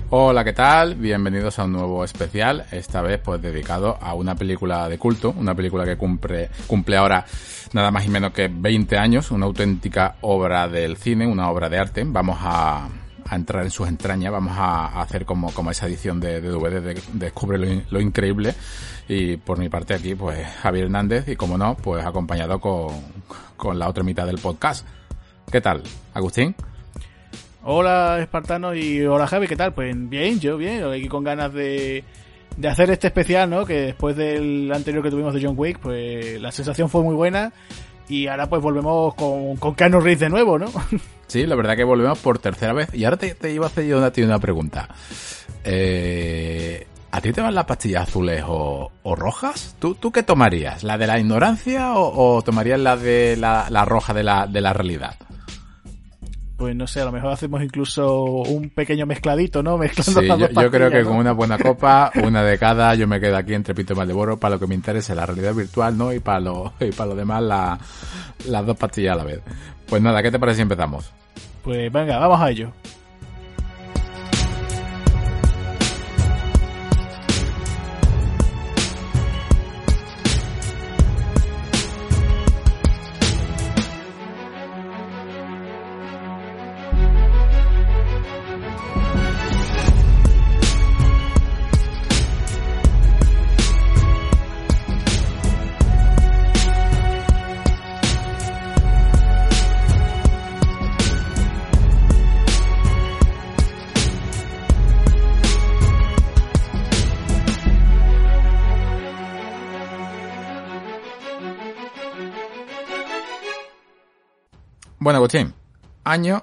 Hola, ¿qué tal? Bienvenidos a un nuevo especial, esta vez pues dedicado a una película de culto, una película que cumple ahora nada más y menos que 20 años, una auténtica obra del cine, una obra de arte. Vamos a entrar en sus entrañas, vamos a hacer como esa edición de DVD de Descubre lo increíble. Y por mi parte aquí pues Javier Hernández y como no, pues acompañado con la otra mitad del podcast. ¿Qué tal, Agustín? Hola espartanos y hola Javi, ¿qué tal? Pues bien, yo bien, aquí con ganas de hacer este especial, ¿no? Que después del anterior que tuvimos de John Wick, pues la sensación fue muy buena y ahora pues volvemos con Keanu Reeves de nuevo, ¿no? Sí, la verdad que volvemos por tercera vez y ahora te iba a hacer yo una pregunta. ¿A ti te van las pastillas azules o rojas? ¿Tú qué tomarías? ¿La de la ignorancia o tomarías la de la roja de la realidad? Pues no sé, a lo mejor hacemos incluso un pequeño mezcladito, ¿no? Mezclando sí, las dos pastillas, yo creo que ¿no? Con una buena copa, una de cada, yo me quedo aquí entre Pito y Maldeboro para lo que me interese, la realidad virtual, ¿no? Y para lo demás, las dos pastillas a la vez. Pues nada, ¿qué te parece si empezamos? Pues venga, vamos a ello. Bueno, Agustín, año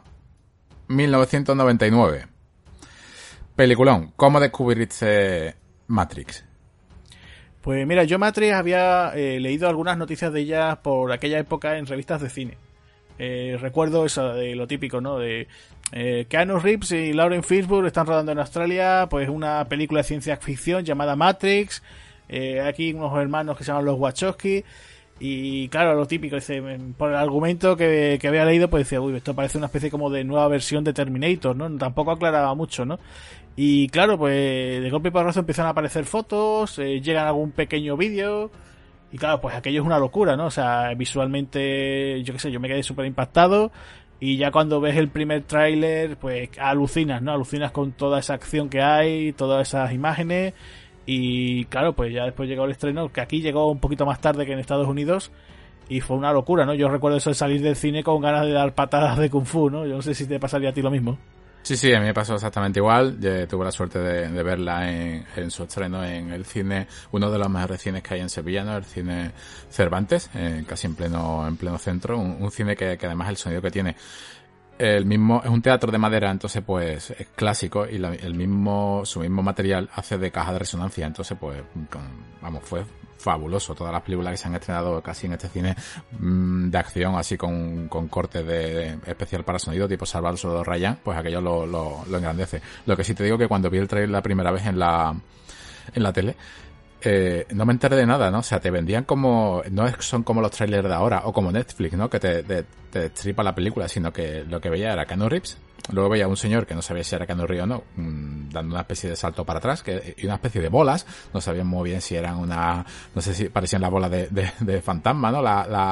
1999. Peliculón, ¿cómo descubriste Matrix? Pues mira, yo Matrix había leído algunas noticias de ella por aquella época en revistas de cine. Recuerdo eso de lo típico, ¿no? De Keanu Reeves y Lauren Fishburne están rodando en Australia pues una película de ciencia ficción llamada Matrix. Aquí unos hermanos que se llaman los Wachowski. Y claro, lo típico, dice, por el argumento que había leído, pues decía, uy, esto parece una especie como de nueva versión de Terminator, ¿no? Tampoco aclaraba mucho, ¿no? Y claro, pues de golpe y porrazo empiezan a aparecer fotos, llegan algún pequeño vídeo, y claro, pues aquello es una locura, ¿no? O sea, visualmente, yo qué sé, yo me quedé súper impactado, y ya cuando ves el primer tráiler, pues alucinas, ¿no? Alucinas con toda esa acción que hay, todas esas imágenes. Y claro, pues ya después llegó el estreno, que aquí llegó un poquito más tarde que en Estados Unidos, y fue una locura, ¿no? Yo recuerdo eso de salir del cine con ganas de dar patadas de Kung Fu, ¿no? Yo no sé si te pasaría a ti lo mismo. Sí, a mí me pasó exactamente igual. Yo tuve la suerte de verla en su estreno en el cine, uno de los mejores cines que hay en Sevilla, ¿no? El cine Cervantes, casi en pleno centro, un cine que además el sonido que tiene es un teatro de madera, entonces pues es clásico y su mismo material hace de caja de resonancia, entonces pues fue fabuloso. Todas las películas que se han estrenado casi en este cine de acción, así con cortes de especial para sonido tipo Salvar al Soldado Ryan, pues aquello lo engrandece. Lo que sí te digo que cuando vi el trailer la primera vez en la tele, no me enteré de nada, ¿no? O sea, te vendían como, son como los trailers de ahora, o como Netflix, ¿no? Que te destripa la película, sino que lo que veía era Keanu Reeves. Luego veía a un señor que no sabía si era Keanu Reeves o no, dando una especie de salto para atrás, y una especie de bolas. No sabían muy bien si eran no sé si parecían las bolas de fantasma, ¿no?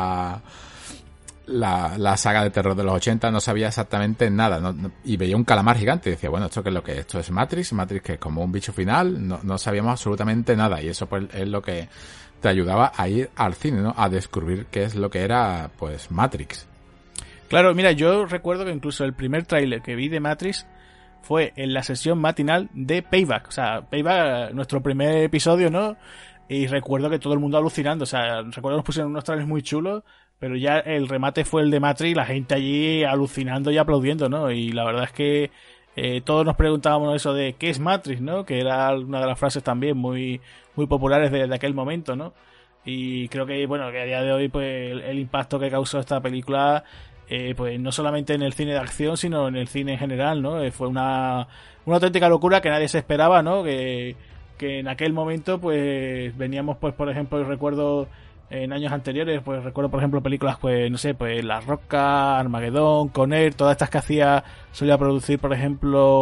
La saga de terror de los 80, no sabía exactamente nada, ¿no? Y veía un calamar gigante y decía, bueno, ¿esto qué es lo que es? ¿Esto es Matrix que es como un bicho final? No sabíamos absolutamente nada, y eso pues es lo que te ayudaba a ir al cine, ¿no? A descubrir qué es lo que era, pues, Matrix. Claro, mira, yo recuerdo que incluso el primer tráiler que vi de Matrix fue en la sesión matinal de Payback. O sea, Payback, nuestro primer episodio, ¿no? Y recuerdo que todo el mundo alucinando. O sea, recuerdo que nos pusieron unos trailers muy chulos, pero ya el remate fue el de Matrix, la gente allí alucinando y aplaudiendo, ¿no? Y la verdad es que todos nos preguntábamos eso de ¿qué es Matrix?, ¿no? Que era una de las frases también muy populares de aquel momento, ¿no? Y creo que, bueno, que a día de hoy, pues, el impacto que causó esta película, pues no solamente en el cine de acción, sino en el cine en general, ¿no? Fue una auténtica locura que nadie se esperaba, ¿no? Que en aquel momento, pues, veníamos, pues, por ejemplo, recuerdo en años anteriores, pues recuerdo por ejemplo películas, pues no sé, pues La Roca, Armagedón, Con Air, todas estas que solía producir por ejemplo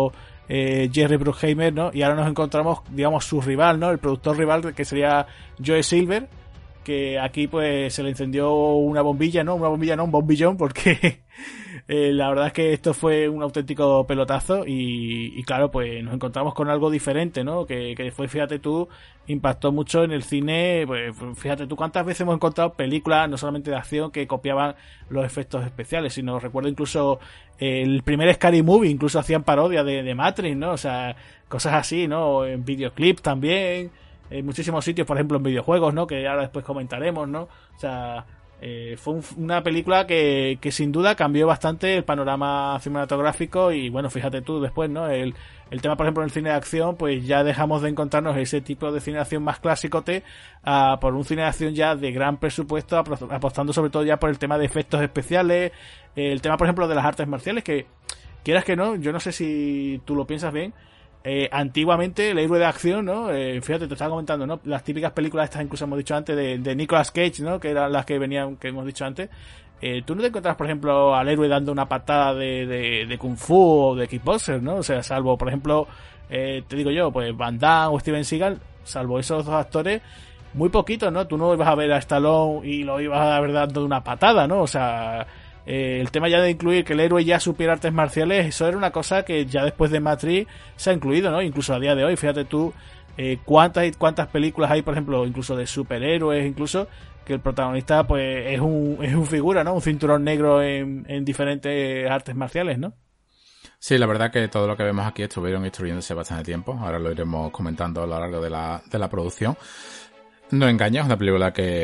Jerry Bruckheimer, ¿no? Y ahora nos encontramos, digamos, su rival, ¿no? El productor rival, que sería Joe Silver, que aquí pues se le encendió un bombillón, porque la verdad es que esto fue un auténtico pelotazo y claro, pues nos encontramos con algo diferente, ¿no? Que fue, fíjate tú, impactó mucho en el cine. Pues fíjate tú cuántas veces hemos encontrado películas, no solamente de acción, que copiaban los efectos especiales, sino recuerdo incluso el primer Scary Movie, incluso hacían parodia de Matrix, ¿no? O sea, cosas así, ¿no? En videoclips también, en muchísimos sitios, por ejemplo en videojuegos, ¿no? Que ahora después comentaremos, ¿no? O sea, fue una película que sin duda cambió bastante el panorama cinematográfico. Y bueno, fíjate tú después, ¿no? El tema, por ejemplo, en el cine de acción, pues ya dejamos de encontrarnos ese tipo de cine de acción más clásicote por un cine de acción ya de gran presupuesto, apostando sobre todo ya por el tema de efectos especiales, el tema, por ejemplo, de las artes marciales, que quieras que no, yo no sé si tú lo piensas bien. Antiguamente el héroe de acción, ¿no? Fíjate, te estaba comentando, ¿no? Las típicas películas estas, incluso hemos dicho antes, de Nicolas Cage, ¿no? Que eran las que venían, que hemos dicho antes. Tú no te encuentras, por ejemplo, al héroe dando una patada de Kung Fu o de kickboxer, ¿no? O sea, salvo, por ejemplo, te digo yo, pues Van Damme o Steven Seagal, salvo esos dos actores, muy poquito, ¿no? Tú no ibas a ver a Stallone y lo ibas a ver dando una patada, ¿no? O sea, el tema ya de incluir que el héroe ya supiera artes marciales, eso era una cosa que ya después de Matrix se ha incluido, ¿no? Incluso a día de hoy, fíjate tú, cuántas películas hay, por ejemplo, incluso de superhéroes, incluso que el protagonista pues es un figura, ¿no? Un cinturón negro en diferentes artes marciales, ¿no? Sí, la verdad que todo lo que vemos aquí estuvieron instruyéndose bastante tiempo. Ahora lo iremos comentando a lo largo de la producción. No engaña, es una película que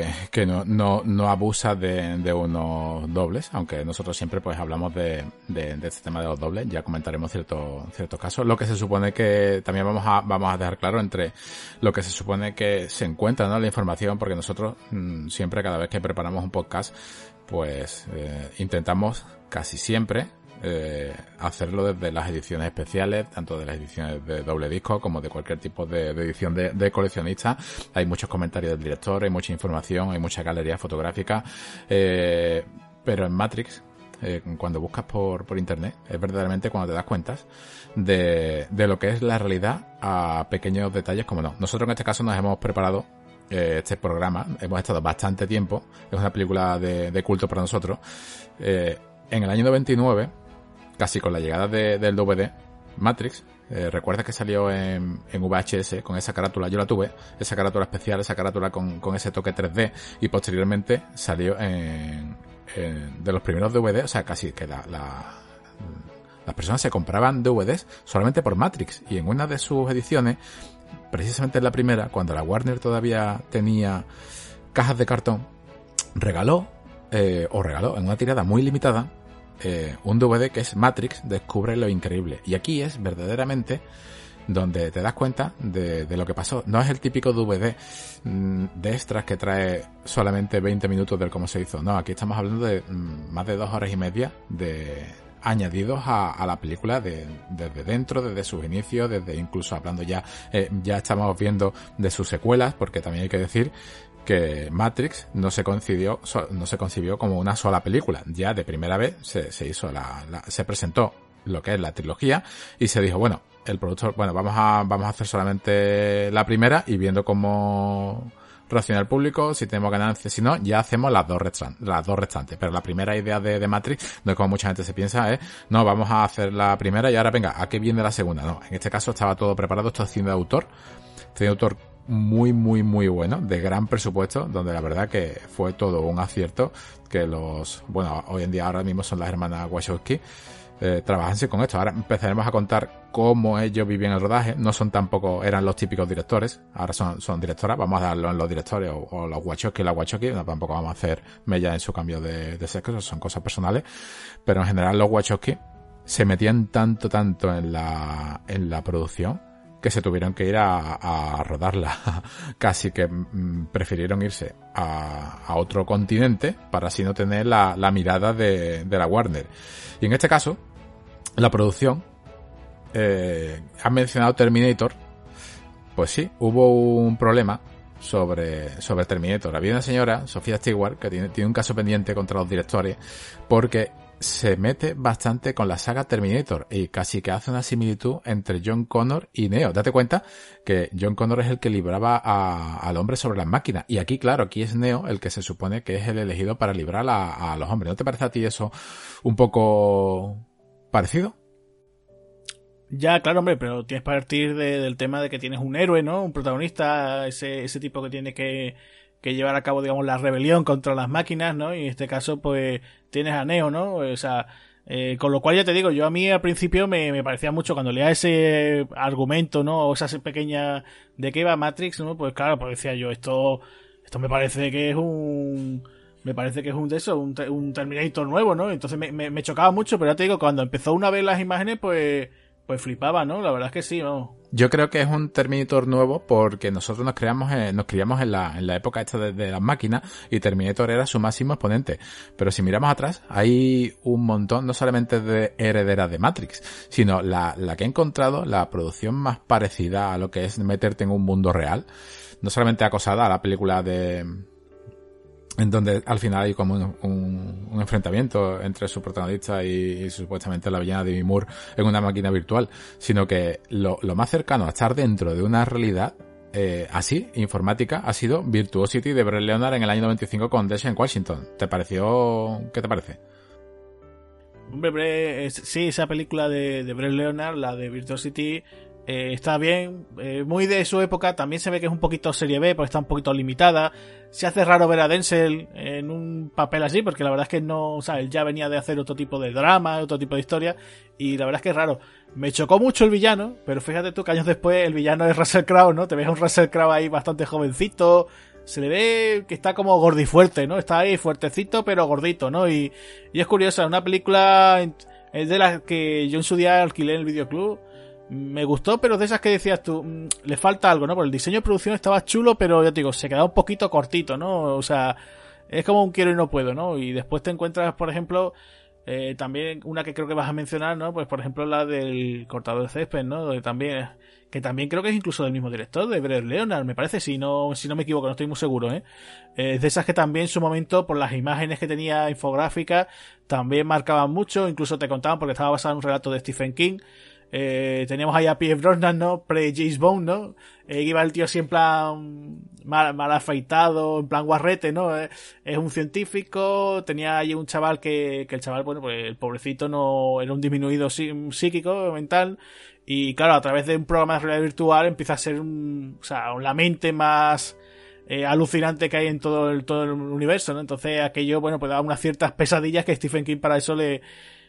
no abusa de unos dobles, aunque nosotros siempre pues hablamos de este tema de los dobles. Ya comentaremos ciertos casos. Lo que se supone que también vamos a dejar claro entre lo que se supone que se encuentra, ¿no? La información, porque nosotros siempre, cada vez que preparamos un podcast, pues intentamos casi siempre hacerlo desde las ediciones especiales, tanto de las ediciones de doble disco como de cualquier tipo de edición de coleccionista. Hay muchos comentarios del director, hay mucha información, hay mucha galería fotográfica, pero en Matrix, cuando buscas por internet, es verdaderamente cuando te das cuenta de lo que es la realidad a pequeños detalles como no. Nosotros en este caso nos hemos preparado este programa, hemos estado bastante tiempo, es una película de culto para nosotros. En el año 99, casi con la llegada del DVD, Matrix, recuerda que salió en VHS con esa carátula, yo la tuve, esa carátula especial, esa carátula con ese toque 3D, y posteriormente salió de los primeros DVD, o sea, casi que las personas se compraban DVDs solamente por Matrix, y en una de sus ediciones, precisamente en la primera, cuando la Warner todavía tenía cajas de cartón, regaló en una tirada muy limitada un DVD que es Matrix Descubre lo Increíble. Y aquí es verdaderamente donde te das cuenta de lo que pasó. No es el típico DVD de extras que trae solamente 20 minutos del cómo se hizo. No, aquí estamos hablando de más de 2 horas y media de añadidos a la película desde dentro, desde sus inicios, desde incluso hablando ya estamos viendo de sus secuelas, porque también hay que decir que Matrix no se concibió como una sola película. Ya de primera vez se hizo se presentó lo que es la trilogía y se dijo, bueno, el productor, vamos a hacer solamente la primera y viendo cómo reacciona el público, si tenemos ganancias, si no, ya hacemos las dos restantes. Pero la primera idea de Matrix, no es como mucha gente se piensa, no, vamos a hacer la primera y ahora venga, ¿a qué viene la segunda? No, en este caso estaba todo preparado, esto es cine de autor muy, muy, muy bueno, de gran presupuesto, donde la verdad que fue todo un acierto que hoy en día ahora mismo son las hermanas Wachowski, trabajanse con esto. Ahora empezaremos a contar cómo ellos vivían el rodaje. No eran los típicos directores, ahora son directoras, vamos a darlo en los directores o los Wachowski, no, tampoco vamos a hacer mella en su cambio de sexo, son cosas personales, pero en general los Wachowski se metían tanto en la producción que se tuvieron que ir a rodarla. Casi que prefirieron irse a otro continente para así no tener la mirada de la Warner. Y en este caso, la producción, han mencionado Terminator, pues sí, hubo un problema sobre Terminator. Había una señora, Sofía Stewart, que tiene un caso pendiente contra los directores, porque se mete bastante con la saga Terminator y casi que hace una similitud entre John Connor y Neo. Date cuenta que John Connor es el que libraba al hombre sobre las máquinas. Y aquí, claro, aquí es Neo el que se supone que es el elegido para librar a los hombres. ¿No te parece a ti eso un poco parecido? Ya, claro, hombre, pero tienes que partir del tema de que tienes un héroe, ¿no? Un protagonista, ese tipo que tiene que llevar a cabo, digamos, la rebelión contra las máquinas, ¿no? Y en este caso, pues, tienes a Neo, ¿no? O sea, con lo cual ya te digo, yo a mí al principio me parecía mucho cuando leía ese argumento, ¿no? O esa pequeña de qué iba Matrix, ¿no? Pues claro, pues decía yo, esto me parece que es un de eso, un Terminator nuevo, ¿no? Entonces me chocaba mucho, pero ya te digo, cuando empezó una vez las imágenes, pues flipaba, ¿no? La verdad es que sí, ¿no? Yo creo que es un Terminator nuevo porque nosotros nos criamos en la época esta de las máquinas y Terminator era su máximo exponente. Pero si miramos atrás, hay un montón, no solamente de herederas de Matrix, sino la que he encontrado, la producción más parecida a lo que es meterte en un mundo real. No solamente acosada a la película en donde al final hay como un enfrentamiento entre su protagonista y supuestamente la villana de Demi Moore en una máquina virtual, sino que lo más cercano a estar dentro de una realidad así, informática, ha sido Virtuosity de Brett Leonard en el año 95 con Denzel Washington. ¿Te pareció? ¿Qué te parece? Hombre, sí, esa película de Brett Leonard, la de Virtuosity, está bien, muy de su época. También se ve que es un poquito serie B porque está un poquito limitada. Se hace raro ver a Denzel en un papel así porque la verdad es que no, o sea, él ya venía de hacer otro tipo de drama, otro tipo de historia y la verdad es que es raro. Me chocó mucho el villano, pero fíjate tú que años después el villano es Russell Crowe, ¿no? Te ves a un Russell Crowe ahí bastante jovencito, se le ve que está como gordifuerte, ¿no? Está ahí fuertecito pero gordito, ¿no? Y es curiosa, una película es de las que yo en su día alquilé en el videoclub. Me gustó, pero de esas que decías tú, le falta algo, ¿no? Porque el diseño de producción estaba chulo, pero ya te digo, se quedaba un poquito cortito, ¿no? O sea, es como un quiero y no puedo, ¿no? Y después te encuentras, por ejemplo, también una que creo que vas a mencionar, ¿no? Pues por ejemplo la del cortador de césped, ¿no? Que también creo que es incluso del mismo director, de Brett Leonard, me parece, si no me equivoco, no estoy muy seguro, ¿eh? Es de esas que también en su momento, por las imágenes que tenía infográficas, también marcaban mucho, incluso te contaban porque estaba basado en un relato de Stephen King. Teníamos ahí a Pierce Brosnan, ¿no? Pre-James Bond, ¿no? Iba el tío así en plan mal afeitado, en plan guarrete, ¿no? Es un científico, tenía ahí un chaval que el chaval, bueno, pues el pobrecito no era un disminuido psíquico, mental, y claro, a través de un programa de realidad virtual empieza a ser la mente más alucinante que hay en todo el universo, ¿no? Entonces aquello, bueno, pues daba unas ciertas pesadillas que Stephen King para eso le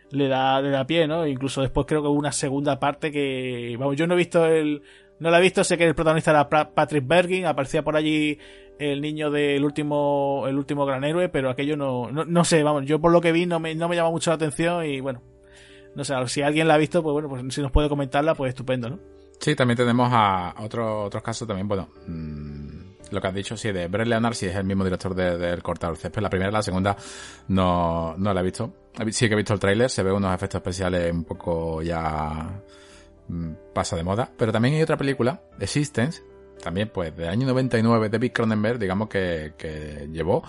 da pie, ¿no? Incluso después creo que hubo una segunda parte que, vamos, yo no la he visto, sé que el protagonista era Patrick Bergin, aparecía por allí el niño del último gran héroe, pero aquello no sé, vamos, yo por lo que vi no me llama mucho la atención y bueno, no sé, si alguien la ha visto, pues bueno, pues si nos puede comentarla, pues estupendo, ¿no? Sí, también tenemos a otros casos también, bueno, lo que has dicho, sí, de Brett Leonard, sí es el mismo director del cortador de césped. La primera y la segunda no la he visto. Sí que he visto el tráiler, se ve unos efectos especiales un poco ya pasa de moda. Pero también hay otra película, Existence, también pues del año 99, de David Cronenberg, digamos que llevó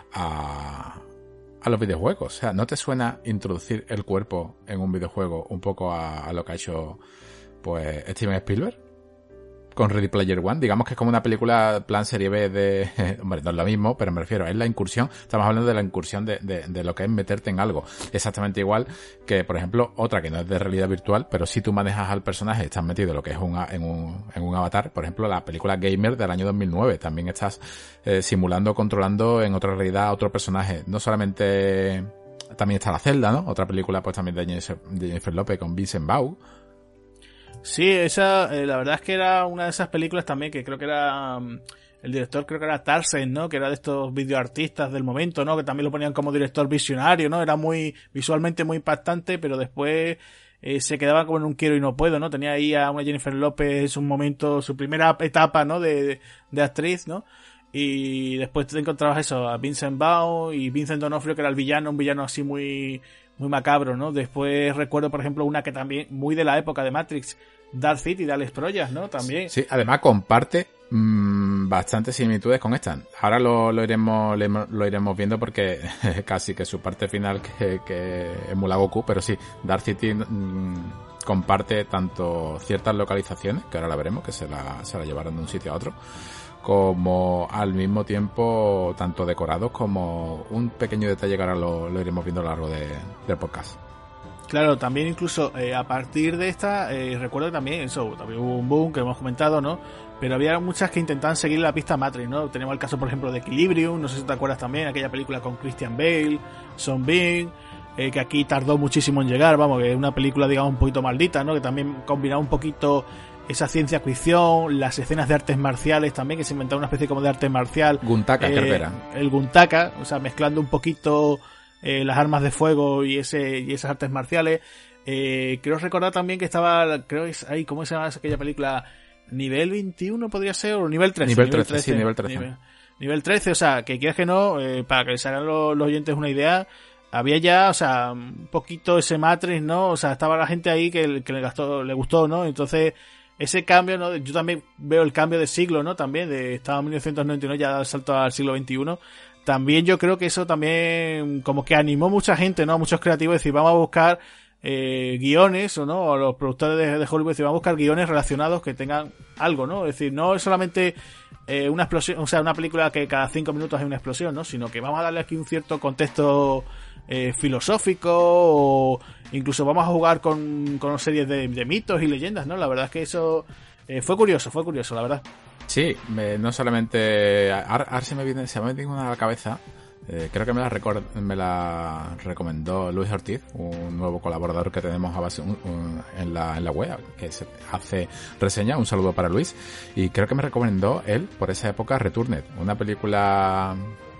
a los videojuegos. O sea, ¿no te suena introducir el cuerpo en un videojuego un poco a lo que ha hecho pues Steven Spielberg? Con Ready Player One, digamos que es como una película plan serie B de... Hombre, no es lo mismo, pero me refiero, es la incursión, estamos hablando de la incursión de lo que es meterte en algo. Exactamente igual que, por ejemplo, otra que no es de realidad virtual, pero si tú manejas al personaje, estás metido en lo que es en un avatar, por ejemplo, la película Gamer del año 2009, también estás simulando, controlando en otra realidad a otro personaje. No solamente... También está La Celda, ¿no? Otra película pues también de Jennifer Lopez con Vincent Vaughn. Sí, esa, la verdad es que era una de esas películas también que creo que era, el director creo que era Tarsem, ¿no? Que era de estos videoartistas del momento, ¿no? Que también lo ponían como director visionario, ¿no? Era visualmente muy impactante, pero después se quedaba como en un quiero y no puedo, ¿no? Tenía ahí a una Jennifer López un momento, su primera etapa, ¿no? De actriz, ¿no? Y después te encontrabas eso, a Vincent Vaughn y Vincent D'Onofrio, que era el villano, un villano así muy macabro, ¿no? Después recuerdo, por ejemplo, una que también, muy de la época de Matrix, Dark City de Alex Proyas, ¿no? También. Sí, además comparte Bastantes similitudes con esta. Ahora lo iremos viendo porque casi que su parte final que emula Goku, pero sí, Dark City comparte tanto ciertas localizaciones, que ahora la veremos, que se la llevaron de un sitio a otro, como al mismo tiempo tanto decorados como un pequeño detalle que ahora lo iremos viendo a lo largo del podcast. Claro, también incluso a partir de esta, recuerdo que también hubo un boom que hemos comentado, ¿no? Pero había muchas que intentaban seguir la pista Matrix, ¿no? Tenemos el caso, por ejemplo, de Equilibrium, no sé si te acuerdas también, aquella película con Christian Bale, Sean Bean, que aquí tardó muchísimo en llegar, vamos, que es una película, digamos, un poquito maldita, ¿no? Que también combinaba un poquito esa ciencia ficción, las escenas de artes marciales también, que se inventaba una especie como de arte marcial. Guntaka, creo que era. El Guntaka, o sea, mezclando un poquito las armas de fuego y esas artes marciales. Creo recordar también que estaba, ¿cómo se llama aquella película? Nivel 21 podría ser, o nivel 13. Nivel 13, sí, nivel 13. Nivel 13, o sea, que quieras que no, para que les hagan los oyentes una idea, había ya, o sea, un poquito ese Matrix, ¿no? O sea, estaba la gente ahí que le gustó, ¿no? Entonces, ese cambio, ¿no? Yo también veo el cambio de siglo, ¿no? También, estaba en 1999, ya salto al siglo XXI. También yo creo que eso también como que animó mucha gente, ¿no? A muchos creativos, decir, vamos a buscar guiones, o no, a los productores de Hollywood, decir, vamos a buscar guiones relacionados que tengan algo, ¿no? Es decir, no es solamente una explosión, o sea, una película que cada 5 minutos hay una explosión, ¿no? Sino que vamos a darle aquí un cierto contexto filosófico, o incluso vamos a jugar con una serie de mitos y leyendas, ¿no? La verdad es que eso fue curioso, la verdad. Sí, no solamente... Ahora se me viene una a la cabeza. Creo que me la recomendó Luis Ortiz, un nuevo colaborador que tenemos a base en la web, que hace reseña. Un saludo para Luis. Y creo que me recomendó él, por esa época, Returned, una película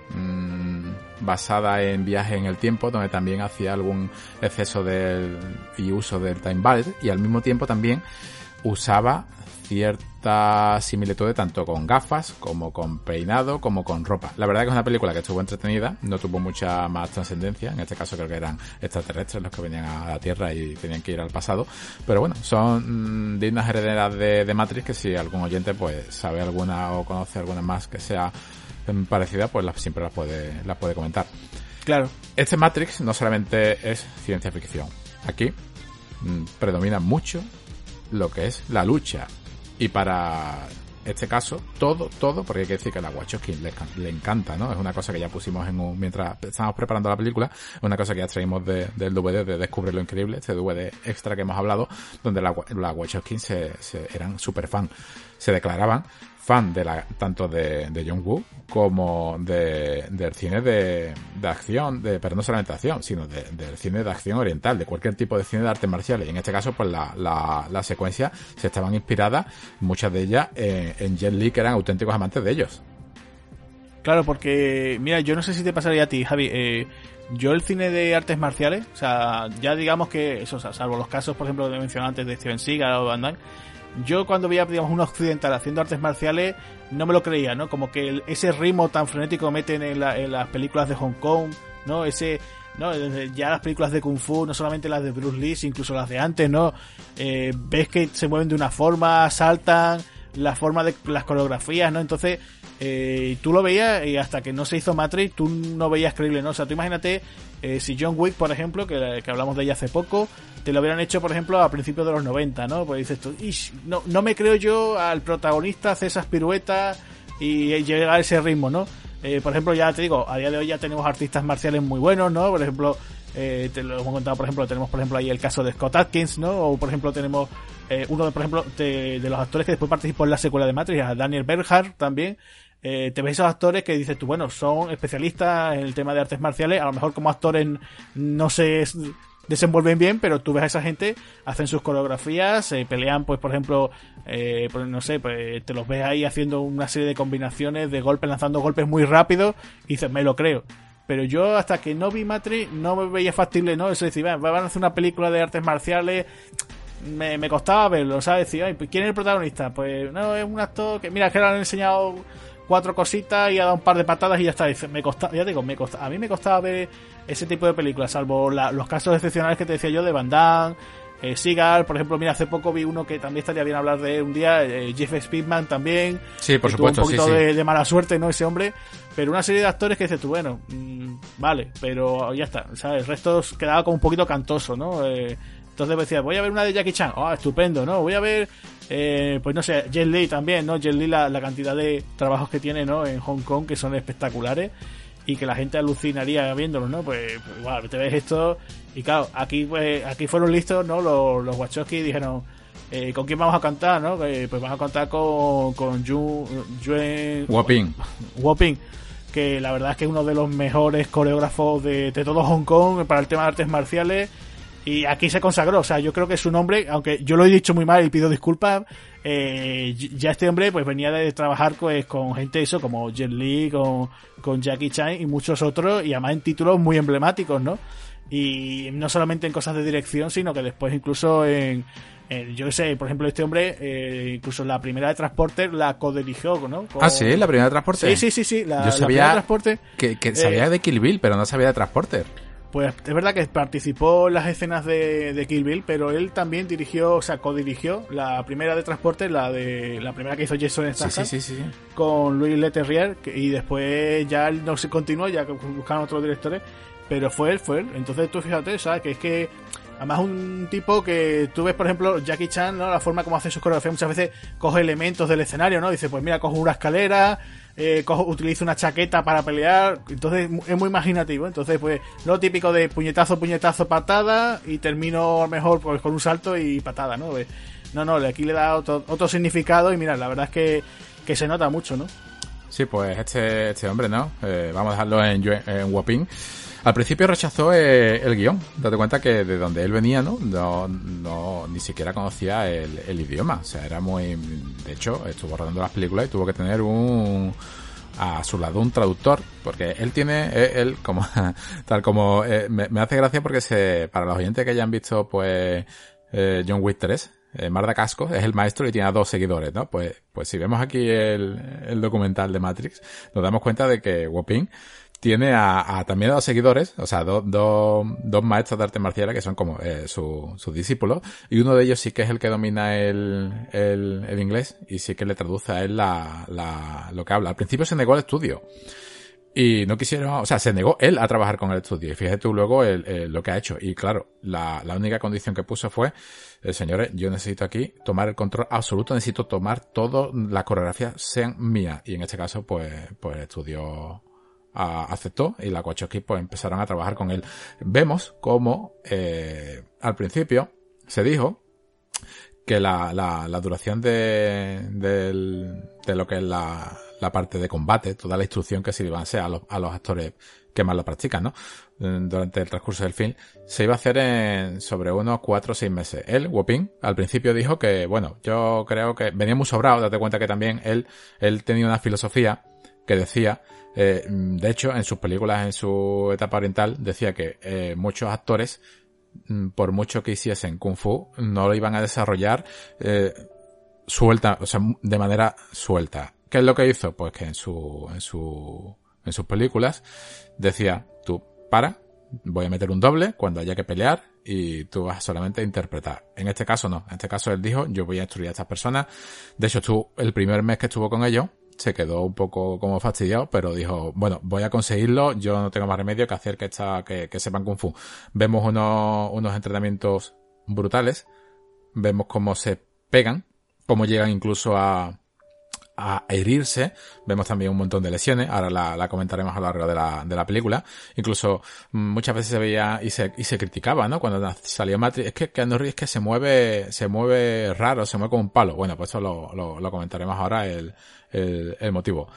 basada en viaje en el tiempo, donde también hacía algún exceso y uso del time belt, y al mismo tiempo también usaba cierta similitud tanto con gafas como con peinado como con ropa. La verdad es que es una película que estuvo entretenida, no tuvo mucha más trascendencia. En este caso creo que eran extraterrestres los que venían a la Tierra y tenían que ir al pasado, pero bueno, son dignas herederas de Matrix, que si algún oyente pues sabe alguna o conoce alguna más que sea parecida, pues siempre las puede comentar. Claro. Este Matrix no solamente es ciencia ficción, aquí predomina mucho lo que es la lucha. Y para este caso, todo, porque hay que decir que a la Wachowski le encanta, ¿no? Es una cosa que ya pusimos mientras estábamos preparando la película, es una cosa que ya traímos del DVD de Descubre lo Increíble, este DVD extra que hemos hablado, donde la Wachowski eran super fan, se declaraban fan tanto de John Woo como del cine de acción, pero no solamente de acción, sino del cine de acción oriental, de cualquier tipo de cine de artes marciales. Y en este caso, pues la secuencia se estaban inspiradas, muchas de ellas, en Jet Li, que eran auténticos amantes de ellos. Claro, porque, mira, yo no sé si te pasaría a ti, Javi, yo el cine de artes marciales, o sea, ya digamos que, eso, o sea, salvo los casos, por ejemplo, que mencioné antes de Steven Seagal o Van Damme, yo cuando veía, digamos, un occidental haciendo artes marciales, no me lo creía, ¿no? Como que ese ritmo tan frenético meten en las películas de Hong Kong, ¿no? Ya las películas de Kung Fu, no solamente las de Bruce Lee, incluso las de antes, ¿no? Ves que se mueven de una forma, saltan, la forma de las coreografías, ¿no? Entonces, tú lo veías y hasta que no se hizo Matrix, tú no veías creíble, ¿no? O sea, tú imagínate si John Wick, por ejemplo, que hablamos de ella hace poco, te lo hubieran hecho, por ejemplo, a principios de los 90, ¿no? Pues dices tú, no me creo yo al protagonista hacer esas piruetas y llegar a ese ritmo, ¿no? Por ejemplo, ya te digo, a día de hoy ya tenemos artistas marciales muy buenos, ¿no? Por ejemplo, te lo hemos contado, por ejemplo, tenemos, por ejemplo, ahí el caso de Scott Adkins, ¿no? O, por ejemplo, tenemos uno, por ejemplo, de los actores que después participó en la secuela de Matrix, a Daniel Bernhardt también. Te ves esos actores que dices tú, bueno, son especialistas en el tema de artes marciales, a lo mejor como actores no se desenvuelven bien, pero tú ves a esa gente, hacen sus coreografías, pelean, pues por ejemplo, pues no sé, pues te los ves ahí haciendo una serie de combinaciones de golpes, lanzando golpes muy rápidos, y dices, me lo creo. Pero yo hasta que no vi Matrix no me veía factible, ¿no? Eso es decir, van a hacer una película de artes marciales, me costaba verlo, ¿sabes? Decir, ay, ¿quién es el protagonista? Pues no, es un actor que, mira, que le han enseñado 4 cositas y ha dado un par de patadas y ya está. Dice, a mí me costaba ver ese tipo de películas, salvo los casos excepcionales que te decía yo de Van Damme, Seagal, por ejemplo, mira, hace poco vi uno que también estaría bien hablar de él un día, Jeff Speedman también. Sí, por supuesto, tuvo un poquito sí. de mala suerte, ¿no? Ese hombre. Pero una serie de actores que dices tú, bueno, vale, pero ya está. O sea, el resto quedaba como un poquito cantoso, ¿no? Entonces decía, voy a ver una de Jackie Chan. Estupendo, ¿no? Voy a ver, pues no sé, Jet Li también, ¿no? Jet Li, la cantidad de trabajos que tiene, ¿no? En Hong Kong, que son espectaculares. Y que la gente alucinaría viéndolos, ¿no? Pues igual, te ves esto. Y claro, aquí fueron listos, ¿no? Los Wachowski dijeron, ¿con quién vamos a cantar, no? Pues vamos a cantar con Yuen Woping, que la verdad es que es uno de los mejores coreógrafos de todo Hong Kong para el tema de artes marciales. Y aquí se consagró, o sea, yo creo que su nombre, aunque yo lo he dicho muy mal y pido disculpas, ya este hombre pues venía de trabajar pues con gente eso, como Jet Li, con Jackie Chan y muchos otros, y además en títulos muy emblemáticos, ¿no? Y no solamente en cosas de dirección, sino que después incluso en yo qué sé, por ejemplo, este hombre, incluso la primera de Transporter la codirigió, ¿no? Sí, la primera de Transporter. Sí. Yo sabía la primera de que sabía de Kill Bill, pero no sabía de Transporter. Pues es verdad que participó en las escenas de Kill Bill, pero él también dirigió, o sea, codirigió la primera de Transporte, la primera que hizo Jason Statham, sí. con Louis Leterrier, y después ya él no se continuó, ya que buscaron otros directores, pero fue él. Entonces tú fíjate, ¿sabes? Que es que además un tipo que tú ves, por ejemplo, Jackie Chan, ¿no? La forma como hace sus coreografías, muchas veces coge elementos del escenario, ¿no? Dice, pues mira, cojo una escalera, utilizo una chaqueta para pelear, entonces es muy imaginativo. Entonces pues lo típico de puñetazo, patada, y termino a lo mejor pues con un salto y patada, ¿no? No, aquí le da otro significado, y mira, la verdad es que se nota mucho, ¿no? Sí, pues este hombre, ¿no? Vamos a dejarlo en Woping. Al principio rechazó el guión. Date cuenta que de donde él venía, ¿no? No ni siquiera conocía el idioma. O sea, era muy... De hecho, estuvo rodando las películas y tuvo que tener a su lado un traductor, porque él tiene, él como, tal como, me hace gracia porque para los oyentes que hayan visto, pues, John Wick 3, Marda Casco es el maestro y tiene a 2 seguidores, ¿no? Pues si vemos aquí el documental de Matrix, nos damos cuenta de que Woping tiene también a 2 seguidores, o sea, dos maestros de artes marciales que son como sus discípulos, y uno de ellos sí que es el que domina el inglés y sí que le traduce a él lo que habla. Al principio se negó al estudio y no quisieron, o sea, se negó él a trabajar con el estudio, y fíjate tú luego lo que ha hecho. Y claro, la única condición que puso fue, señores, yo necesito aquí tomar el control absoluto, necesito tomar todo, las coreografías sean mías, y en este caso pues el estudio aceptó, y la Wachowski pues empezaron a trabajar con él. Vemos como al principio se dijo que la duración de lo que es la parte de combate, toda la instrucción que se le iba a hacer a los actores que más lo practican, ¿no? Durante el transcurso del film, se iba a hacer sobre unos 4 o 6 meses. Él, Woping, al principio dijo que, bueno, yo creo que venía muy sobrado. Date cuenta que también él tenía una filosofía que decía, de hecho, en sus películas, en su etapa oriental, decía que muchos actores, por mucho que hiciesen Kung Fu, no lo iban a desarrollar suelta, o sea, de manera suelta. ¿Qué es lo que hizo? Pues que en sus películas decía, tú voy a meter un doble cuando haya que pelear y tú vas solamente a interpretar. En este caso no, en este caso él dijo, yo voy a instruir a estas personas. De hecho, el primer mes que estuvo con ellos, se quedó un poco como fastidiado, pero dijo, bueno, voy a conseguirlo, yo no tengo más remedio que hacer que sepan Kung Fu. Vemos unos entrenamientos brutales, vemos cómo se pegan, cómo llegan incluso a herirse, vemos también un montón de lesiones, ahora la comentaremos a lo largo de la película. Incluso muchas veces se veía y se criticaba, ¿no? Cuando salió Matrix, es que Keanu Reeves es que se mueve raro, se mueve como un palo. Bueno, pues eso lo comentaremos ahora el motivo.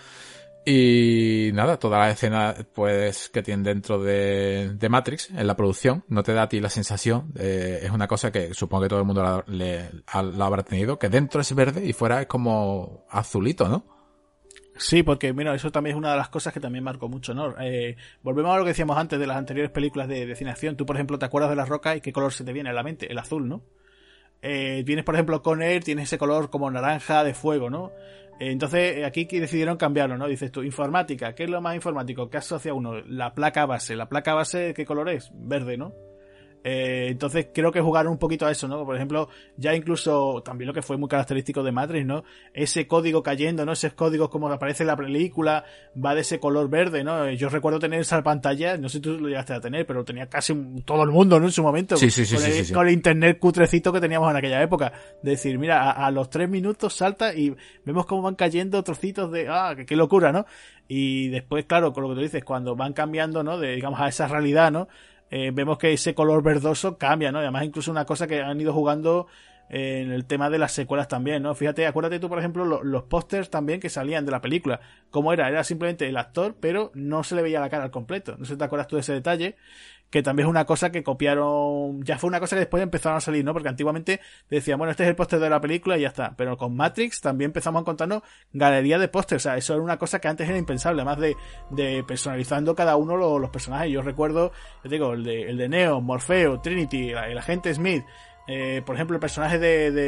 Y nada, toda la escena pues que tienen dentro de Matrix en la producción no te da a ti la sensación, es una cosa que supongo que todo el mundo la habrá tenido, que dentro es verde y fuera es como azulito, ¿no? Sí, porque mira, eso también es una de las cosas que también marcó mucho, ¿no? Volvemos a lo que decíamos antes de las anteriores películas de cine acción. Tú, por ejemplo, te acuerdas de La Roca y qué color se te viene a la mente, el azul, ¿no? Vienes, por ejemplo, con él, tienes ese color como naranja de fuego, ¿no? Entonces, aquí decidieron cambiarlo, ¿no? Dices tú, informática, ¿qué es lo más informático? ¿Qué asocia uno? La placa base. ¿La placa base qué color es? Verde, ¿no? Entonces creo que jugaron un poquito a eso, ¿no? Por ejemplo, ya incluso también lo que fue muy característico de Matrix, ¿no? Ese código cayendo, ¿no? Esos códigos como aparece en la película, va de ese color verde, ¿no? Yo recuerdo tener esa pantalla, no sé si tú lo llegaste a tener, pero tenía casi todo el mundo, ¿no? En su momento. Sí, sí, Con el internet cutrecito que teníamos en aquella época. De decir, mira, a los 3 minutos salta y vemos cómo van cayendo trocitos de, qué locura, ¿no? Y después, claro, con lo que tú dices, cuando van cambiando, ¿no? De, digamos, a esa realidad, ¿no? Vemos que ese color verdoso cambia, ¿no? Y además incluso una cosa que han ido jugando en el tema de las secuelas también, ¿no? Fíjate, acuérdate tú, por ejemplo, los pósters también que salían de la película. ¿Cómo era? Era simplemente el actor, pero no se le veía la cara al completo. No sé si te acuerdas tú de ese detalle, que también es una cosa que copiaron, ya fue una cosa que después empezaron a salir, ¿no? Porque antiguamente decían, bueno, este es el póster de la película y ya está. Pero con Matrix también empezamos a encontrarnos galería de pósters. O sea, eso era una cosa que antes era impensable, además de personalizando cada uno los personajes. Yo recuerdo, yo digo, el de Neo, Morfeo, Trinity, el agente Smith, por ejemplo, el personaje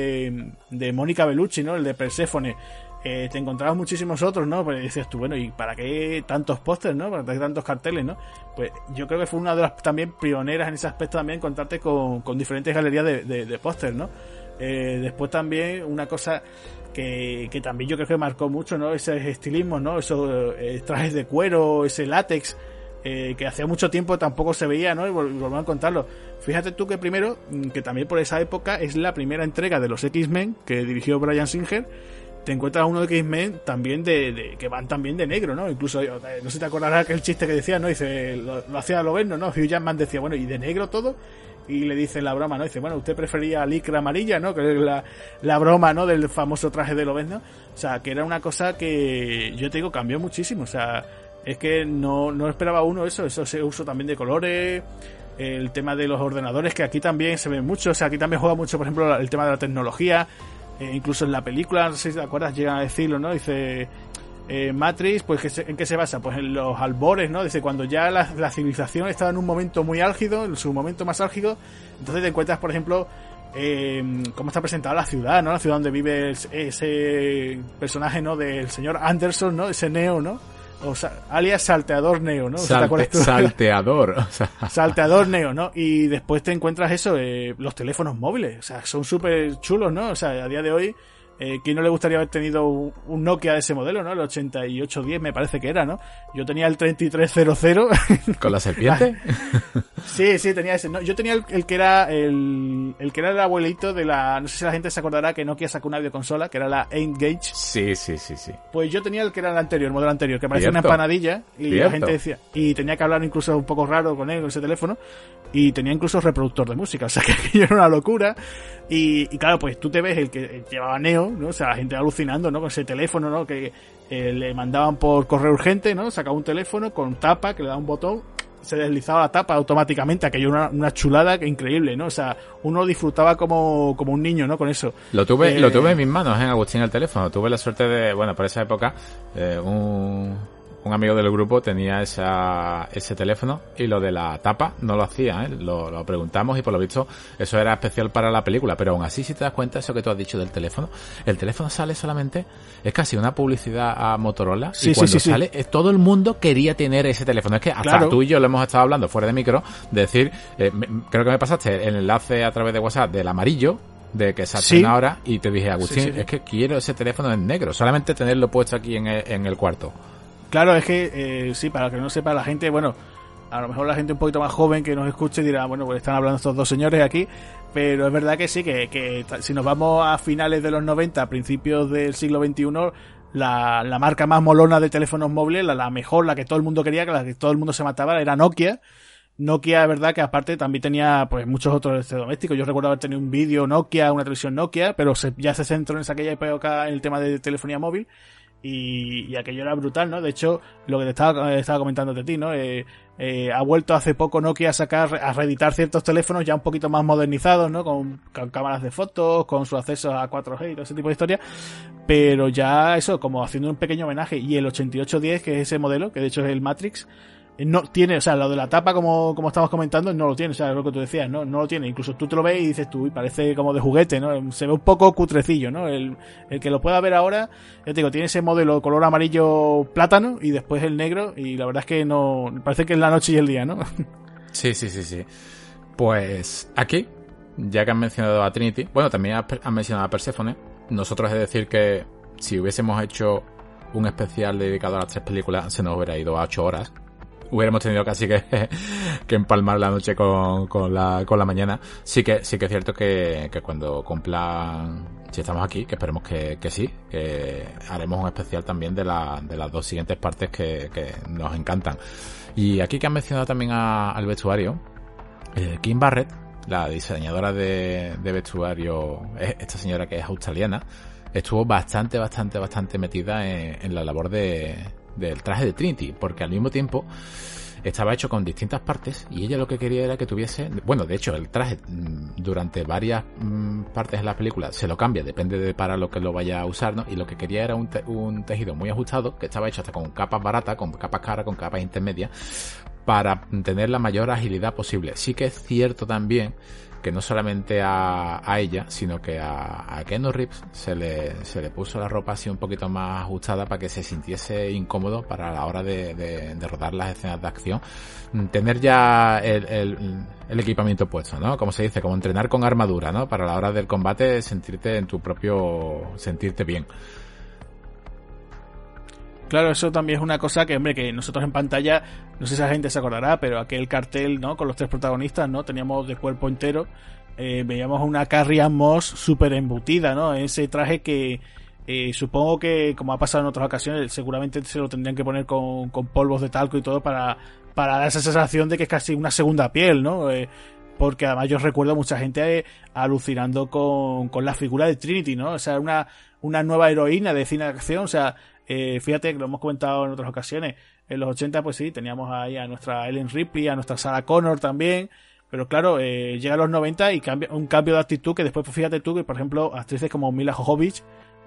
de Mónica Bellucci, ¿no? El de Perséfone. Te encontrabas muchísimos otros, ¿no? Pues decías tú, bueno, ¿y para qué tantos pósters, no? ¿Para qué tantos carteles, no? Pues yo creo que fue una de las también pioneras en ese aspecto también, contarte con diferentes galerías de pósters, ¿no? Después también una cosa que también yo creo que marcó mucho, ¿no? Ese estilismo, ¿no? Esos trajes de cuero, ese látex, que hacía mucho tiempo tampoco se veía, ¿no? Y volvemos a contarlo. Fíjate tú que primero, que también por esa época es la primera entrega de los X-Men que dirigió Bryan Singer. Te encuentras uno de X-Men también que van también de negro, ¿no? Incluso, no sé si te acordarás que el chiste que decía, ¿no? Dice, lo hacía a lo verno, ¿no? Hugh Jackman decía, bueno, ¿y de negro todo? Y le dice la broma, ¿no? Dice, bueno, usted prefería licra amarilla, ¿no? Que es la broma, ¿no? Del famoso traje de Lobezno. O sea, que era una cosa que, yo te digo, cambió muchísimo. O sea, es que no esperaba uno eso se uso también de colores, el tema de los ordenadores, que aquí también se ve mucho. O sea, aquí también juega mucho, por ejemplo, el tema de la tecnología. Incluso en la película, no sé si te acuerdas, llegan a decirlo, ¿no? Dice, Matrix, pues ¿en qué se basa? Pues en los albores, ¿no? Dice, cuando ya la civilización estaba en un momento muy álgido, en su momento más álgido, entonces te encuentras, por ejemplo, cómo está presentada la ciudad, ¿no? La ciudad donde vive ese personaje, ¿no? Del señor Anderson, ¿no? Ese Neo, ¿no? O sea, alias Salteador Neo, ¿no? Salteador. O sea. Salteador Neo, ¿no? Y después te encuentras eso, los teléfonos móviles. O sea, son súper chulos, ¿no? O sea, a día de hoy, ¿quién no le gustaría haber tenido un Nokia de ese modelo, ¿no? El 8810 me parece que era, ¿no? Yo tenía el 3300. ¿Con la serpiente? Sí, tenía ese. No, yo tenía el que era el que era el abuelito de la... No sé si la gente se acordará que Nokia sacó una videoconsola, que era la Engage. Sí. Pues yo tenía el que era el modelo anterior, que parecía una empanadilla, y la gente decía... Y tenía que hablar incluso un poco raro con él, con ese teléfono, y tenía incluso reproductor de música, o sea que aquello era una locura. Y claro, pues tú te ves el que llevaba Neo, ¿no? O sea, la gente alucinando, ¿no? Con ese teléfono, ¿no? Que le mandaban por correo urgente, ¿no? Sacaba un teléfono con tapa, que le daba un botón, se deslizaba la tapa automáticamente, aquello era una chulada increíble, ¿no? O sea, uno disfrutaba como un niño, ¿no? Con eso. Lo tuve en mis manos, Agustín, el teléfono. Tuve la suerte de, bueno, por esa época, un amigo del grupo tenía ese teléfono, y lo de la tapa no lo hacía, lo preguntamos, y por lo visto eso era especial para la película, pero aún así, si te das cuenta, eso que tú has dicho del teléfono, el teléfono sale solamente, es casi una publicidad a Motorola, y cuando sale, todo el mundo quería tener ese teléfono. Es que hasta tú y yo lo hemos estado hablando fuera de micro, de decir, creo que me pasaste el enlace a través de WhatsApp del amarillo, de que se estrena ahora, y te dije, Agustín, es que quiero ese teléfono en negro, solamente tenerlo puesto aquí en el cuarto. Claro, es que, sí, para que no sepa la gente, bueno, a lo mejor la gente un poquito más joven que nos escuche dirá, bueno, pues están hablando estos dos señores aquí, pero es verdad que sí, que si nos vamos a finales de los 90, a principios del siglo XXI, la marca más molona de teléfonos móviles, la mejor, la que todo el mundo quería, la que todo el mundo se mataba, era Nokia. Nokia, es verdad que aparte también tenía pues muchos otros electrodomésticos. Yo recuerdo haber tenido un vídeo Nokia, una televisión Nokia, pero ya se centró en aquella época en el tema de telefonía móvil. Y aquello era brutal, ¿no? De hecho, lo que te estaba comentando de ti, ¿no? Ha vuelto hace poco Nokia a reeditar ciertos teléfonos ya un poquito más modernizados, ¿no? Con cámaras de fotos, con su acceso a 4G y todo ese tipo de historia. Pero ya eso, como haciendo un pequeño homenaje. Y el 8810, que es ese modelo, que de hecho es el Matrix, no tiene, o sea, lo de la tapa, como estamos comentando, no lo tiene, o sea, es lo que tú decías, no lo tiene. Incluso tú te lo ves y dices tú, parece como de juguete, ¿no? Se ve un poco cutrecillo, ¿no? El que lo pueda ver ahora, ya te digo, tiene ese modelo color amarillo plátano y después el negro, y la verdad es que no, parece que es la noche y el día, ¿no? Sí. Pues aquí, ya que han mencionado a Trinity, bueno, también han mencionado a Perséfone. Nosotros es decir que si hubiésemos hecho un especial dedicado a las 3 películas, se nos hubiera ido a 8 horas. Hubiéramos tenido casi que empalmar la noche con la mañana. Sí que es cierto que cuando cumplan, si estamos aquí, que esperemos que sí, que haremos un especial también de las 2 siguientes partes que nos encantan. Y aquí que han mencionado también al vestuario, Kim Barrett, la diseñadora de vestuario, esta señora que es australiana, estuvo bastante metida en la labor del traje de Trinity, porque al mismo tiempo estaba hecho con distintas partes y ella lo que quería era que tuviese, bueno, de hecho el traje durante varias partes de la película se lo cambia, depende de para lo que lo vaya a usar, ¿no? Y lo que quería era un tejido muy ajustado, que estaba hecho hasta con capas baratas, con capas caras, con capas intermedias, para tener la mayor agilidad posible. Sí que es cierto también que no solamente a ella, sino que a Keanu Reeves se le puso la ropa así un poquito más ajustada para que se sintiese incómodo para la hora de rodar las escenas de acción. Tener ya el equipamiento puesto, ¿no? Como se dice, como entrenar con armadura, ¿no? Para la hora del combate sentirte bien. Claro, eso también es una cosa que, hombre, que nosotros en pantalla, no sé si la gente se acordará, pero aquel cartel, ¿no? Con los 3 protagonistas, ¿no? Teníamos de cuerpo entero, veíamos una Carrie Ann Moss súper embutida, ¿no? Ese traje que supongo que, como ha pasado en otras ocasiones, seguramente se lo tendrían que poner con polvos de talco y todo para dar esa sensación de que es casi una segunda piel, ¿no? Porque además yo recuerdo a mucha gente alucinando con la figura de Trinity, ¿no? O sea, una nueva heroína de cine de acción, o sea, fíjate que lo hemos comentado en otras ocasiones. En los 80, pues sí, teníamos ahí a nuestra Ellen Ripley, a nuestra Sarah Connor también. Pero claro, llega a los 90 y cambia un cambio de actitud que después, pues fíjate tú, que por ejemplo, actrices como Mila Jovovich,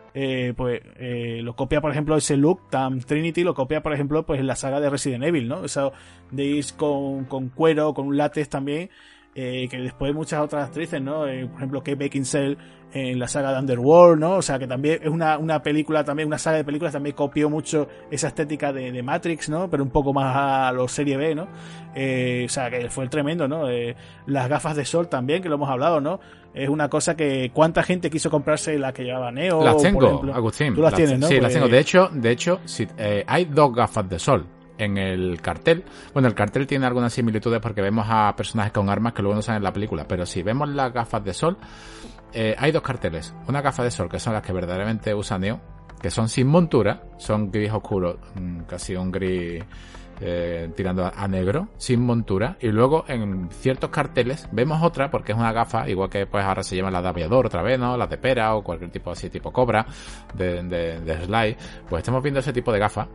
lo copia, por ejemplo, ese look tan Trinity, lo copia, por ejemplo, pues en la saga de Resident Evil, ¿no? Eso de ir con cuero, con un látex también. Que después muchas otras actrices, ¿no? Por ejemplo, Kate Beckinsale en la saga de Underworld, ¿no? O sea, que también es una película, también una saga de películas, también copió mucho esa estética de Matrix, ¿no? Pero un poco más a lo serie B, ¿no? O sea, que fue el tremendo, ¿no? Las gafas de sol también, que lo hemos hablado, ¿no? Es una cosa que cuánta gente quiso comprarse la que llevaba Neo. Las tengo, por ejemplo. Agustín. Tú las tienes, ¿no? Sí, pues, las tengo. De hecho, sí, hay 2 gafas de sol en el cartel. Bueno, el cartel tiene algunas similitudes porque vemos a personajes con armas que luego no salen en la película, pero si vemos las gafas de sol, hay 2 carteles. Una gafa de sol, que son las que verdaderamente usa Neo, que son sin montura, son gris oscuro, casi un gris tirando a negro, sin montura, y luego en ciertos carteles vemos otra, porque es una gafa, igual que pues ahora se llama la de aviador otra vez, ¿no? Las de pera o cualquier tipo así, tipo cobra, de slide, pues estamos viendo ese tipo de gafa.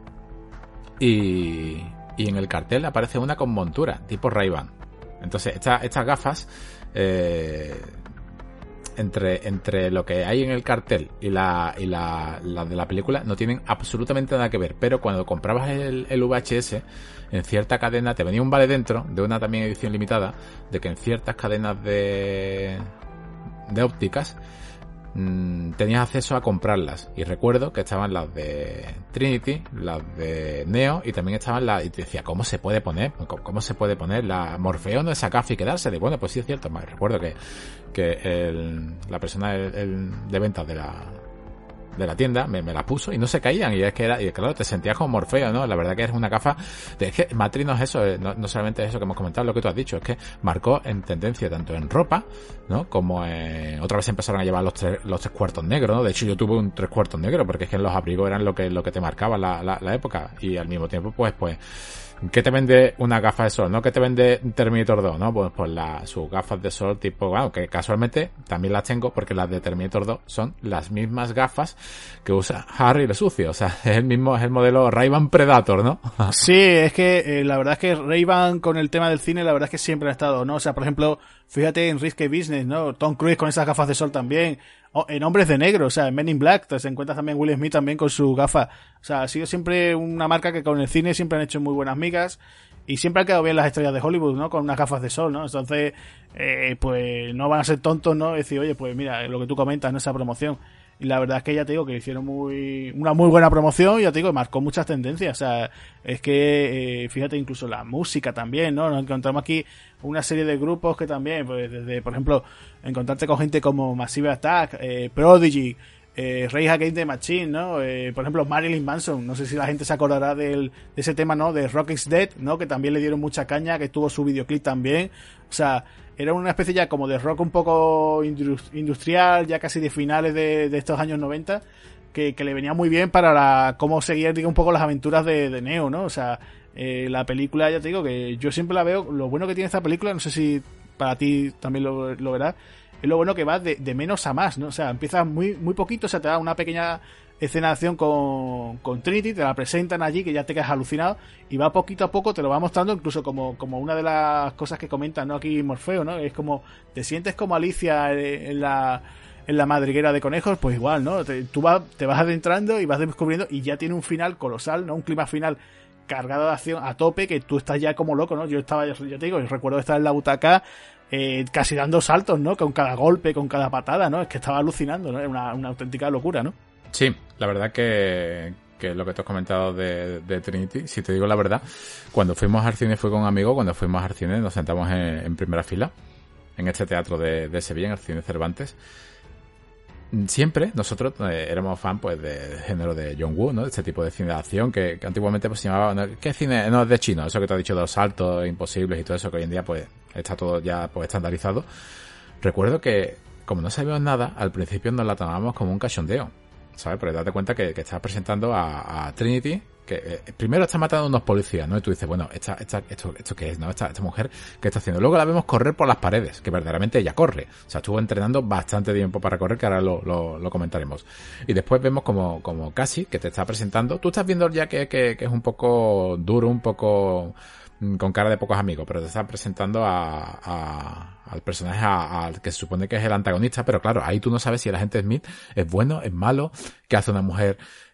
Y en el cartel aparece una con montura, tipo Ray-Ban. Entonces, estas gafas, entre lo que hay en el cartel y la de la película, no tienen absolutamente nada que ver. Pero cuando comprabas el VHS, en cierta cadena te venía un vale dentro, de una también edición limitada, de que en ciertas cadenas de ópticas tenías acceso a comprarlas, y recuerdo que estaban las de Trinity, las de Neo, y también estaban las, y te decía, ¿cómo se puede poner la Morfeo no esa gafa y quedársele? Bueno, pues sí es cierto, me recuerdo que la persona de ventas de la tienda me las puso y no se caían, y es que y claro, te sentías como Morfeo, ¿no? La verdad que eres una gafa es que Matrix no es eso, no solamente es eso que hemos comentado, lo que tú has dicho, es que marcó en tendencia tanto en ropa, ¿no? Como otra vez empezaron a llevar los tres cuartos negros, ¿no? De hecho yo tuve un 3 cuartos negro, porque es que los abrigos eran lo que te marcaba la época, y al mismo tiempo pues ¿qué te vende una gafa de sol, no? ¿Qué te vende Terminator 2, no? Pues sus gafas de sol tipo, bueno, que casualmente también las tengo, porque las de Terminator 2 son las mismas gafas que usa Harry el sucio, o sea, es el modelo Ray-Ban Predator, ¿no? Sí, es que la verdad es que Ray-Ban con el tema del cine, la verdad es que siempre ha estado, ¿no? O sea, por ejemplo, fíjate en Risky Business, ¿no? Tom Cruise con esas gafas de sol también. En Hombres de Negro, o sea, en Men in Black, te encuentras también Will Smith también con su gafa. O sea, ha sido siempre una marca que con el cine siempre han hecho muy buenas migas, y siempre han quedado bien las estrellas de Hollywood, ¿no? Con unas gafas de sol, ¿no? Entonces, pues no van a ser tontos, ¿no? Decir, oye, pues mira, lo que tú comentas, ¿no? Esa promoción. y la verdad es que ya te digo que hicieron una muy buena promoción y ya te digo, marcó muchas tendencias. O sea, es que fíjate, incluso la música también, ¿no? Nos encontramos aquí una serie de grupos que también, pues desde, por ejemplo, encontrarte con gente como Massive Attack, Prodigy, Rage Against the Machine, ¿no? Por ejemplo, Marilyn Manson, no sé si la gente se acordará de ese tema, ¿no? De Rock is Dead, ¿no? Que también le dieron mucha caña, que tuvo su videoclip también. O sea, era una especie ya como de rock un poco industrial, ya casi de finales de estos años 90, que le venía muy bien para cómo seguir, digo, un poco las aventuras de Neo, ¿no? O sea, la película, ya te digo, que yo siempre la veo, lo bueno que tiene esta película, no sé si para ti también lo verás, es lo bueno que va de menos a más, ¿no? O sea, empieza muy poquito, o sea, te da una pequeña escena de acción con Trinity, te la presentan allí, que ya te quedas alucinado, y va poquito a poco, te lo va mostrando, incluso como una de las cosas que comentan, ¿no? Aquí Morfeo, ¿no? Es como, te sientes como Alicia en la madriguera de conejos, pues igual, ¿no? Te vas adentrando y vas descubriendo, y ya tiene un final colosal, ¿no? Un clima final cargado de acción a tope, que tú estás ya como loco, ¿no? Yo estaba, ya te digo, recuerdo estar en la butaca casi dando saltos, ¿no? Con cada golpe, con cada patada, ¿no? Es que estaba alucinando, ¿no? Era una auténtica locura, ¿no? Sí, la verdad que lo que te has comentado de Trinity, si te digo la verdad, cuando fuimos al cine fui con un amigo, cuando fuimos al cine nos sentamos en primera fila, en este teatro de Sevilla, en el cine Cervantes. Siempre nosotros éramos fan pues de género de John Woo, ¿no? De este tipo de cine de acción que antiguamente pues se llamaba, ¿no? ¿Qué cine? No, es de chino, eso que te he dicho de los saltos imposibles y todo eso, que hoy en día pues está todo ya pues estandarizado. Recuerdo que como no sabíamos nada, al principio nos la tomábamos como un cachondeo, ¿sabes? Porque date cuenta que estás presentando a Trinity, que primero está matando a unos policías, ¿no? Y tú dices, bueno, esto qué es, ¿no? Esta mujer, ¿qué está haciendo? Luego la vemos correr por las paredes, que verdaderamente ella corre. O sea, estuvo entrenando bastante tiempo para correr, que ahora lo comentaremos. Y después vemos como casi que te está presentando. Tú estás viendo ya que es un poco duro, un poco con cara de pocos amigos, pero te está presentando al personaje al que se supone que es el antagonista, pero claro, ahí tú no sabes si el agente Smith es bueno, es malo, qué hace una mujer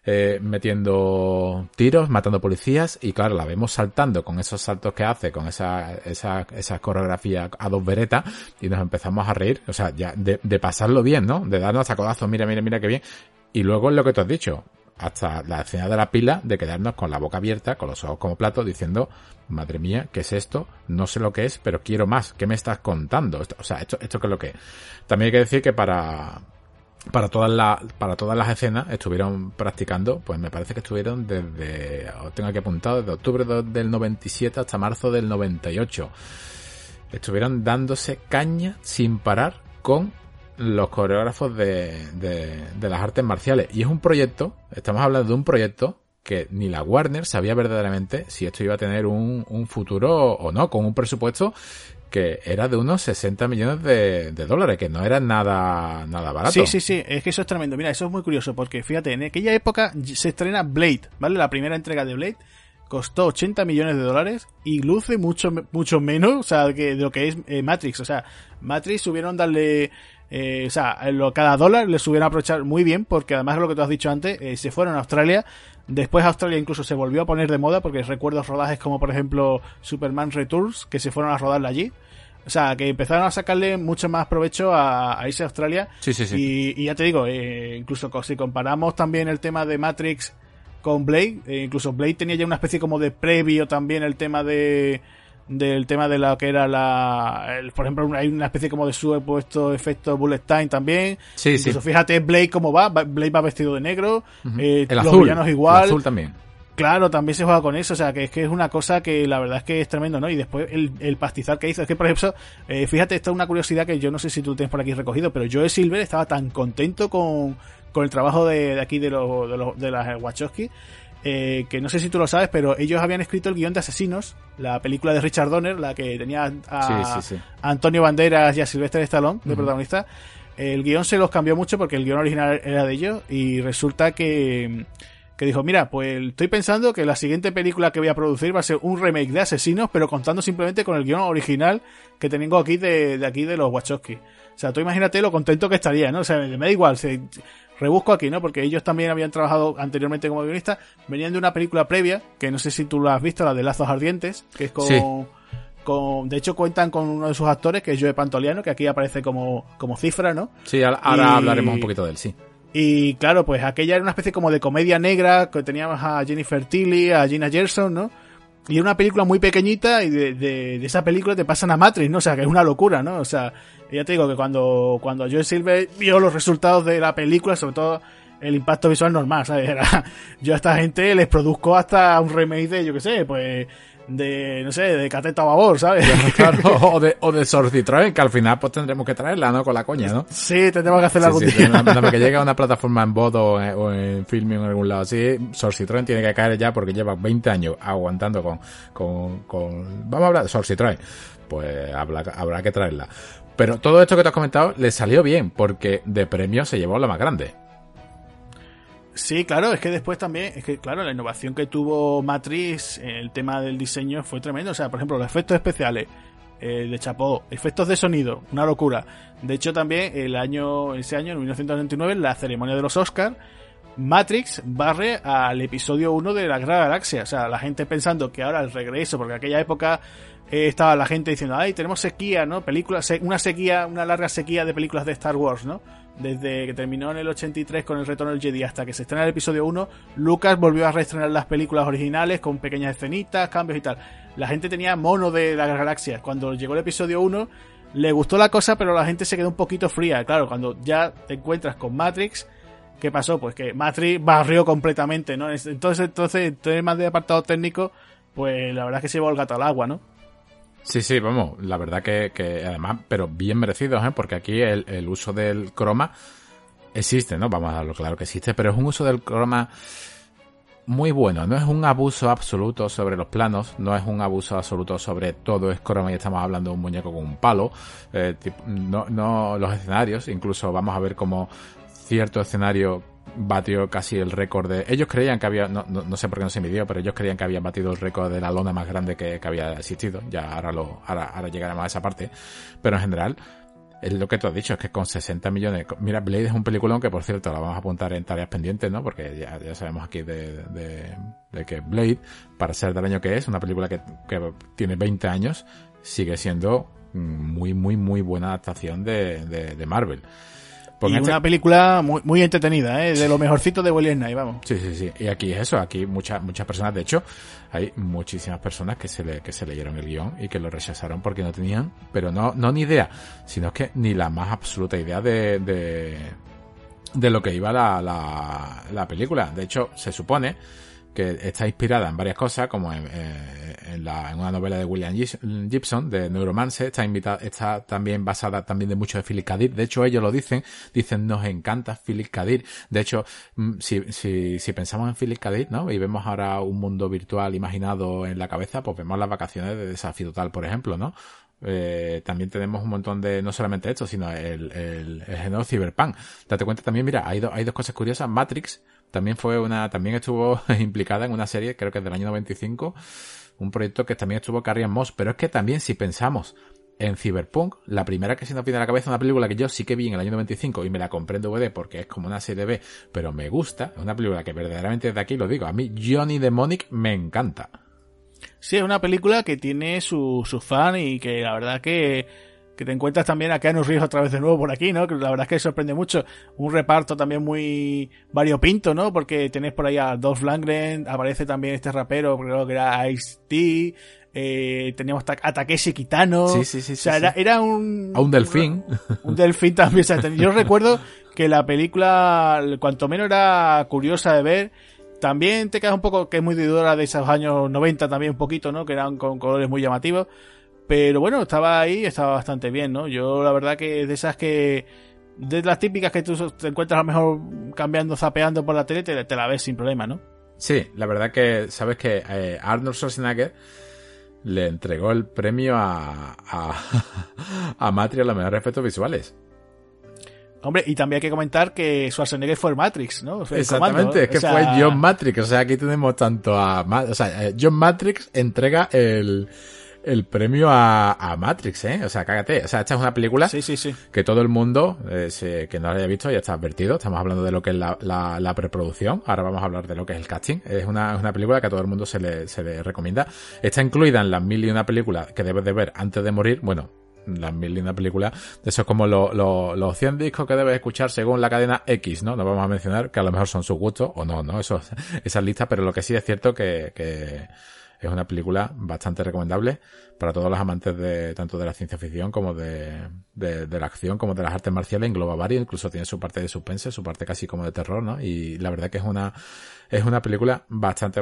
metiendo tiros, matando policías, y claro, la vemos saltando con esos saltos que hace, con esa coreografía a dos veretas, y nos empezamos a reír, o sea, ya de pasarlo bien, ¿no? De darnos hasta codazos, mira qué bien, y luego es lo que tú has dicho, hasta la escena de la pila, de quedarnos con la boca abierta, con los ojos como platos, diciendo, madre mía, ¿qué es esto? No sé lo que es, pero quiero más. ¿Qué me estás contando? Esto qué es lo que es. También hay que decir que para todas las escenas estuvieron practicando, pues me parece que estuvieron desde, tengo aquí apuntado, desde octubre del 97 hasta marzo del 98. Estuvieron dándose caña sin parar con los coreógrafos de las artes marciales. Y es un proyecto, estamos hablando de un proyecto que ni la Warner sabía verdaderamente si esto iba a tener un futuro o no, con un presupuesto que era de unos 60 millones de dólares, que no era nada barato. Sí, es que eso es tremendo. Mira, eso es muy curioso, porque fíjate, en aquella época se estrena Blade, ¿vale? La primera entrega de Blade costó 80 millones de dólares y luce mucho menos, o sea, de lo que es Matrix. O sea, Matrix subieron darle... cada dólar le subieron a aprovechar muy bien, porque además de lo que tú has dicho antes, se fueron a Australia. Después Australia incluso se volvió a poner de moda, porque recuerdo rodajes como por ejemplo Superman Returns, que se fueron a rodarla allí. O sea, que empezaron a sacarle mucho más provecho a irse a Australia. Sí. Y ya te digo, incluso si comparamos también el tema de Matrix con Blade, incluso Blade tenía ya una especie como de previo también el tema del tema de lo que era por ejemplo, hay una especie como de supuesto efecto bullet time también. Incluso fíjate Blade cómo va. Blade va vestido de negro. El los azul, villanos igual. El azul también. Claro, también se juega con eso, o sea, que es una cosa que la verdad es que es tremendo, ¿no? Y después el pastizal que hizo, es que por ejemplo, fíjate, esta es una curiosidad que yo no sé si tú lo tienes por aquí recogido, pero Joe Silver estaba tan contento con el trabajo de aquí de las Wachowski, que no sé si tú lo sabes, pero ellos habían escrito el guión de Asesinos, la película de Richard Donner, la que tenía a Antonio Banderas y a Sylvester Stallone de protagonista. El guión se los cambió mucho porque el guión original era de ellos, y resulta que dijo, mira, pues estoy pensando que la siguiente película que voy a producir va a ser un remake de Asesinos, pero contando simplemente con el guión original que tengo aquí de aquí de los Wachowski. O sea, tú imagínate lo contento que estaría, ¿no? O sea, me da igual, rebusco aquí, ¿no? Porque ellos también habían trabajado anteriormente como guionistas, venían de una película previa, que no sé si tú la has visto, la de Lazos Ardientes, que es de hecho cuentan con uno de sus actores, que es Joe Pantoliano, que aquí aparece como Cifra, ¿no? Sí, ahora hablaremos un poquito de él, sí. Y claro, pues aquella era una especie como de comedia negra, que teníamos a Jennifer Tilly, a Gina Gerson, ¿no? Y era una película muy pequeñita y de esa película te pasan a Matrix, ¿no? O sea, que es una locura, ¿no? O sea, ya te digo que cuando Joel Silver vio los resultados de la película, sobre todo el impacto visual normal, ¿sabes? Yo a esta gente les produzco hasta un remake de, yo qué sé, pues no sé, de Cateta Babor, ¿sabes? Claro, o de Source Citroën, que al final pues tendremos que traerla, ¿no? Con la coña, ¿no? Sí, tendremos que hacerla algún día. Nada que llegue a una plataforma en VOD o en Filming en algún lado así, Source Citroën tiene que caer ya porque lleva 20 años aguantando con vamos a hablar de Source Citroën. Pues habrá que traerla. Pero todo esto que te has comentado le salió bien, porque de premio se llevó la más grande. Sí, claro, es que después también, claro, la innovación que tuvo Matrix en el tema del diseño fue tremendo. O sea, por ejemplo, los efectos especiales de chapó, efectos de sonido, una locura. De hecho, también ese año, en 1999, en la ceremonia de los Oscars, Matrix barre al episodio 1 de la Guerra de la Galaxia. O sea, la gente pensando que ahora el regreso, porque en aquella época estaba la gente diciendo, ay, tenemos sequía, ¿no? Una larga sequía de películas de Star Wars, ¿no? Desde que terminó en el 83 con el Retorno del Jedi hasta que se estrena el episodio 1, Lucas volvió a reestrenar las películas originales con pequeñas escenitas, cambios y tal. La gente tenía mono de las galaxias. Cuando llegó el episodio 1, le gustó la cosa, pero la gente se quedó un poquito fría. Claro, cuando ya te encuentras con Matrix, ¿qué pasó? Pues que Matrix barrió completamente, ¿no? Entonces, en temas de apartado técnico, pues la verdad es que se llevó el gato al agua, ¿no? Sí, vamos, la verdad que además, pero bien merecidos, ¿eh? Porque aquí el uso del croma existe, ¿no? Vamos a darlo claro que existe, pero es un uso del croma muy bueno, no es un abuso absoluto sobre los planos, no es un abuso absoluto sobre todo es croma y estamos hablando de un muñeco con un palo, no los escenarios, incluso vamos a ver cómo cierto escenario batió casi el récord de... Ellos creían que había... No sé por qué no se midió, pero ellos creían que habían batido el récord de la lona más grande que había existido. Ya ahora llegaremos a esa parte. Pero en general, es lo que tú has dicho, es que con 60 millones... Mira, Blade es un peliculón que, por cierto, la vamos a apuntar en tareas pendientes, ¿no? Porque ya sabemos aquí de que Blade, para ser del año que es, una película que tiene 20 años, sigue siendo muy, muy, muy buena adaptación de Marvel. Y una película muy, muy entretenida, ¿eh? De lo mejorcito de William Knight, vamos. Sí. Y aquí es eso, aquí muchas personas, de hecho, hay muchísimas personas que se leyeron el guión y que lo rechazaron porque no tenían, pero no ni idea, sino que ni la más absoluta idea de lo que iba la película. De hecho, se supone que está inspirada en varias cosas, como en una novela de William Gibson, de Neuromancer, está también basada también de mucho de Philip K. Dick. De hecho, ellos lo dicen, nos encanta Philip K. Dick. De hecho, si pensamos en Philip K. Dick, ¿no? Y vemos ahora un mundo virtual imaginado en la cabeza, pues vemos las vacaciones de Desafío Total, por ejemplo, ¿no? También tenemos un montón de, no solamente esto, sino el género Cyberpunk. Date cuenta también, mira, hay dos cosas curiosas. Matrix también estuvo implicada en una serie, creo que es del año 95, un proyecto que también estuvo Carrie Ann Moss. Pero es que también, si pensamos en Cyberpunk, la primera que se nos viene a la cabeza es una película que yo sí que vi en el año 95 y me la compré en DVD porque es como una serie B, pero me gusta, es una película que verdaderamente desde aquí lo digo, a mí Johnny Mnemonic me encanta. Sí, es una película que tiene su fan y que la verdad que te encuentras también a Keanu Reeves otra vez de nuevo por aquí, ¿no? Que la verdad es que sorprende mucho. Un reparto también muy variopinto, ¿no? Porque tenés por ahí a Dolph Lundgren, aparece también este rapero, creo que era Ice-T, teníamos a Takeshi Kitano. Sí. O sea, era un... A un delfín. Un delfín también. O sea, yo recuerdo que la película, cuanto menos era curiosa de ver, también te quedas un poco que es muy deudora de esos años 90 también un poquito, ¿no? Que eran con colores muy llamativos. Pero bueno, estaba bastante bien, ¿no? Yo la verdad que es de esas que... De las típicas que tú te encuentras a lo mejor cambiando, zapeando por la tele, te la ves sin problema, ¿no? Sí, la verdad que, sabes que Arnold Schwarzenegger le entregó el premio a Matrix a los mejores efectos visuales. Hombre, y también hay que comentar que Schwarzenegger fue el Matrix, ¿no? Exactamente, comando, ¿no? es que fue John Matrix. O sea, aquí tenemos tanto John Matrix entrega el premio a Matrix, ¿eh? O sea, cágate. O sea, esta es una película sí. que todo el mundo que no la haya visto ya está advertido. Estamos hablando de lo que es la preproducción. Ahora vamos a hablar de lo que es el casting. Es una película que a todo el mundo se le recomienda. Está incluida en las 1001 películas que debes de ver antes de morir. Bueno, las mil lindas películas. Eso es como los 100 discos que debes escuchar según la cadena X, ¿no? No vamos a mencionar que a lo mejor son sus gustos o no, esas listas, pero lo que sí es cierto que es una película bastante recomendable para todos los amantes tanto de la ciencia ficción como de la acción, como de las artes marciales. Engloba varios, incluso tiene su parte de suspense, su parte casi como de terror, ¿no? Y la verdad que es una película bastante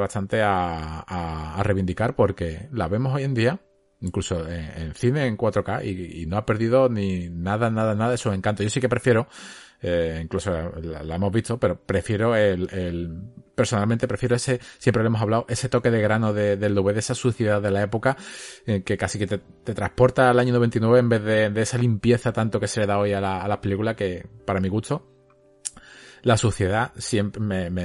a reivindicar, porque la vemos hoy en día, incluso en cine en 4K, y no ha perdido ni nada de su encanto. Yo sí que prefiero, incluso la hemos visto, pero prefiero personalmente prefiero siempre lo hemos hablado, ese toque de grano del DVD, esa suciedad de la época, que casi que te transporta al año 99 en vez de esa limpieza tanto que se le da hoy a las películas, que para mi gusto la suciedad siempre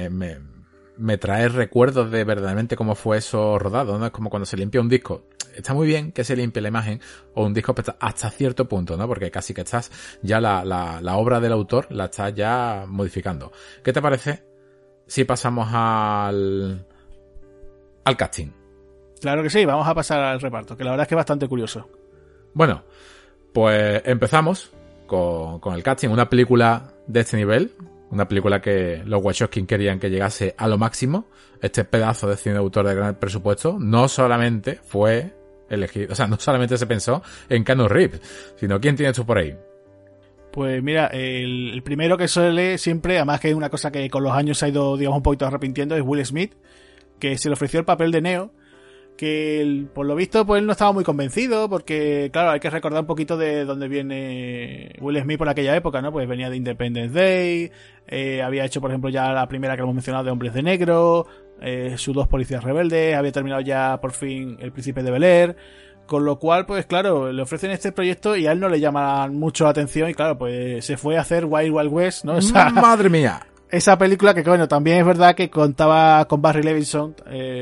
me trae recuerdos de verdaderamente cómo fue eso rodado, ¿no? Es como cuando se limpia un disco. Está muy bien que se limpie la imagen o un disco hasta cierto punto, ¿no? Porque casi que estás ya la obra del autor la estás ya modificando. ¿Qué te parece si pasamos al casting? Claro que sí, vamos a pasar al reparto, que la verdad es que es bastante curioso. Bueno, pues empezamos con el casting. Una película de este nivel, una película que los Wachowski querían que llegase a lo máximo. Este pedazo de cine de autor de gran presupuesto no solamente fue elegido, o sea, no solamente se pensó en Keanu Reeves, sino ¿quién tienes tú por ahí? Pues mira, el primero que suele siempre, además que es una cosa que con los años se ha ido, digamos, un poquito arrepintiendo, es Will Smith, que se le ofreció el papel de Neo, que por lo visto pues él no estaba muy convencido, porque claro, hay que recordar un poquito de dónde viene Will Smith por aquella época, ¿no? Pues venía de Independence Day, había hecho por ejemplo ya la primera que hemos mencionado de Hombres de Negro, sus Dos policías rebeldes, había terminado ya por fin El Príncipe de Bel-Air, con lo cual pues claro, le ofrecen este proyecto y a él no le llama mucho la atención y claro, pues se fue a hacer Wild Wild West, ¿no? ¡Madre mía! Esa película que bueno, también es verdad que contaba con Barry Levinson,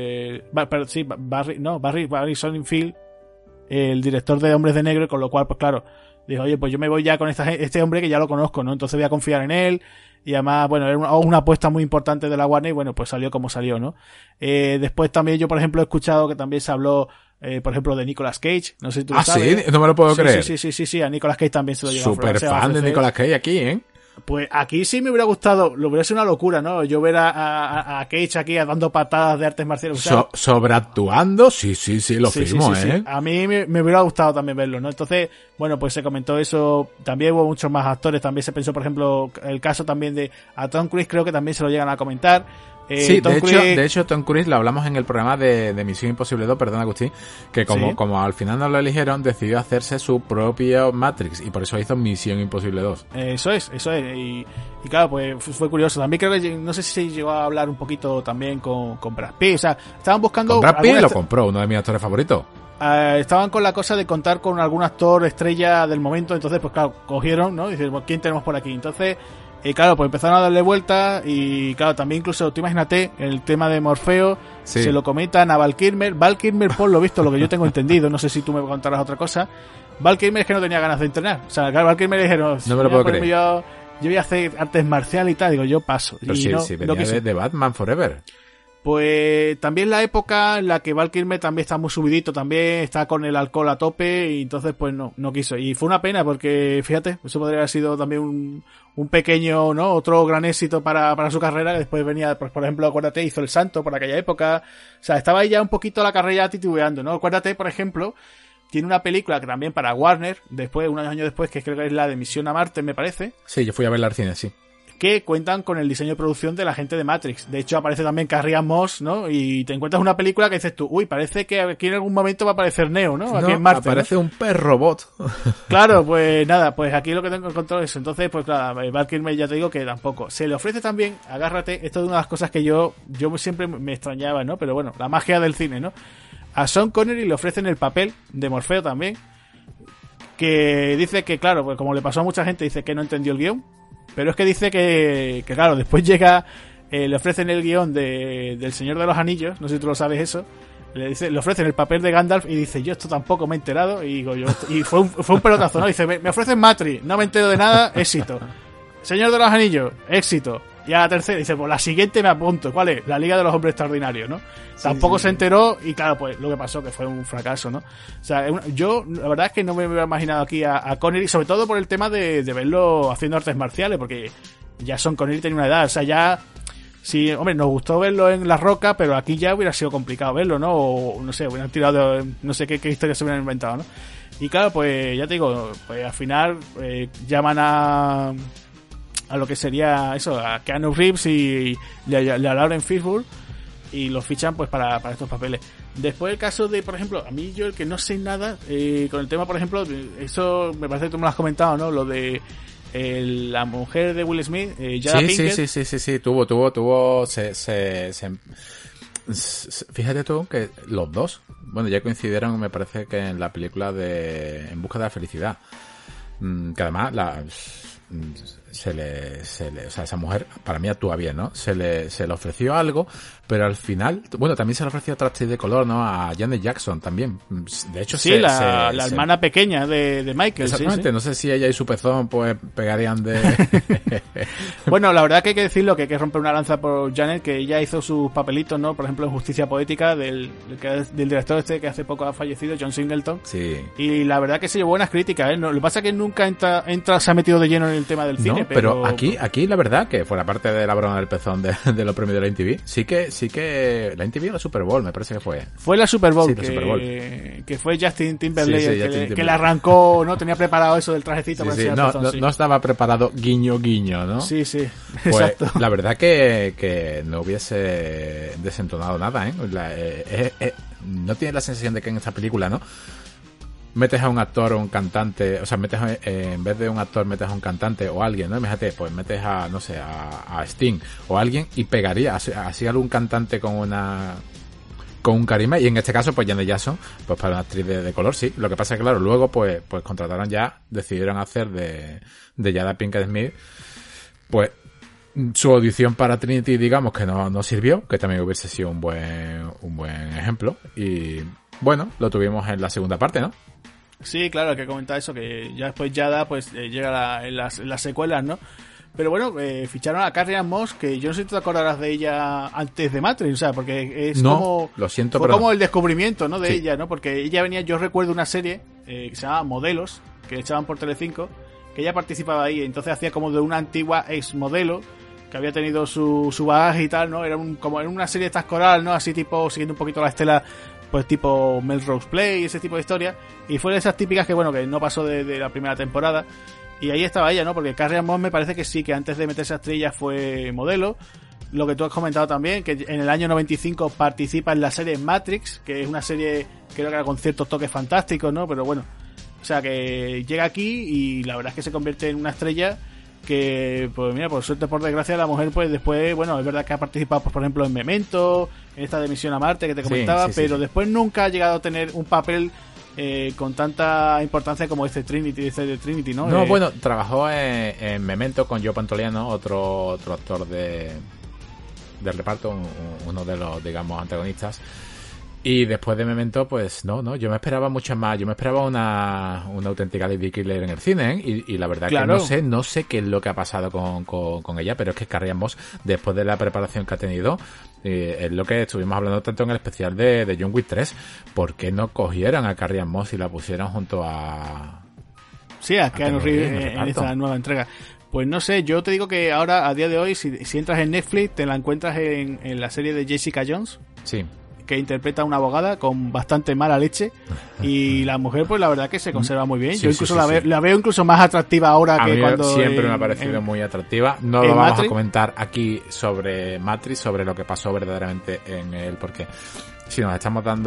Barry Sonnenfeld, el director de Hombres de Negro, y con lo cual pues claro, dijo, oye, pues yo me voy ya con este hombre que ya lo conozco, ¿no? Entonces voy a confiar en él, y además, bueno, era una apuesta muy importante de la Warner y bueno, pues salió como salió, ¿no? Después también yo, por ejemplo, he escuchado que también se habló, por ejemplo, de Nicolas Cage, no sé si tú lo sabes. ¿Sí? No me lo puedo creer. Sí, a Nicolas Cage también se lo llegó a ofrecer. Súper fan de Nicolas Cage aquí, ¿eh? Pues aquí sí me hubiera gustado, lo hubiera sido una locura, ¿no? Yo ver a Cage aquí dando patadas de artes marciales. Sobreactuando, sí, lo firmo, ¿eh? Sí. A mí me hubiera gustado también verlo, ¿no? Entonces, bueno, pues se comentó eso, también hubo muchos más actores, también se pensó, por ejemplo, el caso también de a Tom Cruise, creo que también se lo llegan a comentar. Sí, de hecho Tom Cruise lo hablamos en el programa de Misión Imposible 2, perdón Agustín, que como al final no lo eligieron, decidió hacerse su propio Matrix y por eso hizo Misión Imposible 2. Eso es, y claro, pues fue curioso. También creo que, no sé si llegó a hablar un poquito también con Brad Pitt, o sea, estaban buscando... Con Brad Pitt lo compró, uno de mis actores favoritos. Estaban con la cosa de contar con algún actor estrella del momento, entonces pues claro, cogieron, ¿no? Y dicen, pues, ¿quién tenemos por aquí? Entonces... claro, pues empezaron a darle vuelta y claro, también incluso, tú imagínate, el tema de Morfeo, se lo comentan a Val Kilmer, por lo visto, lo que yo tengo entendido, no sé si tú me contarás otra cosa, Val Kilmer es que no tenía ganas de entrenar, o sea, claro, Val Kilmer le dijeron, no me lo puedo creer. Yo voy a hacer artes marciales y tal, digo, yo paso. Pero sí, venía de Batman Forever. Pues también la época en la que Val Kilmer también está muy subidito, también está con el alcohol a tope y entonces pues no quiso. Y fue una pena porque, fíjate, eso podría haber sido también un pequeño, ¿no? Otro gran éxito para su carrera, que después venía, pues, por ejemplo, acuérdate, hizo El Santo por aquella época. O sea, estaba ahí ya un poquito la carrera titubeando, ¿no? Acuérdate, por ejemplo, tiene una película que también para Warner, después, unos años después, que creo que es la de Misión a Marte, me parece. Sí, yo fui a verla al cine, sí. Que cuentan con el diseño de producción de la gente de Matrix. De hecho, aparece también Carrie Ann Moss, ¿no? Y te encuentras una película que dices tú, uy, parece que aquí en algún momento va a aparecer Neo, ¿no? Aquí en Marte, aparece, ¿no? Un perro robot. Claro, pues nada, pues aquí lo que tengo encontrado es eso. Entonces, pues claro, Val Kilmer ya te digo que tampoco. Se le ofrece también, agárrate, esto es una de las cosas que yo siempre me extrañaba, ¿no? Pero bueno, la magia del cine, ¿no? A Sean Connery le ofrecen el papel de Morfeo también, que dice que, claro, pues como le pasó a mucha gente, dice que no entendió el guión. Pero es que dice que claro, después llega, le ofrecen el guión del Señor de los Anillos, no sé si tú lo sabes eso, le ofrecen el papel de Gandalf y dice, yo esto tampoco me he enterado, y digo yo, y fue un pelotazo, ¿no? Dice, me ofrecen Matrix, no me entero de nada, éxito. Señor de los Anillos, éxito. Y a la tercera dice, pues la siguiente me apunto. ¿Cuál es? La Liga de los Hombres Extraordinarios, ¿no? Tampoco se enteró y claro, pues lo que pasó que fue un fracaso, ¿no? O sea, yo la verdad es que no me hubiera imaginado aquí a Connery, sobre todo por el tema de verlo haciendo artes marciales, porque ya Connery tenía una edad, o sea, ya... Sí, hombre, nos gustó verlo en La Roca, pero aquí ya hubiera sido complicado verlo, ¿no? O no sé, hubieran tirado no sé qué historia se hubieran inventado, ¿no? Y claro, pues ya te digo, pues al final llaman a lo que sería eso, a Keanu Reeves y a Lauren Fishburne y los fichan pues para estos papeles. Después el caso de, por ejemplo, a mí yo el que no sé nada con el tema, por ejemplo, eso me parece que tú me lo has comentado, ¿no? Lo de la mujer de Will Smith, Jada Pinkett. Sí, tuvo, fíjate tú que los dos, bueno, ya coincidieron, me parece que en la película de En busca de la felicidad, que además o sea, esa mujer para mí actúa bien, ¿no? Se le ofreció algo, pero al final, bueno, también se le ofreció otra actriz de color, ¿no? A Janet Jackson también. De hecho, sí, la hermana pequeña de Michael. Exactamente, sí. No sé si ella y su pezón pues pegarían de... Bueno, la verdad que hay que decirlo, que hay que romper una lanza por Janet, que ella hizo sus papelitos, ¿no? Por ejemplo, en Justicia Poética del director que hace poco ha fallecido, John Singleton. Sí. Y la verdad que se llevó buenas críticas, ¿eh? No, lo que pasa es que nunca se ha metido de lleno en el tema del cine. Pero aquí la verdad que fuera parte de la broma del pezón de los premios de la MTV, sí que la MTV o la Super Bowl, me parece que fue. Fue la Super Bowl, sí, Super Bowl. Que fue Justin Timberlake que le arrancó, ¿no? Tenía preparado eso del trajecito. No estaba preparado guiño, ¿no? Sí, pues, exacto. La verdad que no hubiese desentonado nada, ¿eh? No tiene la sensación de que en esta película, ¿no? Metes a un actor o un cantante, o sea, en vez de un actor metes a un cantante o alguien, ¿no? Imagínate, pues metes a, no sé, a Sting o alguien y pegaría así algún cantante con un carisma, y en este caso pues Janet Jackson, pues para una actriz de color, sí. Lo que pasa es que claro, luego pues decidieron hacer de Jada Pinkett Smith, pues su audición para Trinity, digamos que no sirvió, que también hubiese sido un buen ejemplo, y bueno, lo tuvimos en la segunda parte, ¿no? Sí, claro, hay que comentar eso, que ya después Yada pues llega en las secuelas, ¿no? Pero bueno, ficharon a Carrie Ann Moss, que yo no sé si te acordarás de ella antes de Matrix, o sea, porque es lo siento, fue como el descubrimiento, ¿no? De ella, ¿no? Porque ella venía, yo recuerdo una serie que se llamaba Modelos, que echaban por Telecinco, que ella participaba ahí, entonces hacía como de una antigua ex modelo que había tenido su bagaje y tal, ¿no? Era como en una serie de estas coral, ¿no? Así tipo, siguiendo un poquito la estela, pues tipo Melrose Place, ese tipo de historia. Y fue de esas típicas que, bueno, que no pasó de la primera temporada. Y ahí estaba ella, ¿no? Porque Carrie Ann Moss me parece que sí, que antes de meterse a estrella fue modelo. Lo que tú has comentado también, que en el año 95 participa en la serie Matrix, que es una serie, creo que era con ciertos toques fantásticos, ¿no? Pero bueno, o sea, que llega aquí y la verdad es que se convierte en una estrella que, pues mira, por suerte, por desgracia, la mujer pues después, bueno, es verdad que ha participado, pues, por ejemplo, en Memento, en esta de Misión a Marte que te comentaba, pero después nunca ha llegado a tener un papel con tanta importancia como este de Trinity, ¿no? No, bueno, trabajó en Memento con Joe Pantoliano, otro actor del reparto, uno de los, digamos, antagonistas. Y después de Memento, pues no, yo me esperaba mucho más. Yo me esperaba una auténtica Lady Killer en el cine, ¿eh? Y la verdad claro, que no sé qué es lo que ha pasado con ella, pero es que Carrie Ann Moss, después de la preparación que ha tenido, es lo que estuvimos hablando tanto en el especial de John Wick 3, ¿por qué no cogieran a Carrie Ann Moss y la pusieran junto a... Sí, a Keanu Reeves en esta nueva entrega? Pues no sé, yo te digo que ahora, a día de hoy, si entras en Netflix, te la encuentras en la serie de Jessica Jones. Sí. Que interpreta a una abogada con bastante mala leche, y la mujer pues la verdad que se conserva muy bien. Yo incluso la veo incluso más atractiva ahora que cuando siempre me ha parecido muy atractiva. No lo vamos a comentar aquí sobre Matrix, sobre lo que pasó verdaderamente en él, porque si nos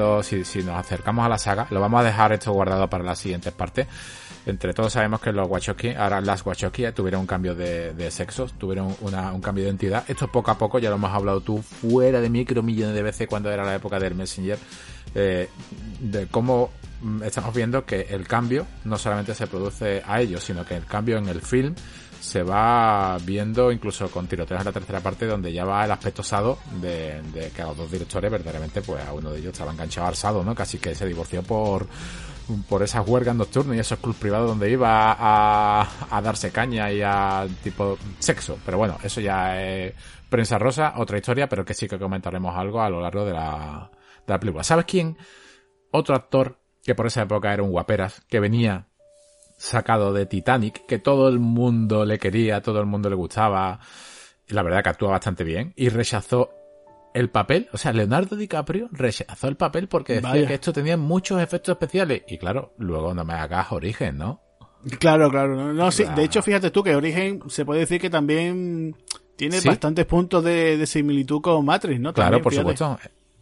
nos acercamos a la saga, lo vamos a dejar esto guardado para las siguientes partes. Entre todos sabemos que las Wachowski tuvieron un cambio de sexos, tuvieron un cambio de identidad. Esto poco a poco, ya lo hemos hablado tú fuera de micro millones de veces cuando era la época del Messenger, de cómo estamos viendo que el cambio no solamente se produce a ellos, sino que el cambio en el film se va viendo incluso con tiroteos en la tercera parte, donde ya va el aspecto sado de que a los dos directores verdaderamente, pues a uno de ellos estaba enganchado al sado, ¿no? Casi que se divorció por por esas huelgas nocturnas y esos clubs privados donde iba a darse caña y a tipo sexo. Pero bueno, eso ya es prensa rosa, otra historia, pero que sí que comentaremos algo a lo largo de la película. ¿Sabes quién? Otro actor que por esa época era un guaperas, que venía sacado de Titanic, que todo el mundo le quería, todo el mundo le gustaba, y la verdad que actúa bastante bien, y rechazó el papel. O sea, Leonardo DiCaprio rechazó el papel porque decía que esto tenía muchos efectos especiales. Y claro, luego no me hagas Origen, ¿no? Claro. No, sí. De hecho, fíjate tú que Origen se puede decir que también tiene bastantes puntos de similitud con Matrix, ¿no? Claro, también, por supuesto.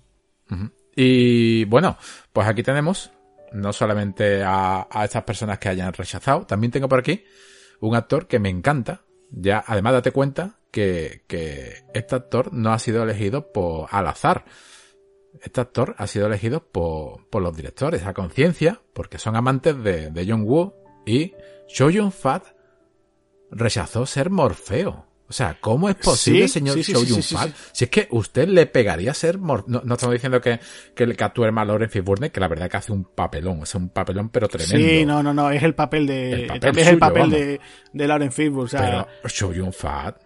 Y bueno, pues aquí tenemos no solamente a estas personas que hayan rechazado, también tengo por aquí un actor que me encanta. Ya, además, date cuenta que este actor no ha sido elegido al azar. Este actor ha sido elegido por los directores a conciencia, porque son amantes de John Woo, y Chow Yun-fat rechazó ser Morfeo. O sea, ¿cómo es posible, señor Chow Yun-fat? Si es que usted le pegaría ser Morfeo. No estamos diciendo que actúe mal Lawrence Fishburne, que la verdad que hace un papelón. Es un papelón, pero tremendo. Sí, no, es el papel es el papel de Lawrence Fishburne. O sea, pero Chow Yun-fat,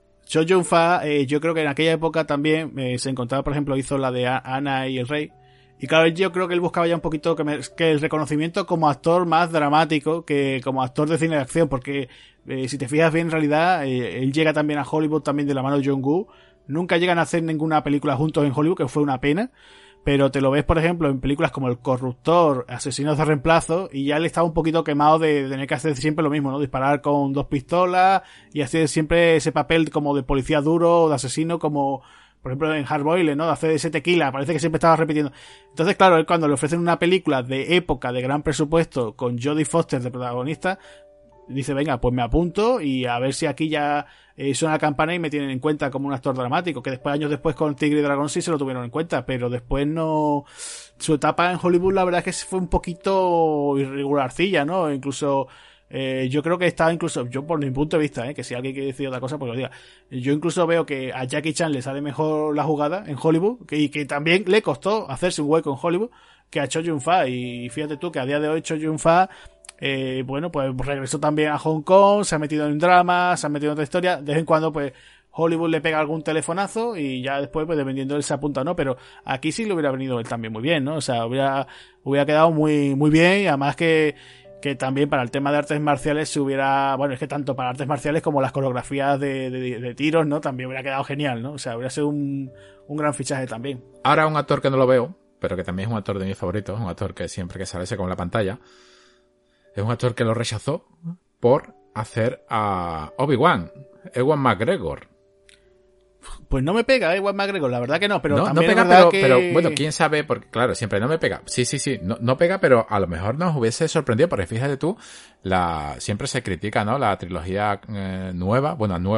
yo creo que en aquella época también se encontraba, por ejemplo, hizo la de Ana y el Rey. Y claro, yo creo que él buscaba ya un poquito que el reconocimiento como actor más dramático que como actor de cine de acción, porque si te fijas bien, en realidad, él llega también a Hollywood también de la mano de John Woo. Nunca llegan a hacer ninguna película juntos en Hollywood, que fue una pena. Pero te lo ves, por ejemplo, en películas como El Corruptor, Asesinos de Reemplazo, y ya él estaba un poquito quemado de tener que hacer siempre lo mismo, ¿no? Disparar con 2 pistolas y hacer siempre ese papel como de policía duro o de asesino, como por ejemplo en Hard Boiled, ¿no? De hacer ese tequila, parece que siempre estaba repitiendo. Entonces, claro, él cuando le ofrecen una película de época, de gran presupuesto, con Jodie Foster de protagonista, dice, venga, pues me apunto y a ver si aquí ya suena la campana y me tienen en cuenta como un actor dramático, que después, años después con Tigre y Dragón sí se lo tuvieron en cuenta, pero después no. Su etapa en Hollywood la verdad es que fue un poquito irregularcilla, ¿no? Incluso yo creo que estaba incluso, yo por mi punto de vista, que si alguien quiere decir otra cosa, pues lo diga. Yo incluso veo que a Jackie Chan le sale mejor la jugada en Hollywood, y que también le costó hacerse un hueco en Hollywood, que a Chow Yun-fat. Y fíjate tú que a día de hoy Chow Yun-fat bueno, pues regresó también a Hong Kong, se ha metido en dramas, se ha metido en otra historia. De vez en cuando, pues, Hollywood le pega algún telefonazo y ya después, pues, dependiendo, él se apunta o no. Pero aquí sí le hubiera venido él también muy bien, ¿no? O sea, hubiera quedado muy, muy bien. Y además que también para el tema de artes marciales se hubiera, bueno, es que tanto para artes marciales como las coreografías de tiros, ¿no? También hubiera quedado genial, ¿no? O sea, hubiera sido un gran fichaje también. Ahora un actor que no lo veo, pero que también es un actor de mis favoritos, un actor que siempre que sale se come la pantalla. Es un actor que lo rechazó por hacer a Obi-Wan, Ewan McGregor. Pues no me pega, Ewan McGregor, la verdad que no, pero no, también no pega, es verdad pero bueno, quién sabe, porque claro, siempre no me pega. Sí, no pega, pero a lo mejor nos hubiese sorprendido, porque fíjate tú, siempre se critica, ¿no? La trilogía nueva,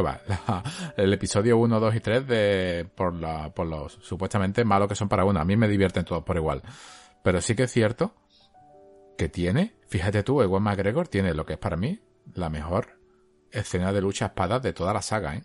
el episodio 1, 2 y 3 por los supuestamente malos que son para uno. A mí me divierten todos por igual. Pero sí que es cierto que fíjate tú, Ewan McGregor tiene lo que es para mí la mejor escena de lucha a espadas de toda la saga, ¿eh?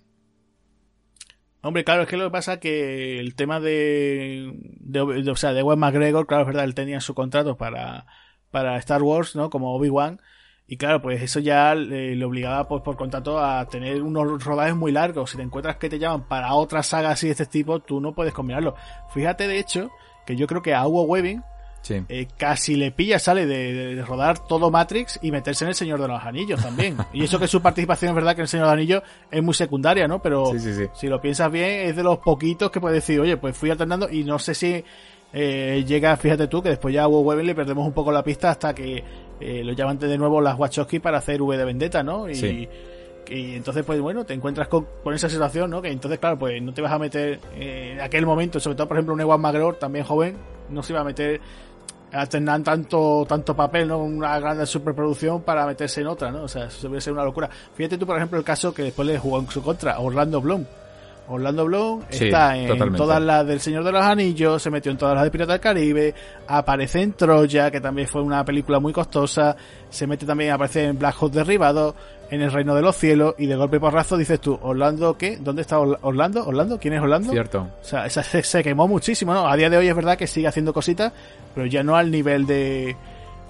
Hombre, claro, es que lo que pasa es que el tema de Ewan McGregor, claro, es verdad, él tenía su contrato para Star Wars, ¿no? Como Obi-Wan. Y claro, pues eso ya le obligaba pues, por contrato a tener unos rodajes muy largos. Si te encuentras que te llaman para otra saga así de este tipo, tú no puedes combinarlo. Fíjate, de hecho, que yo creo que a Hugo Weaving casi le sale de rodar todo Matrix y meterse en El Señor de los Anillos también. Y eso que su participación es verdad que en El Señor de los Anillos es muy secundaria, ¿no? Pero si lo piensas bien, es de los poquitos que puedes decir, oye, pues fui alternando y no sé si llega, fíjate tú, que después ya a Hugo Weaving le perdemos un poco la pista hasta que lo llaman de nuevo las Wachowski para hacer V de Vendetta, ¿no? Y entonces, pues bueno, te encuentras con esa situación, ¿no? Que entonces, claro, pues no te vas a meter en aquel momento, sobre todo, por ejemplo, un Ewan McGregor, también joven, no se iba a meter a tener tanto papel, ¿no? Una gran superproducción para meterse en otra, ¿no? O sea, eso debe ser una locura. Fíjate tú, por ejemplo, el caso que después le jugó en su contra, Orlando Bloom. Orlando Bloom está en todas las del Señor de los Anillos, se metió en todas las de Pirata del Caribe, aparece en Troya, que también fue una película muy costosa, aparece en Black Hawk Derribado, en El Reino de los Cielos, y de golpe y porrazo dices tú, ¿Orlando qué? ¿Dónde está Orlando? ¿Orlando? ¿Quién es Orlando? Cierto. O sea, se quemó muchísimo, ¿no? A día de hoy es verdad que sigue haciendo cositas, pero ya no al nivel de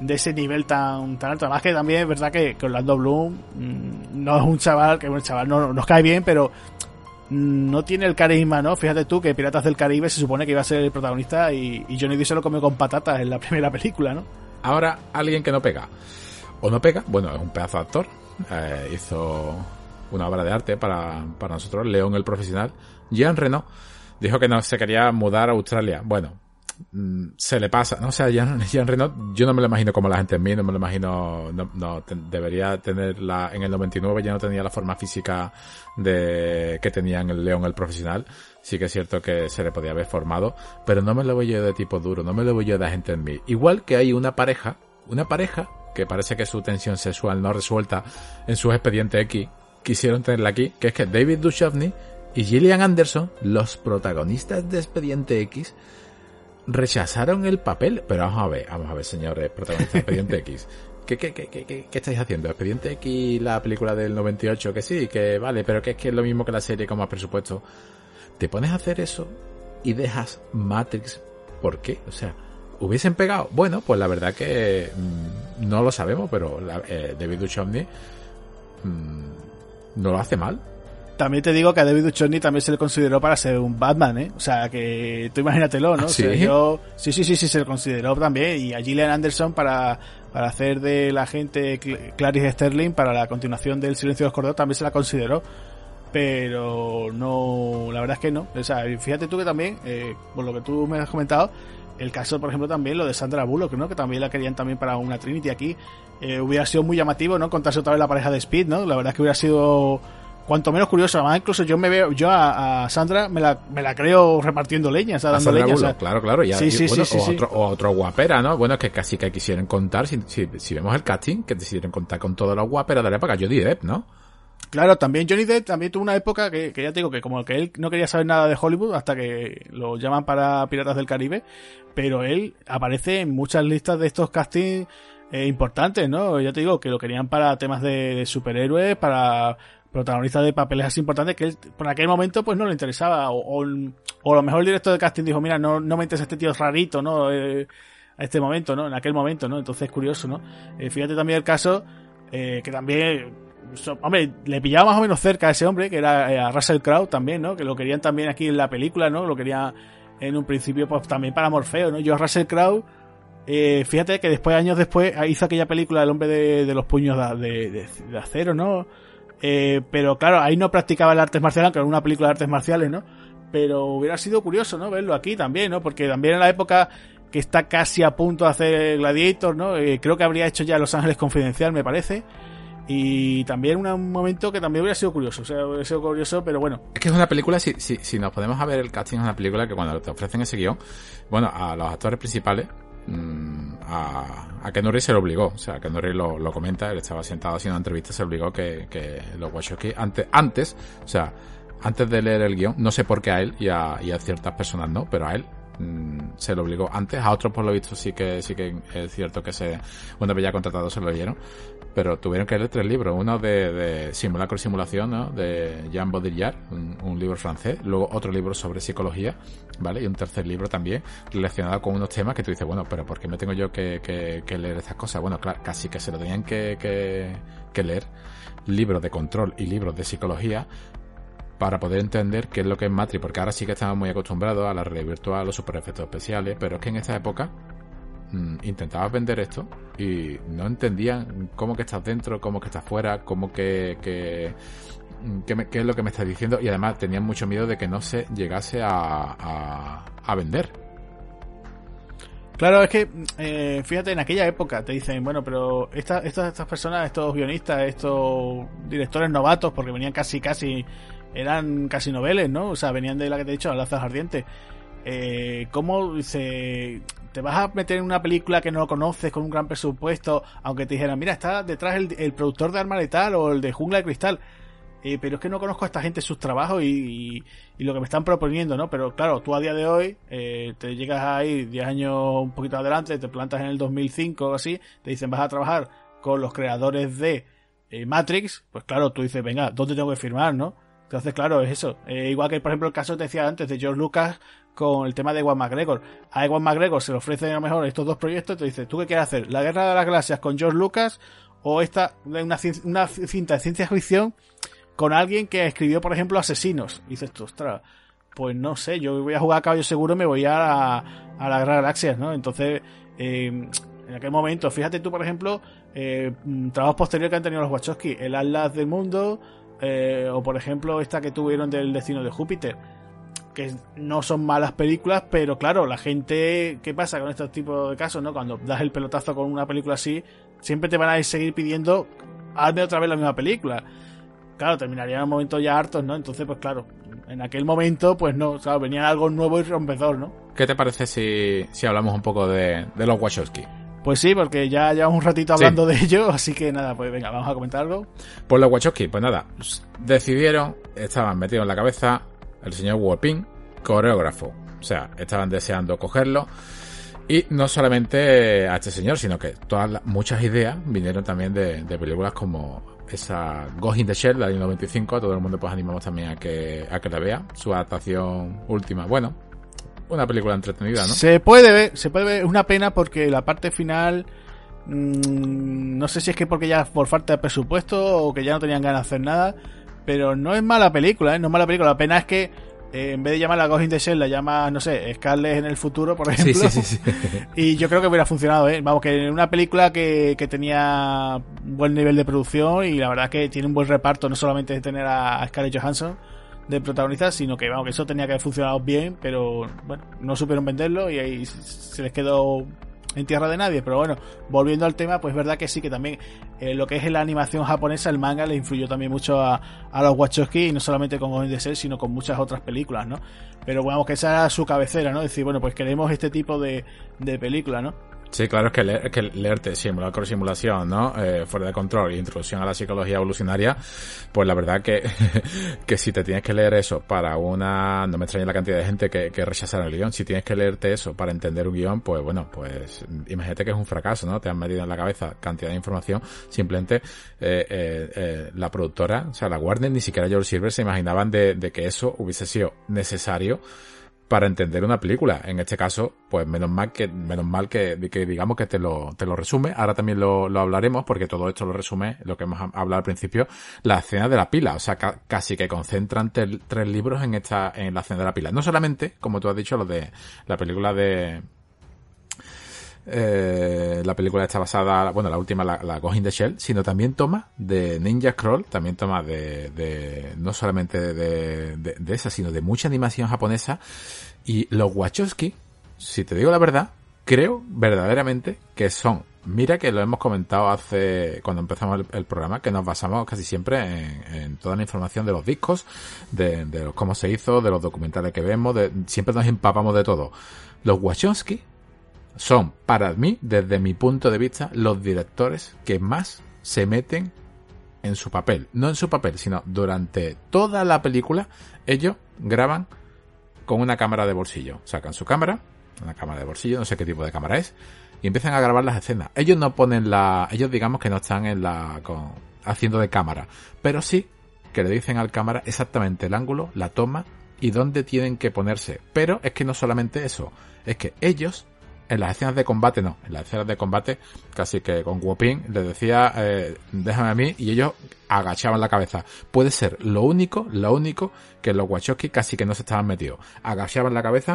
de ese nivel tan alto. Además que también es verdad que Orlando Bloom no es un chaval que no nos cae bien, pero no tiene el carisma, ¿no? Fíjate tú que Piratas del Caribe se supone que iba a ser el protagonista y Johnny Depp se lo comió con patatas en la primera película, ¿no? Ahora, alguien que no pega. O no pega, bueno, es un pedazo de actor. Hizo una obra de arte para nosotros, León el Profesional. Jean Reno dijo que no se quería mudar a Australia. Bueno, se le pasa, ¿no? O sea, Jean Reno, yo no me lo imagino como la gente en mí, no me lo imagino, debería tenerla en el 99, ya no tenía la forma física que tenía en el León el Profesional. Sí que es cierto que se le podía haber formado, pero no me lo voy yo de tipo duro, no me lo voy yo de gente en mí. Igual que hay una pareja que parece que su tensión sexual no resuelta en sus expedientes X, quisieron tenerla aquí, que es que David Duchovny y Gillian Anderson, los protagonistas de Expediente X, rechazaron el papel. Pero vamos a ver, señores protagonistas de Expediente X. ¿Qué estáis haciendo? Expediente X, la película del 98, que sí, que vale, pero que es lo mismo que la serie con más presupuesto. Te pones a hacer eso y dejas Matrix. ¿Por qué? O sea, ¿hubiesen pegado? Bueno, pues la verdad que no lo sabemos, pero David Duchovny no lo hace mal. También te digo que a David Duchovny también se le consideró para ser un Batman, ¿eh? O sea, que tú imagínatelo, ¿no? ¿Sí? O sea, sí, se le consideró también. Y a Gillian Anderson para hacer de la agente Clarice Sterling para la continuación del Silencio de los Corderos también se la consideró. Pero no, la verdad es que no. O sea, fíjate tú que también, por lo que tú me has comentado, el caso, por ejemplo, también lo de Sandra Bullock, ¿no? Que también la querían también para una Trinity aquí. Hubiera sido muy llamativo, ¿no? Contarse otra vez la pareja de Speed, ¿no? La verdad es que hubiera sido cuanto menos curioso. Además, incluso yo a Sandra me la creo repartiendo leña, o sea, dando leña. Bullock, o sea, claro. Y, sí, bueno, sí. O otro guapera, ¿no? Bueno, es que casi que quisieran contar, si vemos el casting, que decidieron contar con todos los guaperas de la época, Johnny Depp, ¿no? Claro, también Johnny Depp también tuvo una época que ya te digo que como que él no quería saber nada de Hollywood hasta que lo llaman para Piratas del Caribe, pero él aparece en muchas listas de estos castings importantes, ¿no? Ya te digo que lo querían para temas de superhéroes, para protagonistas de papeles así importantes que él por aquel momento pues no le interesaba o a lo mejor el director de casting dijo, mira, no me interesa este tío rarito, ¿no? A este momento, ¿no? En aquel momento, ¿no? Entonces es curioso, ¿no? Fíjate también el caso que también... Hombre, le pillaba más o menos cerca a ese hombre, que era a Russell Crowe también, ¿no? Que lo querían también aquí en la película, ¿no? Lo quería en un principio, pues también para Morfeo, ¿no? Yo a Russell Crowe, fíjate que años después, hizo aquella película El hombre de los puños de acero, ¿no? Pero claro, ahí no practicaba el artes marciales, aunque era una película de artes marciales, ¿no? Pero hubiera sido curioso, ¿no? Verlo aquí también, ¿no? Porque también en la época que está casi a punto de hacer Gladiator, ¿no? Creo que habría hecho ya Los Ángeles Confidencial, me parece. Y también un momento que también hubiera sido curioso, o sea, hubiera sido curioso, pero bueno. Es que es una película, si nos podemos a ver el casting, es una película que cuando te ofrecen ese guión, bueno, a los actores principales, a Ken Reeves se lo obligó, o sea, Ken Reeves lo comenta, él estaba sentado haciendo una entrevista, se obligó que los Wachowski, antes de leer el guión, no sé por qué a él y a ciertas personas no, pero a él se lo obligó antes, a otros por lo visto sí que es cierto que una vez ya contratado se lo leyeron, pero tuvieron que leer 3 libros, uno de Simulacro y Simulación, ¿no? De Jean Baudrillard, un libro francés, luego otro libro sobre psicología, ¿vale? Y un tercer libro también relacionado con unos temas que tú dices, bueno, pero ¿por qué me tengo yo que leer estas cosas? Bueno, claro, casi que se lo tenían que leer, libros de control y libros de psicología, para poder entender qué es lo que es Matrix, porque ahora sí que estamos muy acostumbrados a la realidad virtual, los super efectos especiales, pero es que en esta época intentabas vender esto y no entendían cómo que estás dentro, cómo que estás fuera, cómo qué es lo que me estás diciendo, y además tenían mucho miedo de que no se llegase a vender. Claro, es que fíjate, en aquella época te dicen, bueno, pero estas personas, estos guionistas, estos directores novatos, porque venían eran casi noveles, ¿no? O sea, venían de la que te he dicho, Las Lanzas Ardientes. ¿Cómo dice, te vas a meter en una película que no conoces con un gran presupuesto, aunque te dijeran, mira, está detrás el productor de Arma Letal o el de Jungla de Cristal? Pero es que no conozco a esta gente, sus trabajos y lo que me están proponiendo, ¿no? Pero claro, tú a día de hoy te llegas ahí 10 años un poquito adelante, te plantas en el 2005 o así, te dicen vas a trabajar con los creadores de Matrix, pues claro, tú dices, venga, ¿dónde tengo que firmar, no? Entonces, claro, es eso. Igual que, por ejemplo, el caso que te decía antes de George Lucas con el tema de Ewan McGregor. A Ewan McGregor se le ofrecen a lo mejor estos dos proyectos, te dice, ¿tú qué quieres hacer? ¿La Guerra de las Galaxias con George Lucas o una cinta de ciencia ficción con alguien que escribió, por ejemplo, Asesinos? Y dices tú, ostras, pues no sé, yo voy a jugar a caballo seguro, me voy a la Guerra de las Galaxias, ¿no? Entonces, en aquel momento, fíjate tú, por ejemplo, trabajos posteriores que han tenido los Wachowski, el Atlas del Mundo, o por ejemplo esta que tuvieron del Destino de Júpiter, que no son malas películas, pero claro, la gente, ¿qué pasa con estos tipos de casos, no? Cuando das el pelotazo con una película así, siempre te van a seguir pidiendo hazme otra vez la misma película. Claro, terminarían en un momento ya hartos, ¿no? Entonces, pues claro, en aquel momento, pues no, claro, venía algo nuevo y rompedor, ¿no? ¿Qué te parece si hablamos un poco de los Wachowski? Pues sí, porque ya llevamos un ratito hablando de ello, así que nada, pues venga, vamos a comentarlo. Pues los Wachowski, pues nada, decidieron, estaban metidos en la cabeza el señor Wu Ping, coreógrafo. O sea, estaban deseando cogerlo. Y no solamente a este señor, sino que muchas ideas vinieron también de películas como esa Ghost in the Shell del año 95. A todo el mundo pues animamos también a que la vea. Su adaptación última, bueno, una película entretenida, ¿no? Se puede ver, es una pena porque la parte final, no sé si es que porque ya por falta de presupuesto o que ya no tenían ganas de hacer nada, pero no es mala película, no es mala película. La pena es que en vez de llamarla Ghost in the Shell la llama, no sé, Scarlett en el futuro, por ejemplo. Sí. Y yo creo que hubiera funcionado, vamos, que una película que tenía un buen nivel de producción y la verdad que tiene un buen reparto, no solamente de tener a Scarlett Johansson de protagonista, sino que vamos, que eso tenía que haber funcionado bien, pero bueno, no supieron venderlo y ahí se les quedó en tierra de nadie. Pero bueno, volviendo al tema, pues es verdad que sí, que también lo que es la animación japonesa, el manga le influyó también mucho a los Wachowski, y no solamente con Ghost in the Shell, sino con muchas otras películas, ¿no? Pero bueno, que esa era su cabecera, ¿no? Decir, bueno, pues queremos este tipo de película, ¿no? Sí, claro, es que leerte simulacro, simulación, ¿no? Fuera de control y introducción a la psicología evolucionaria, pues la verdad que si te tienes que leer eso para una... No me extraña la cantidad de gente que rechazara el guión. Si tienes que leerte eso para entender un guión, pues bueno, pues imagínate que es un fracaso, ¿no? Te han metido en la cabeza cantidad de información. Simplemente la productora, o sea, la Warner, ni siquiera George Silver se imaginaban de que eso hubiese sido necesario para entender una película. En este caso, pues menos mal que digamos que te lo resume. Ahora también lo hablaremos, porque todo esto lo resume lo que hemos hablado al principio, la escena de la pila. O sea, casi que concentran tres libros en la escena de la pila. No solamente, como tú has dicho, lo de la película de... la película está basada, bueno, la última, la Ghost in the Shell, sino también toma de Ninja Scroll, también toma de no solamente de esa, sino de mucha animación japonesa. Y los Wachowski, si te digo la verdad, creo verdaderamente que son, mira que lo hemos comentado cuando empezamos el programa, que nos basamos casi siempre en toda la información de los discos, de cómo se hizo, de los documentales que vemos, siempre nos empapamos de todo. Los Wachowski son, para mí, desde mi punto de vista, los directores que más se meten en su papel. No en su papel, sino durante toda la película, ellos graban con una cámara de bolsillo. Sacan su cámara, una cámara de bolsillo, no sé qué tipo de cámara es, y empiezan a grabar las escenas. Ellos no ponen ellos digamos que no están haciendo de cámara, pero sí que le dicen al cámara exactamente el ángulo, la toma y dónde tienen que ponerse. Pero es que no solamente eso, es que ellos en las escenas de combate, casi que con Wu Ping le decía, déjame a mí, y ellos agachaban la cabeza. Puede ser lo único que los Wachowski casi que no se estaban metidos. Agachaban la cabeza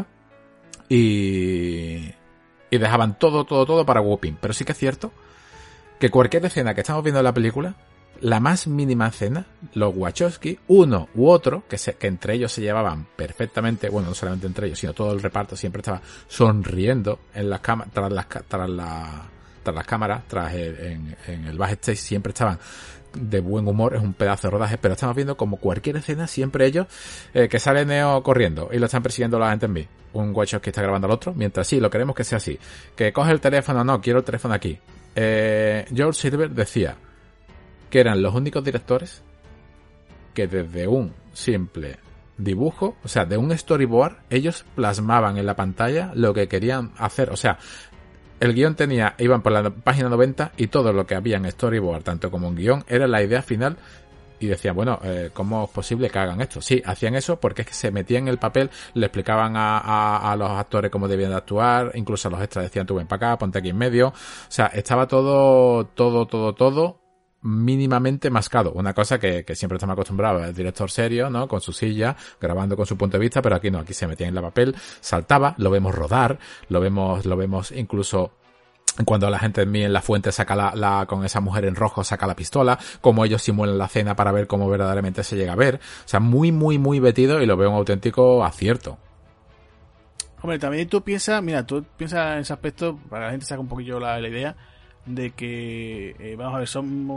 y dejaban todo para Wu Ping. Pero sí que es cierto que cualquier escena que estamos viendo en la película, la más mínima escena, los Wachowski, uno u otro, que entre ellos se llevaban perfectamente, bueno, no solamente entre ellos, sino todo el reparto siempre estaba sonriendo en las cámaras, tras las cámaras, en el backstage, siempre estaban de buen humor, es un pedazo de rodaje, pero estamos viendo como cualquier escena, siempre ellos, que sale Neo corriendo y lo están persiguiendo la gente en mí. Un Wachowski está grabando al otro, mientras sí, lo queremos que sea así. Que coge el teléfono, no, quiero el teléfono aquí. George Silver decía que eran los únicos directores que desde un simple dibujo, o sea, de un storyboard, ellos plasmaban en la pantalla lo que querían hacer. O sea, el guión iban por la página 90 y todo lo que había en storyboard, tanto como en guión, era la idea final Y decían, bueno, ¿cómo es posible que hagan esto? Sí, hacían eso porque es que se metían en el papel, le explicaban a los actores cómo debían de actuar, incluso a los extras decían, tú ven para acá, ponte aquí en medio. O sea, estaba todo mínimamente mascado. Una cosa que siempre estamos acostumbrados, el director serio, ¿no? Con su silla, grabando con su punto de vista, pero aquí no, aquí se metía en el papel, saltaba, lo vemos rodar, lo vemos incluso cuando la gente en la fuente saca con esa mujer en rojo saca la pistola, como ellos simulan la cena para ver cómo verdaderamente se llega a ver. O sea, muy metido, y lo veo un auténtico acierto. Hombre, también tú piensas en ese aspecto, para que la gente saque un poquillo la idea, de que, vamos a ver,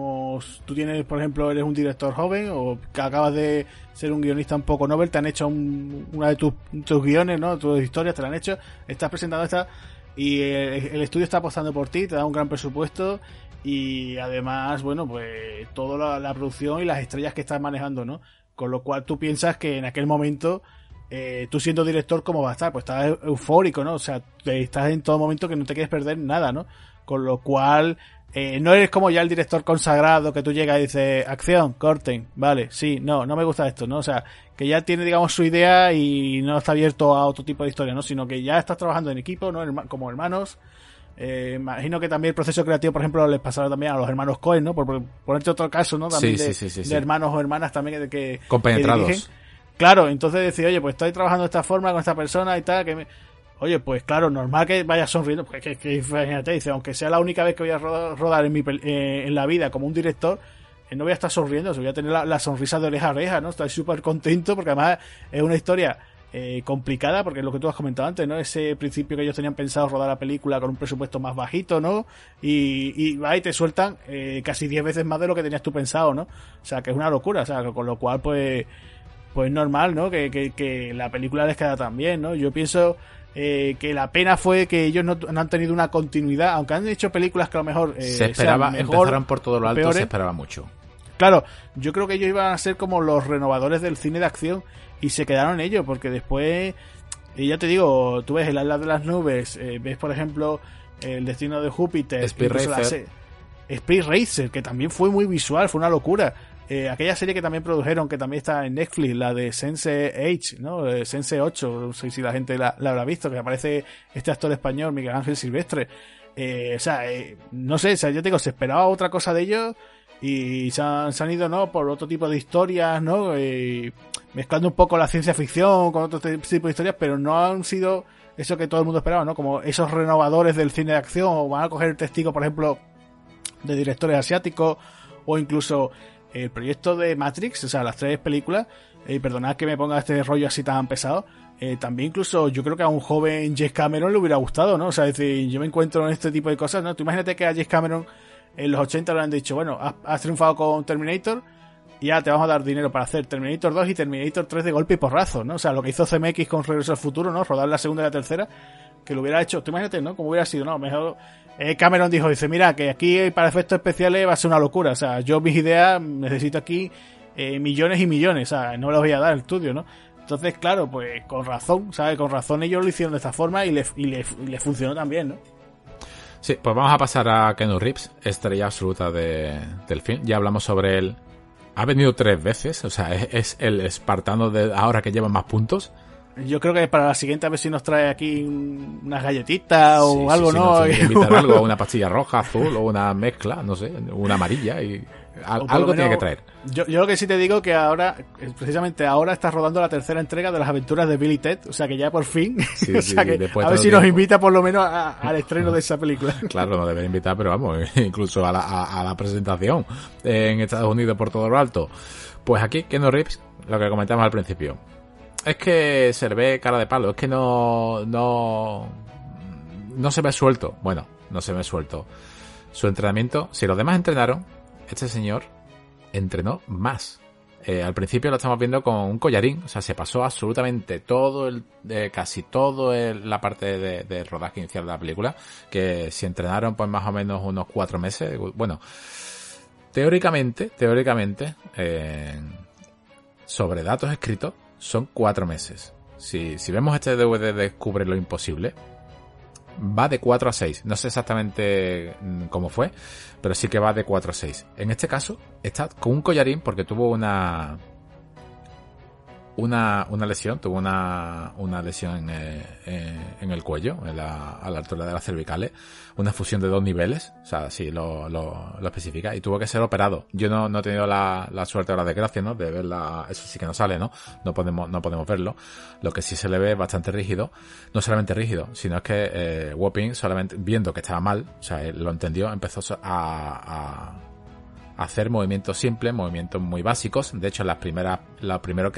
tú tienes, por ejemplo, eres un director joven o que acabas de ser un guionista un poco novel, te han hecho una de tus guiones, ¿no? Tus historias te la han hecho, estás presentando esta y el estudio está apostando por ti, te da un gran presupuesto y además, bueno, pues toda la producción y las estrellas que estás manejando, ¿no? Con lo cual tú piensas que en aquel momento, tú siendo director, ¿cómo va a estar? Pues estás eufórico, ¿no? O sea, estás en todo momento que no te quieres perder nada, ¿no? Con lo cual, no eres como ya el director consagrado que tú llegas y dices, acción, corten, vale, sí, no me gusta esto, ¿no? O sea, que ya tiene, digamos, su idea y no está abierto a otro tipo de historia, ¿no? Sino que ya estás trabajando en equipo, ¿no? Como hermanos. Imagino que también el proceso creativo, por ejemplo, les pasará también a los hermanos Coen, ¿no? Por ponerte otro caso, ¿no? También de hermanos o hermanas también que compenetrados. Que dirigen. Claro, entonces decir, oye, pues estoy trabajando de esta forma con esta persona y tal, oye, pues claro, normal que vayas sonriendo, porque que fíjate, dice, aunque sea la única vez que voy a rodar en la vida como un director, no voy a estar sonriendo, voy a tener la sonrisa de oreja a oreja, ¿no? Estoy súper contento porque además es una historia complicada, porque es lo que tú has comentado antes, ¿no? Ese principio que ellos tenían pensado rodar la película con un presupuesto más bajito, ¿no? Y te sueltan casi 10 veces más de lo que tenías tú pensado, ¿no? O sea, que es una locura, o sea, con lo cual, pues normal, ¿no? Que la película les queda tan bien, ¿no? Yo pienso que la pena fue que ellos no han tenido una continuidad, aunque han hecho películas que a lo mejor se esperaba, mejor, empezaron por todo lo alto, peores. Se esperaba mucho. Claro, yo creo que ellos iban a ser como los renovadores del cine de acción y se quedaron en ello, porque después, ya te digo, tú ves El Atlas de las Nubes, ves por ejemplo El Destino de Júpiter, Speed Racer, que también fue muy visual, fue una locura. Aquella serie que también produjeron, que también está en Netflix, la de Sense8, ¿no? Sense8, no sé si la gente la habrá visto, que aparece este actor español, Miguel Ángel Silvestre. No sé, o sea, yo te digo, se esperaba otra cosa de ellos y se han ido, ¿no? Por otro tipo de historias, ¿no? Mezclando un poco la ciencia ficción con otro tipo de historias, pero no han sido eso que todo el mundo esperaba, ¿no? Como esos renovadores del cine de acción, o van a coger el testigo, por ejemplo, de directores asiáticos, o incluso el proyecto de Matrix, o sea, las 3 películas, perdonad que me ponga este rollo así tan pesado, también incluso yo creo que a un joven James Cameron le hubiera gustado, ¿no? O sea, es decir, yo me encuentro en este tipo de cosas, ¿no? Tú imagínate que a James Cameron en los 80 le han dicho, bueno, has triunfado con Terminator y ya te vamos a dar dinero para hacer Terminator 2 y Terminator 3 de golpe y porrazo, ¿no? O sea, lo que hizo CMX con Regreso al Futuro, ¿no? Rodar la segunda y la tercera, que lo hubiera hecho, tú imagínate, ¿no? Como hubiera sido, ¿no? Mejor Cameron dice, mira, que aquí para efectos especiales va a ser una locura, o sea, yo mis ideas necesito aquí millones y millones, o sea, no les voy a dar el estudio, ¿no? Entonces, claro, pues con razón, ¿sabes? Con razón ellos lo hicieron de esta forma y le funcionó también, ¿no? Sí, pues vamos a pasar a Keanu Reeves, estrella absoluta del film. Ya hablamos sobre él. Ha venido 3 veces, o sea, es el espartano de ahora que lleva más puntos. Yo creo que para la siguiente a ver si nos trae aquí unas galletitas o algo, ¿no? Invitar algo, una pastilla roja, azul o una mezcla, no sé, una amarilla y algo tiene que traer. Yo lo que sí te digo que ahora, precisamente ahora está rodando la 3ª entrega de las aventuras de Bill y Ted, o sea que ya por fin, o sea que a ver si nos invita por lo menos al estreno de esa película. Claro, nos deben invitar, pero vamos, incluso a la presentación en Estados Unidos por todo lo alto. Pues aquí, Keanu Reeves, lo que comentamos al principio. Es que se le ve cara de palo, es que no se ve suelto. Bueno, no se ve suelto. Su entrenamiento, si los demás entrenaron, este señor entrenó más. Al principio lo estamos viendo con un collarín, o sea, se pasó absolutamente casi todo la parte de rodaje inicial de la película, que si entrenaron pues más o menos unos 4 meses, bueno, teóricamente, sobre datos escritos, son 4 meses. Si vemos este DVD de Descubre lo Imposible, va de 4 a 6. No sé exactamente cómo fue, pero sí que va de 4 a 6. En este caso, está con un collarín porque tuvo una lesión, tuvo una lesión en el cuello, a la altura de las cervicales, una fusión de 2 niveles, o sea, sí, lo especifica, y tuvo que ser operado. Yo no he tenido la suerte o la desgracia, ¿no?, de verla, eso sí que no sale, ¿no? No podemos verlo. Lo que sí se le ve bastante rígido, no solamente rígido, sino es que Wapping, solamente viendo que estaba mal, o sea, él lo entendió, empezó a hacer movimientos simples, movimientos muy básicos. De hecho, lo primero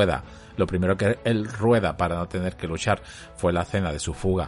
que él rueda para no tener que luchar fue la escena de su fuga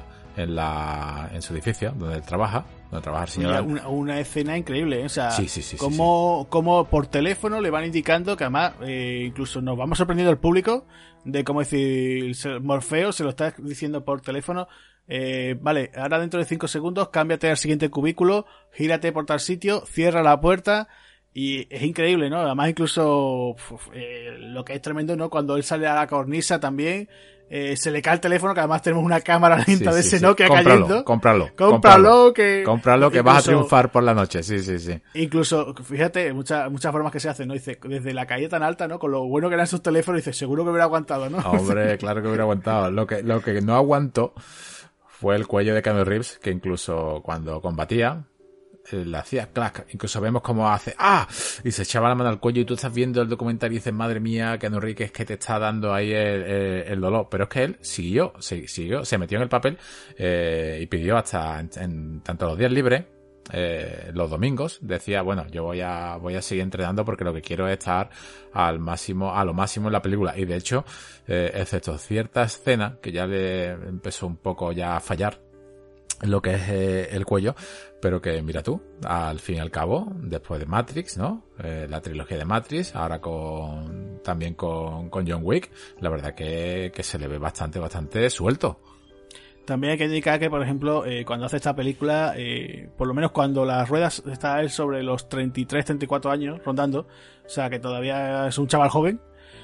en su edificio, donde él trabaja el señor. Una escena increíble, ¿eh? O sea, sí, como por teléfono le van indicando que además, incluso nos vamos sorprendiendo al público de cómo decir, Morfeo se lo está diciendo por teléfono. Vale, ahora dentro de 5 segundos cámbiate al siguiente cubículo, gírate por tal sitio, cierra la puerta. Y es increíble, ¿no? Además, incluso lo que es tremendo, ¿no? Cuando él sale a la cornisa también, se le cae el teléfono, que además tenemos una cámara lenta de ese Nokia cayendo. Cómpralo, que vas a triunfar por la noche. Sí. Incluso, fíjate, muchas formas que se hacen, ¿no? Dice, desde la calle tan alta, ¿no? Con lo bueno que eran sus teléfonos, dice, seguro que hubiera aguantado, ¿no? Hombre, claro que hubiera aguantado. Lo que no aguantó fue el cuello de Keanu Reeves, que incluso cuando combatía, le hacía clac, incluso vemos cómo hace y se echaba la mano al cuello, y tú estás viendo el documental y dices, madre mía, Keanu Reeves, es que te está dando ahí el dolor. Pero es que él siguió, se metió en el papel y pidió hasta en tanto los días libres, los domingos, decía, bueno, yo voy a seguir entrenando porque lo que quiero es estar a lo máximo en la película. Y de hecho, excepto cierta escena que ya le empezó un poco ya a fallar lo que es el cuello, pero que mira tú, al fin y al cabo, después de Matrix, ¿no? La trilogía de Matrix, ahora también con John Wick, la verdad que se le ve bastante suelto. También hay que indicar que, por ejemplo, cuando hace esta película, por lo menos cuando las ruedas está él sobre los 33, 34 años rondando, o sea que todavía es un chaval joven.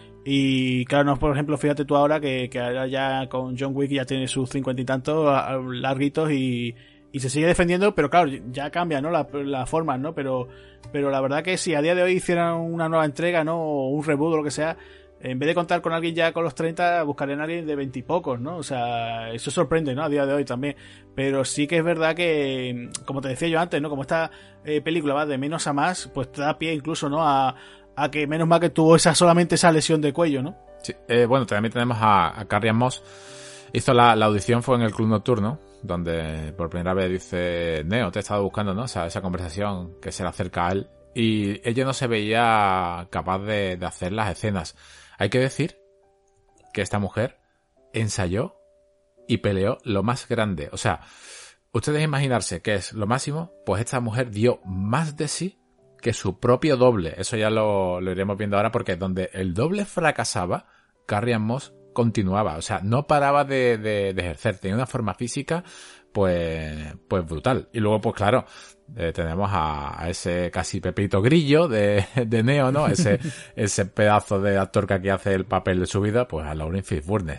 Y claro, no, por ejemplo, fíjate tú ahora que ahora ya con John Wick ya tiene sus 50 y tantos larguitos y se sigue defendiendo, pero claro, ya cambia, ¿no? La forma, ¿no? Pero la verdad que si a día de hoy hicieran una nueva entrega, ¿no? O un reboot o lo que sea, en vez de contar con alguien ya con los 30, buscarían a alguien de 20 y pocos, ¿no? O sea, eso sorprende, ¿no? A día de hoy también. Pero sí que es verdad que, como te decía yo antes, ¿no? Como esta película va de menos a más, pues te da pie incluso, ¿no? A que menos mal que tuvo solamente esa lesión de cuello, ¿no? Sí, bueno, también tenemos a Carrie-Anne Moss. Hizo la audición, fue en el Club Nocturno, donde por primera vez dice, Neo, te he estado buscando, ¿no? O sea, esa conversación que se le acerca a él. Y ella no se veía capaz de hacer las escenas. Hay que decir que esta mujer ensayó y peleó lo más grande. O sea, ustedes imaginarse qué es lo máximo, pues esta mujer dio más de sí que su propio doble. Eso ya lo iremos viendo ahora, porque donde el doble fracasaba, Carrie-Anne Moss continuaba. O sea, no paraba de ejercer. Tenía una forma física pues brutal. Y luego, pues claro, tenemos a ese casi Pepito Grillo de Neo, ¿no? Ese pedazo de actor que aquí hace el papel de su vida, pues a Laurence Fishburne.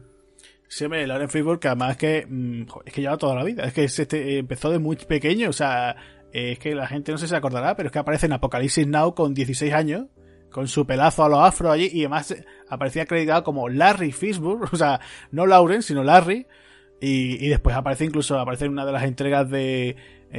Sí, Laurence Fishburne, que además es que lleva toda la vida. Es que empezó de muy pequeño, o sea, es que la gente no sé si se acordará, pero es que aparece en Apocalipsis Now con 16 años, con su pelazo a los afro allí, y además aparecía acreditado como Larry Fishburne, o sea, no Lawrence, sino Larry, y después aparece en una de las entregas de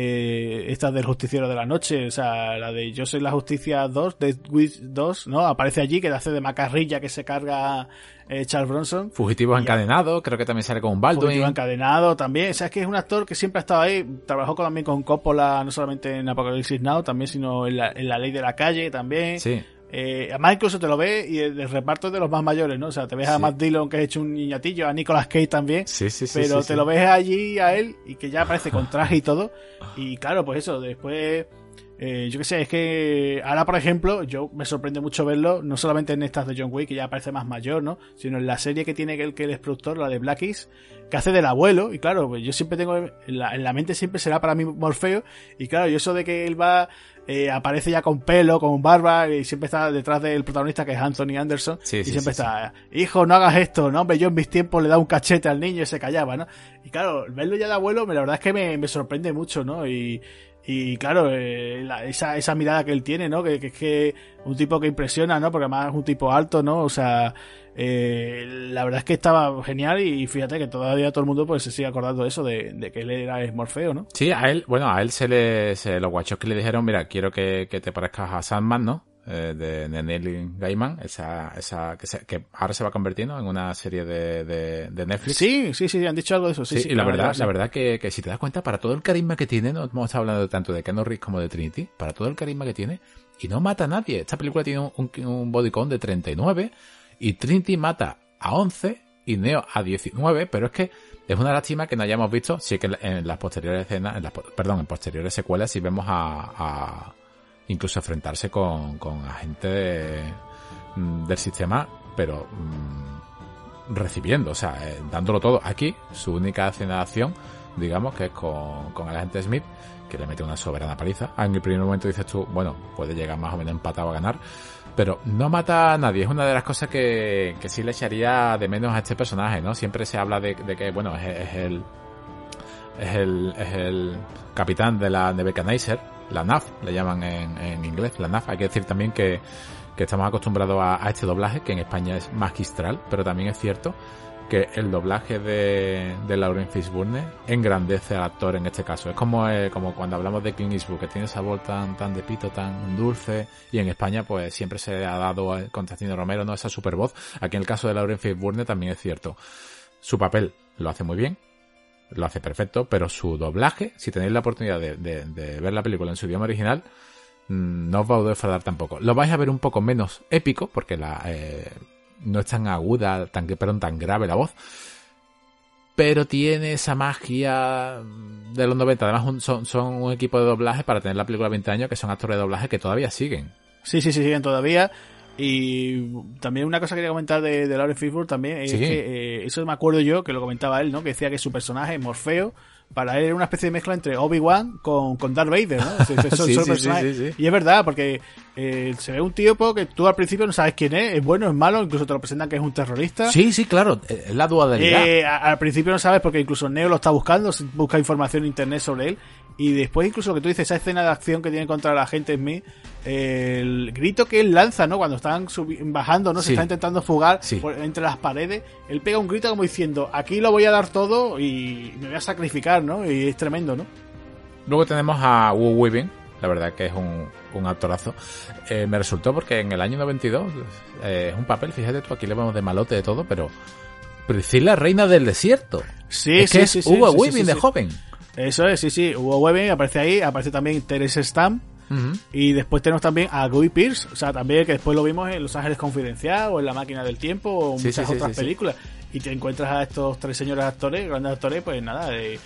estas del Justiciero de la Noche, o sea, la de Yo soy la Justicia 2, de Witch 2, ¿no? Aparece allí, que hace de macarrilla que se carga Charles Bronson. Fugitivos encadenados, creo que también sale con un Baldwin. Fugitivo encadenado también, o sea, es que es un actor que siempre ha estado ahí, trabajó también con Coppola, no solamente en Apocalipsis Now, también, sino en la Ley de la Calle también. Sí. Además incluso te lo ves y el reparto es de los más mayores, ¿no? O sea, te ves a Matt Dillon, que es hecho un niñatillo, a Nicolas Cage también, pero te lo ves allí a él y que ya aparece con traje y todo, y claro, pues eso, después yo qué sé, es que ahora, por ejemplo, yo me sorprende mucho verlo, no solamente en estas de John Wick, que ya parece más mayor, ¿no? Sino en la serie que tiene que él es productor, la de Blackies, que hace del abuelo, y claro, pues yo siempre tengo en la mente siempre será para mí Morfeo, y claro, y eso de que él aparece ya con pelo, con barba, y siempre está detrás del protagonista, que es Anthony Anderson, y siempre está, hijo, no hagas esto, no, hombre, yo en mis tiempos le da un cachete al niño y se callaba, ¿no? Y claro, verlo ya de abuelo, la verdad es que me sorprende mucho, ¿no? Y claro, esa mirada que él tiene, ¿no? Que es que un tipo que impresiona, ¿no? Porque además es un tipo alto, ¿no? O sea, la verdad es que estaba genial y fíjate que todavía todo el mundo pues se sigue acordando de eso, de que él era Morfeo, ¿no? Sí, a él los guachos que le dijeron, mira, quiero que te parezcas a Sandman, ¿no? De Neil Gaiman, que ahora se va convirtiendo en una serie de Netflix. Sí, han dicho algo de eso. Sí, y la verdad que si te das cuenta, para todo el carisma que tiene, no hemos estado hablando tanto de Keanu Reeves como de Trinity, para todo el carisma que tiene, y no mata a nadie. Esta película tiene un body count de 39, y Trinity mata a 11, y Neo a 19, pero es que es una lástima que no hayamos visto, sí que en las posteriores escenas, en posteriores secuelas, sí vemos a incluso enfrentarse con agentes del sistema, pero recibiendo, o sea, dándolo todo. Aquí, su única escena de acción, digamos, que es con el agente Smith, que le mete una soberana paliza. En el primer momento dices tú, bueno, puede llegar más o menos empatado a ganar, pero no mata a nadie. Es una de las cosas que sí le echaría de menos a este personaje, ¿no? Siempre se habla de que, bueno, es el capitán de la Nebuchadnezzar, la NAF, le llaman en inglés, la NAF. Hay que decir también que estamos acostumbrados a este doblaje, que en España es magistral, pero también es cierto que el doblaje de Laurence Fishburne engrandece al actor en este caso. Es como cuando hablamos de Clint Eastwood, que tiene esa voz tan de pito, tan dulce, y en España pues siempre se ha dado a Constantino Romero, ¿no? Esa super voz. Aquí en el caso de Laurence Fishburne también es cierto. Su papel lo hace muy bien, lo hace perfecto, pero su doblaje, si tenéis la oportunidad de ver la película en su idioma original, no os va a defraudar tampoco. Lo vais a ver un poco menos épico, porque no es tan aguda, tan grave la voz, pero tiene esa magia de los 90. Además son un equipo de doblaje para tener la película 20 años, que son actores de doblaje que todavía siguen. Sí, siguen todavía. Y también una cosa que quería comentar de Laurence Fishburne también es que eso me acuerdo yo, que lo comentaba él, ¿no? Que decía que su personaje, Morfeo, para él era una especie de mezcla entre Obi-Wan con Darth Vader, ¿no? Sí. Y es verdad, porque se ve un tío que tú al principio no sabes quién es bueno, es malo, incluso te lo presentan que es un terrorista. Sí, claro, es la dualidad. Al principio no sabes porque incluso Neo lo está buscando, busca información en internet sobre él. Y después incluso lo que tú dices, esa escena de acción que tiene contra la gente Smith, el grito que él lanza, ¿no? Cuando están bajando, ¿no? Se está intentando fugar entre las paredes. Él pega un grito como diciendo, aquí lo voy a dar todo y me voy a sacrificar, ¿no? Y es tremendo, ¿no? Luego tenemos a Hugo Weaving, la verdad que es un actorazo. Me resultó porque en el año 92 es un papel, fíjate tú, aquí le vemos de malote de todo, pero Priscilla, reina del desierto. Es Hugo Weaving de joven. Eso es, sí. Hugo Weaving aparece ahí, aparece también Terence Stamp. Uh-huh. Y después tenemos también a Guy Pearce, o sea, también que después lo vimos en Los Ángeles Confidencial o en La Máquina del Tiempo o muchas otras películas. Y te encuentras a estos tres señores actores, grandes actores, pues nada,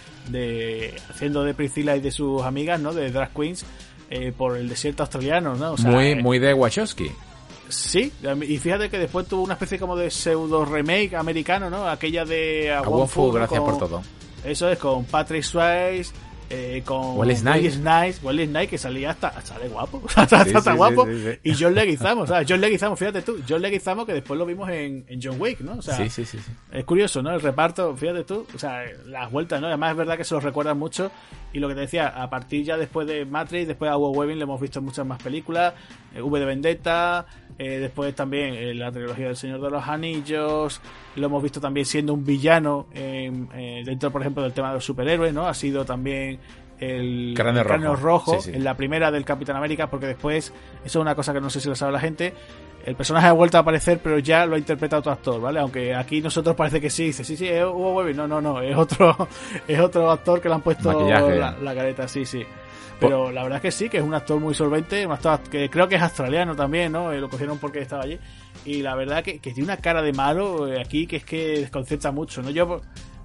haciendo de Priscilla y de sus amigas, ¿no? De drag queens por el desierto australiano, ¿no? O sea, muy de Wachowski. Sí, y fíjate que después tuvo una especie como de pseudo remake americano, ¿no? Aquella de A Wong Fu, gracias por todo. Eso es, con Patrick Swayze, con Wesley Snipes, que salía sale guapo, está guapo. Sí. Y John Leguizamo, o sea, John Leguizamo, fíjate tú, John Leguizamo, que después lo vimos en John Wick, ¿no? O sea, sí. Es curioso, ¿no? El reparto, fíjate tú, o sea, las vueltas, ¿no? Además es verdad que se los recuerdan mucho. Y lo que te decía, a partir ya después de Matrix, después a Hugo Weaving le hemos visto en muchas más películas, V de Vendetta, después también la trilogía del Señor de los Anillos, lo hemos visto también siendo un villano dentro, por ejemplo, del tema de los superhéroes, ¿no? Ha sido también el Cráneo Rojo en la primera del Capitán América, porque después, eso es una cosa que no sé si lo sabe la gente, el personaje ha vuelto a aparecer, pero ya lo ha interpretado otro actor, ¿vale? Aunque aquí nosotros parece que sí, es Hugo Weaving, no, es otro actor que le han puesto la careta, sí. Pero la verdad es que sí, que es un actor muy solvente, un actor que creo que es australiano también, ¿no? Lo cogieron porque estaba allí. Y la verdad que tiene una cara de malo aquí que es que desconcerta mucho, ¿no? Yo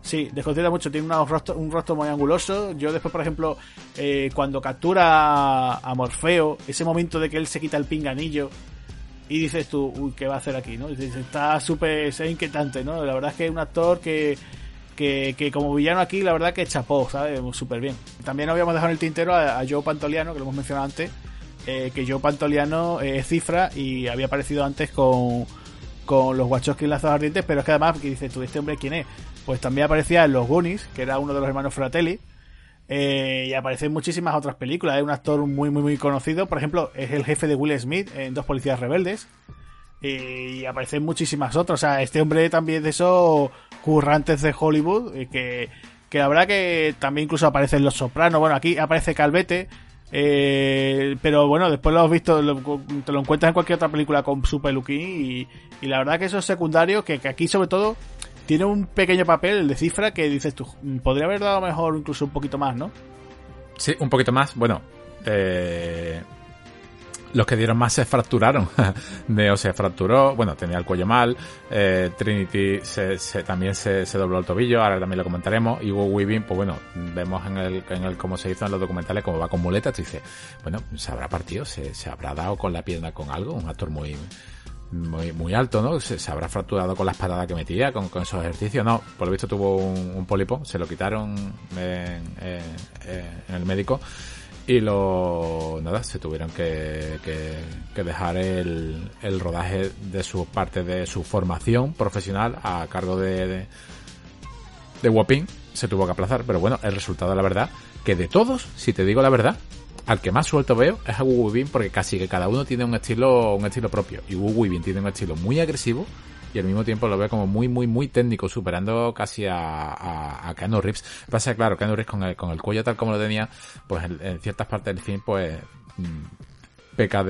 Sí, desconcierta mucho, tiene un rostro muy anguloso. Yo después, por ejemplo, cuando captura a Morfeo, ese momento de que él se quita el pinganillo y dices tú, uy, ¿qué va a hacer aquí? ¿No? Y dices, está súper inquietante, ¿no? La verdad es que es un actor que como villano aquí, la verdad que chapó, ¿sabes? Súper bien. También habíamos dejado en el tintero a Joe Pantoliano, que lo hemos mencionado antes, que Joe Pantoliano es Cifra y había aparecido antes con los Wachowski en Lazos Ardientes, pero es que además, que dices tú, ¿este hombre quién es? Pues también aparecía en Los Goonies, que era uno de los hermanos Fratelli, y aparece en muchísimas otras películas. Es un actor muy, muy, muy conocido. Por ejemplo, es el jefe de Will Smith en Dos Policías Rebeldes, y aparece en muchísimas otras. O sea, este hombre también es de esos currantes de Hollywood, que la verdad que también incluso aparece en Los Sopranos. Bueno, aquí aparece Calvete, pero bueno, después lo has visto, te lo encuentras en cualquier otra película con su peluquín, y la verdad que esos secundarios, que aquí sobre todo tiene un pequeño papel, el de Cifra, que dices tú, podría haber dado mejor incluso un poquito más, ¿no? Sí, un poquito más. Bueno, los que dieron más se fracturaron. Neo se fracturó, bueno, tenía el cuello mal. Trinity también se dobló el tobillo, ahora también lo comentaremos. Y Hugo Weaving, pues bueno, vemos en el cómo se hizo en los documentales, cómo va con muletas. Y dice, bueno, se habrá partido, se habrá dado con la pierna con algo. Un actor muy alto, ¿no? Se habrá fracturado con las patadas que metía, con esos ejercicios. No, por lo visto tuvo un pólipo, se lo quitaron en el médico. Y se tuvieron que dejar el rodaje de su parte de su formación profesional a cargo de Waping. Se tuvo que aplazar, pero bueno, el resultado, la verdad, que de todos, si te digo la verdad, al que más suelto veo es a Hugo Weaving, porque casi que cada uno tiene un estilo propio. Y Hugo Weaving tiene un estilo muy agresivo y al mismo tiempo lo veo como muy, muy, muy técnico, superando casi a Keanu Reeves. Pasa, claro, Keanu Reeves con el cuello tal como lo tenía, pues en ciertas partes del film, pues peca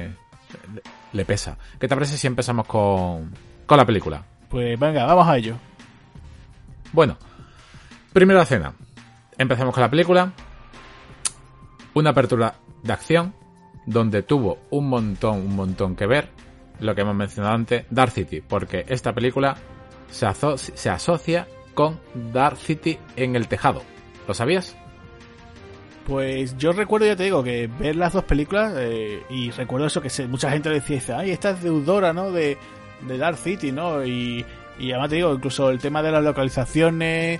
le pesa. ¿Qué te parece si empezamos con la película? Pues venga, vamos a ello. Bueno, primera escena. Empezamos con la película. Una apertura de acción donde tuvo un montón que ver lo que hemos mencionado antes, Dark City, porque esta película se asocia con Dark City en el tejado. ¿Lo sabías? Pues yo recuerdo, ya te digo, que ver las dos películas, y recuerdo eso, que mucha gente le decía, ay, esta es deudora, ¿no? De Dark City, ¿no? Y además te digo, incluso el tema de las localizaciones,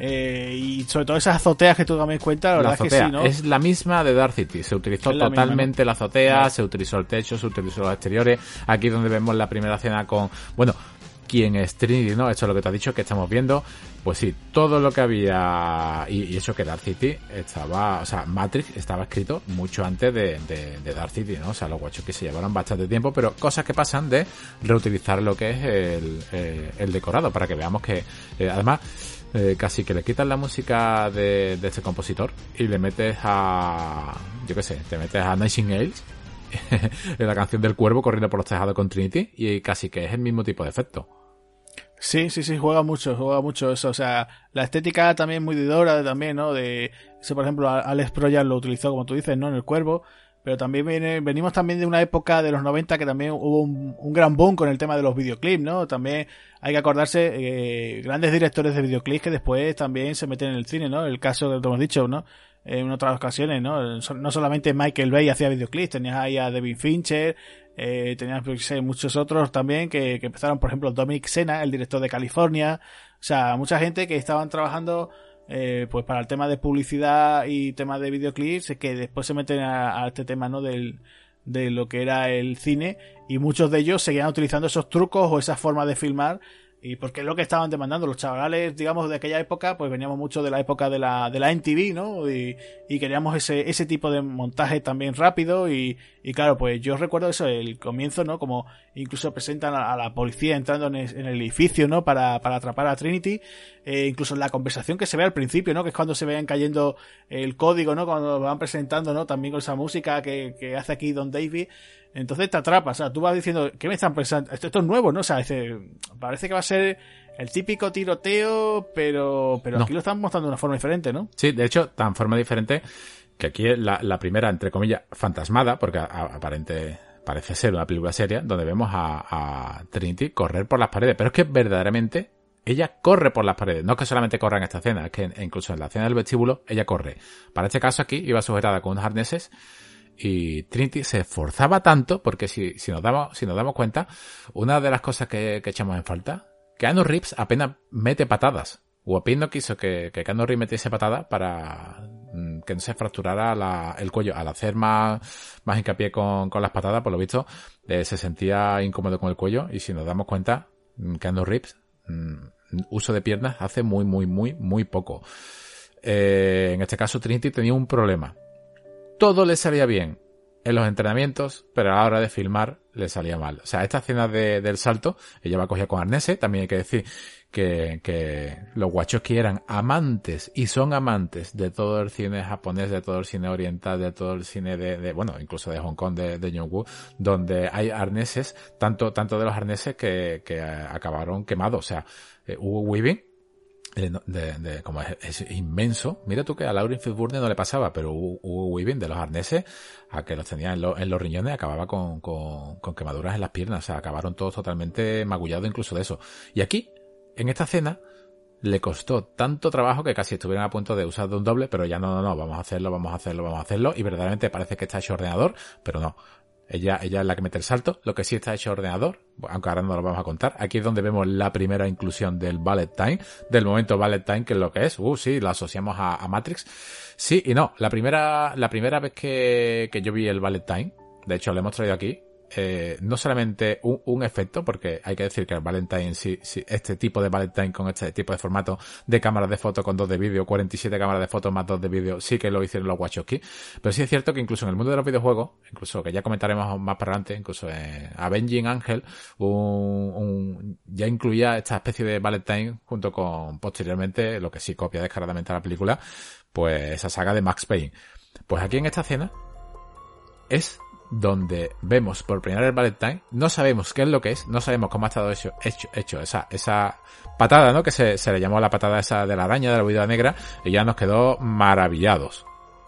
y sobre todo esas azoteas que tú también cuentas, la verdad azotea es que sí, ¿no? Es la misma de Dark City, se utilizó totalmente misma, ¿no? La azotea, se utilizó el techo, se utilizó los exteriores. Aquí donde vemos la primera escena con, bueno, quién es Trinity, ¿no? Esto es lo que te has dicho, que estamos viendo. Pues sí, todo lo que había, y eso que Dark City estaba, o sea, Matrix estaba escrito mucho antes de Dark City, ¿no? O sea, los Wachowski se llevaron bastante tiempo, pero cosas que pasan de reutilizar lo que es el decorado, para que veamos que, además, casi que le quitas la música de este compositor y le metes yo qué sé, te metes a Nightingale en la canción del cuervo corriendo por los tejados con Trinity, y casi que es el mismo tipo de efecto. Sí, juega mucho eso, o sea, la estética también muy de Dora, también, ¿no? Eso, por ejemplo, Alex Proyas lo utilizó, como tú dices, ¿no? En el cuervo. Pero también venimos también de una época de los 90 que también hubo un gran boom con el tema de los videoclips, ¿no? También hay que acordarse, grandes directores de videoclips que después también se meten en el cine, ¿no? El caso que te hemos dicho, ¿no? En otras ocasiones, ¿no? No solamente Michael Bay hacía videoclips, tenías ahí a David Fincher, tenías muchos otros también que empezaron, por ejemplo, Dominic Sena, el director de California. O sea, mucha gente que estaban trabajando pues para el tema de publicidad y tema de videoclips, que después se meten a este tema, ¿no? De lo que era el cine, y muchos de ellos seguían utilizando esos trucos o esa forma de filmar, y porque es lo que estaban demandando los chavales, digamos, de aquella época. Pues veníamos mucho de la época de la MTV, ¿no? Y queríamos ese tipo de montaje también rápido, y claro, pues yo recuerdo eso, el comienzo, ¿no? Como incluso presentan a la policía entrando en el edificio, ¿no? Para atrapar a Trinity, incluso la conversación que se ve al principio, ¿no? Que es cuando se vean cayendo el código, ¿no? Cuando lo van presentando, ¿no? También con esa música que hace aquí Don David. Entonces te atrapa, o sea, tú vas diciendo, ¿qué me están pensando? Esto es nuevo, ¿no? O sea, parece que va a ser el típico tiroteo, pero no. Aquí lo están mostrando de una forma diferente, ¿no? Sí, de hecho, tan forma diferente que aquí es la primera, entre comillas, fantasmada, porque parece ser una película seria, donde vemos a Trinity correr por las paredes, pero es que verdaderamente ella corre por las paredes. No es que solamente corra en esta escena, es que incluso en la escena del vestíbulo ella corre. Para este caso aquí iba sujetada con unos arneses y Trinity se esforzaba tanto porque si nos damos cuenta, una de las cosas que echamos en falta, Keanu Reeves apenas mete patadas. Wapin no quiso que Keanu Reeves metiese patadas para que no se fracturara el cuello. Al hacer más hincapié con las patadas, por lo visto, se sentía incómodo con el cuello y si nos damos cuenta, Keanu Reeves uso de piernas hace muy poco. En este caso Trinity tenía un problema. Todo le salía bien en los entrenamientos, pero a la hora de filmar le salía mal. O sea, esta escena del salto, ella va cogida con arneses. También hay que decir que los Wachowski eran amantes y son amantes de todo el cine japonés, de todo el cine oriental, de todo el cine bueno, incluso de Hong Kong, de John Woo, donde hay arneses, tanto de los arneses que acabaron quemados. O sea, Hugo Weaving, como es inmenso. Mira tú que a Laurence Fishburne no le pasaba, pero Hugo Weaving de los arneses, a que los tenía en los riñones, acababa con quemaduras en las piernas. O sea, acabaron todos totalmente magullados incluso de eso. Y aquí, en esta escena, le costó tanto trabajo que casi estuvieron a punto de usar de un doble, pero ya no, vamos a hacerlo, y verdaderamente parece que está hecho ordenador, pero no. Ella es la que mete el salto. Lo que sí está hecho ordenador, aunque ahora no lo vamos a contar. Aquí es donde vemos la primera inclusión del bullet time, del momento bullet time, que es lo que es. Sí, lo asociamos a Matrix. Sí y no. La primera vez que yo vi el bullet time, de hecho lo hemos traído aquí, no solamente un efecto, porque hay que decir que el Valentine, sí, este tipo de Valentine con este tipo de formato de cámaras de foto con 2 de vídeo, 47 cámaras de foto más 2 de vídeo, sí que lo hicieron los Wachowski, pero sí es cierto que incluso en el mundo de los videojuegos, incluso que ya comentaremos más para adelante, incluso en Avenging Angel, ya incluía esta especie de Valentine junto con, posteriormente, lo que sí copia descaradamente a la película, pues esa saga de Max Payne. Pues aquí en esta escena es donde vemos por primera vez el Valentine. No sabemos qué es lo que es, no sabemos cómo ha estado hecho esa patada, ¿no? Que se le llamó la patada esa de la araña, de la viuda negra, y ya nos quedó maravillados.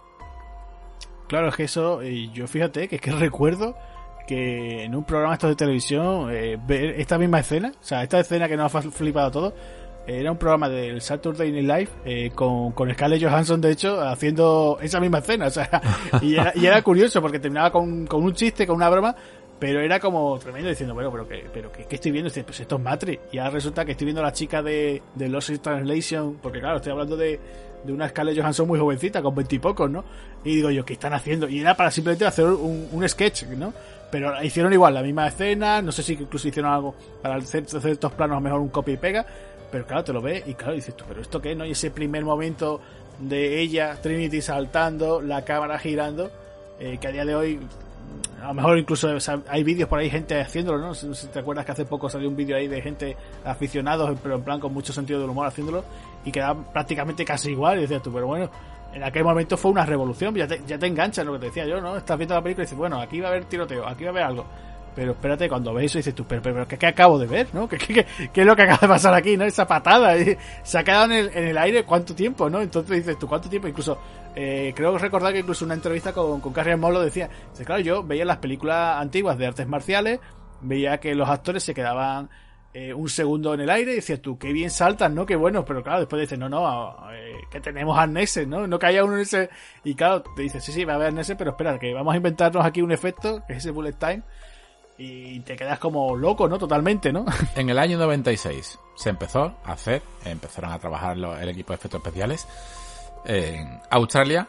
Claro, es que eso, yo fíjate que es que recuerdo que en un programa estos de televisión, ver esta misma escena, o sea, esta escena que nos ha flipado todo, era un programa del Saturday Night Live con Scarlett Johansson, de hecho, haciendo esa misma escena, o sea, y era curioso porque terminaba con un chiste, con una broma, pero era como tremendo diciendo, bueno, pero ¿qué estoy viendo? Pues esto es Matrix, y ahora resulta que estoy viendo a la chica de Lost in Translation, porque claro, estoy hablando de una Scarlett Johansson muy jovencita, con 20 y pocos, ¿no? Y digo yo, ¿qué están haciendo? Y era para simplemente hacer un sketch, ¿no? Pero hicieron igual la misma escena, no sé si incluso hicieron algo para hacer ciertos planos, a lo mejor un copia y pega. Pero claro, te lo ves y claro, dices tú, ¿pero esto qué? ¿No? Y ese primer momento de ella, Trinity saltando, la cámara girando, que a día de hoy, a lo mejor incluso, o sea, hay vídeos por ahí, gente haciéndolo, ¿no? Si te acuerdas que hace poco salió un vídeo ahí de gente aficionados, pero en plan con mucho sentido del humor haciéndolo, y quedaba prácticamente casi igual, y decías tú, pero bueno, en aquel momento fue una revolución, ya te engancha lo que te decía yo, ¿no? Estás viendo la película y dices, bueno, aquí va a haber tiroteo, aquí va a haber algo. Pero espérate, cuando ves eso dices tú, pero ¿qué acabo de ver? ¿No? ¿Qué es lo que acaba de pasar aquí? ¿No? Esa patada. Se ha quedado en el aire ¿cuánto tiempo? ¿No? Entonces dices tú, ¿cuánto tiempo? Incluso, creo recordar que incluso una entrevista con Carrie Moll lo decía. Dice, claro, yo veía las películas antiguas de artes marciales, veía que los actores se quedaban un segundo en el aire y decías tú, qué bien saltan, ¿no? Qué bueno, pero claro, después dices, no, que tenemos arneses, ¿no? No que haya uno en ese... Y claro, te dices, sí, va a haber arneses, pero espera, que vamos a inventarnos aquí un efecto, que es ese bullet time, y te quedas como loco, ¿no? Totalmente, ¿no? En el año 96 se empezó a hacer, empezaron a trabajar el equipo de efectos especiales. En Australia,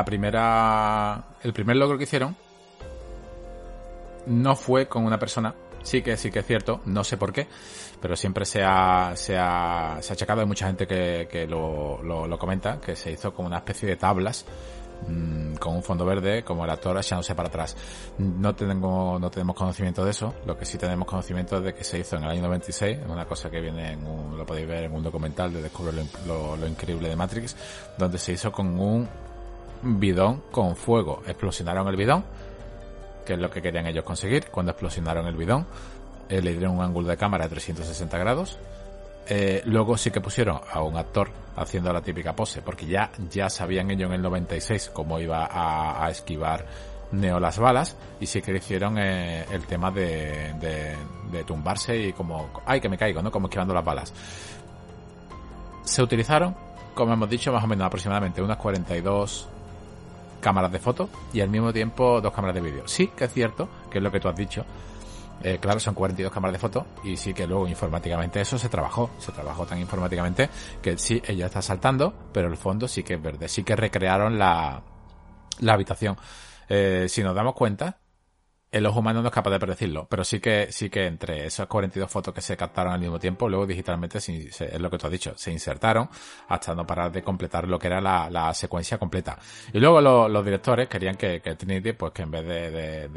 el primer logro que hicieron no fue con una persona. Sí que es cierto, no sé por qué, pero siempre se ha achacado, hay mucha gente que lo comenta, que se hizo con una especie de tablas con un fondo verde, como el actor echándose para atrás. No tenemos conocimiento de eso. Lo que sí tenemos conocimiento es de que se hizo en el año 96, una cosa que viene lo podéis ver en un documental de Descubre lo increíble de Matrix, donde se hizo con un bidón con fuego. Explosionaron el bidón, que es lo que querían ellos conseguir. Cuando explosionaron el bidón, le dieron un ángulo de cámara de 360 grados. Luego sí que pusieron a un actor haciendo la típica pose, porque ya sabían ellos en el 96 cómo iba a esquivar Neo las balas, y sí que hicieron el tema de tumbarse y como, ay, que me caigo, ¿no? Como esquivando las balas. Se utilizaron, como hemos dicho, más o menos aproximadamente unas 42 cámaras de fotos y al mismo tiempo 2 cámaras de vídeo. Sí que es cierto, que es lo que tú has dicho. Claro, son 42 cámaras de fotos y sí que luego informáticamente eso se trabajó tan informáticamente que sí, ella está saltando, pero el fondo sí que es verde, sí que recrearon la habitación. Si nos damos cuenta, el ojo humano no es capaz de predecirlo, pero sí que entre esas 42 fotos que se captaron al mismo tiempo, luego digitalmente, es lo que tú has dicho, se insertaron hasta no parar de completar lo que era la secuencia completa. Y luego los directores querían que Trinity, pues que en vez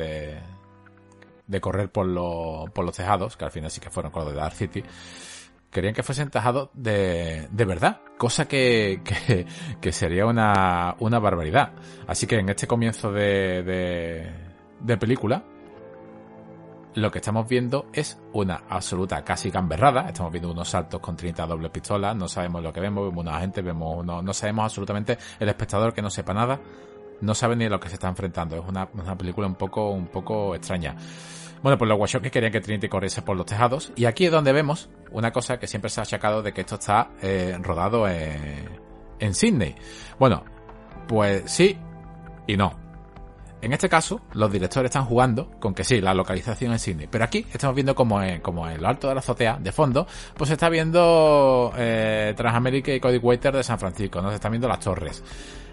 de correr por los tejados, que al final sí que fueron con los de Dark City, querían que fuesen tejados de verdad, cosa que sería una barbaridad. Así que en este comienzo de película, lo que estamos viendo es una absoluta casi gamberrada. Estamos viendo unos saltos con 30 dobles pistolas, no sabemos lo que vemos una gente, no sabemos absolutamente, el espectador que no sepa nada, no sabe ni lo que se está enfrentando. Es una película un poco extraña. Bueno, pues los Wachowski querían que Trinity corriese por los tejados, y aquí es donde vemos una cosa que siempre se ha achacado de que esto está rodado en Sydney. Bueno, pues sí y no. En este caso, los directores están jugando con que sí, la localización es Sydney, pero aquí estamos viendo como en lo alto de la azotea, de fondo, pues se está viendo Transamérica y Cody Waiter de San Francisco, ¿no? Se están viendo las torres.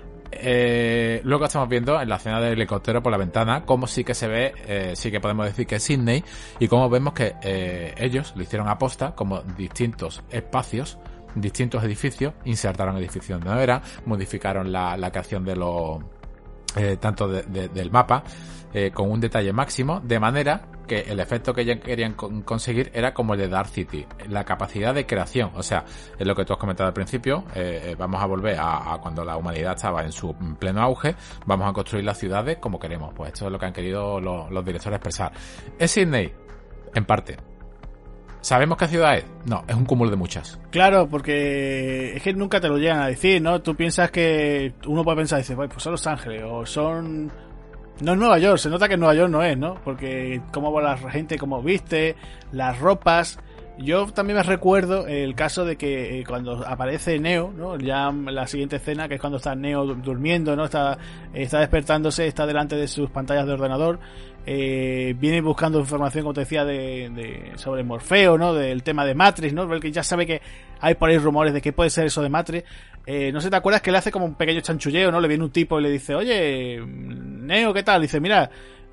Luego estamos viendo en la escena del helicóptero por la ventana cómo sí que se ve, sí que podemos decir que es Sydney, y cómo vemos que ellos lo hicieron aposta, como distintos espacios, distintos edificios, insertaron edificios donde no era, modificaron la creación de los tanto del mapa con un detalle máximo, de manera que el efecto que ya querían conseguir era como el de Dark City, la capacidad de creación. O sea, es lo que tú has comentado al principio, vamos a volver a cuando la humanidad estaba en su pleno auge, vamos a construir las ciudades como queremos. Pues esto es lo que han querido los directores expresar. ¿Es Sydney? En parte. ¿Sabemos qué ciudad es? No, es un cúmulo de muchas. Claro, porque es que nunca te lo llegan a decir, ¿no? Tú piensas que... Uno puede pensar, dice, pues son Los Ángeles, o son... No es Nueva York, se nota que Nueva York no es, ¿no? Porque cómo va la gente, cómo viste, las ropas... Yo también me recuerdo el caso de que cuando aparece Neo, ¿no? Ya la siguiente escena, que es cuando está Neo durmiendo, ¿no? Está despertándose, está delante de sus pantallas de ordenador, viene buscando información, como te decía, sobre Morfeo, ¿no? Del tema de Matrix, ¿no? Porque ya sabe que hay por ahí rumores de qué puede ser eso de Matrix. No sé si te acuerdas que le hace como un pequeño chanchulleo, ¿no? Le viene un tipo y le dice, oye, Neo, ¿qué tal? Dice, mira,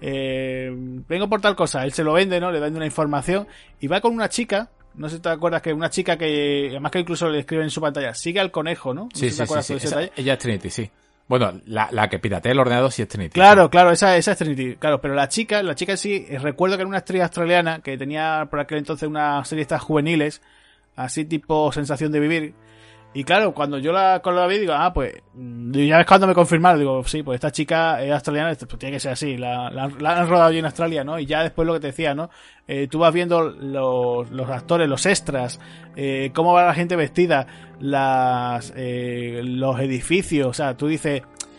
vengo por tal cosa. Él se lo vende, ¿no? Le vende una información y va con una chica. No sé si te acuerdas que una chica que, además que incluso le escribe en su pantalla, sigue al conejo, ¿no? Sí, sí, sí. Ella es Trinity, sí. Bueno, la que piratea el ordenador sí es Trinity. Claro, claro, esa es Trinity. Claro, pero la chica sí, recuerdo que era una actriz australiana que tenía por aquel entonces una serie de estas juveniles, así tipo Sensación de Vivir. Y claro, cuando yo la vi, digo, pues, ya ves cuando me confirmaron, digo, sí, pues esta chica es australiana, pues tiene que ser así, la han rodado allí en Australia, ¿no? Y ya después lo que te decía, ¿no? Tú vas viendo los actores, los extras, cómo va la gente vestida, los edificios, o sea, tú dices,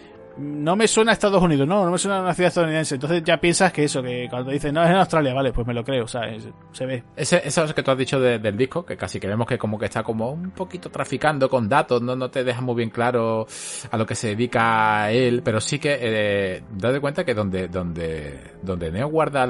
no me suena a Estados Unidos, no me suena a una ciudad estadounidense. Entonces ya piensas que eso, que cuando dices, no, es en Australia, vale, pues me lo creo, o sea, se ve. Eso que tú has dicho del disco, que casi que vemos que como que está como un poquito traficando con datos, no te deja muy bien claro a lo que se dedica él, pero sí que date cuenta que donde Neo guarda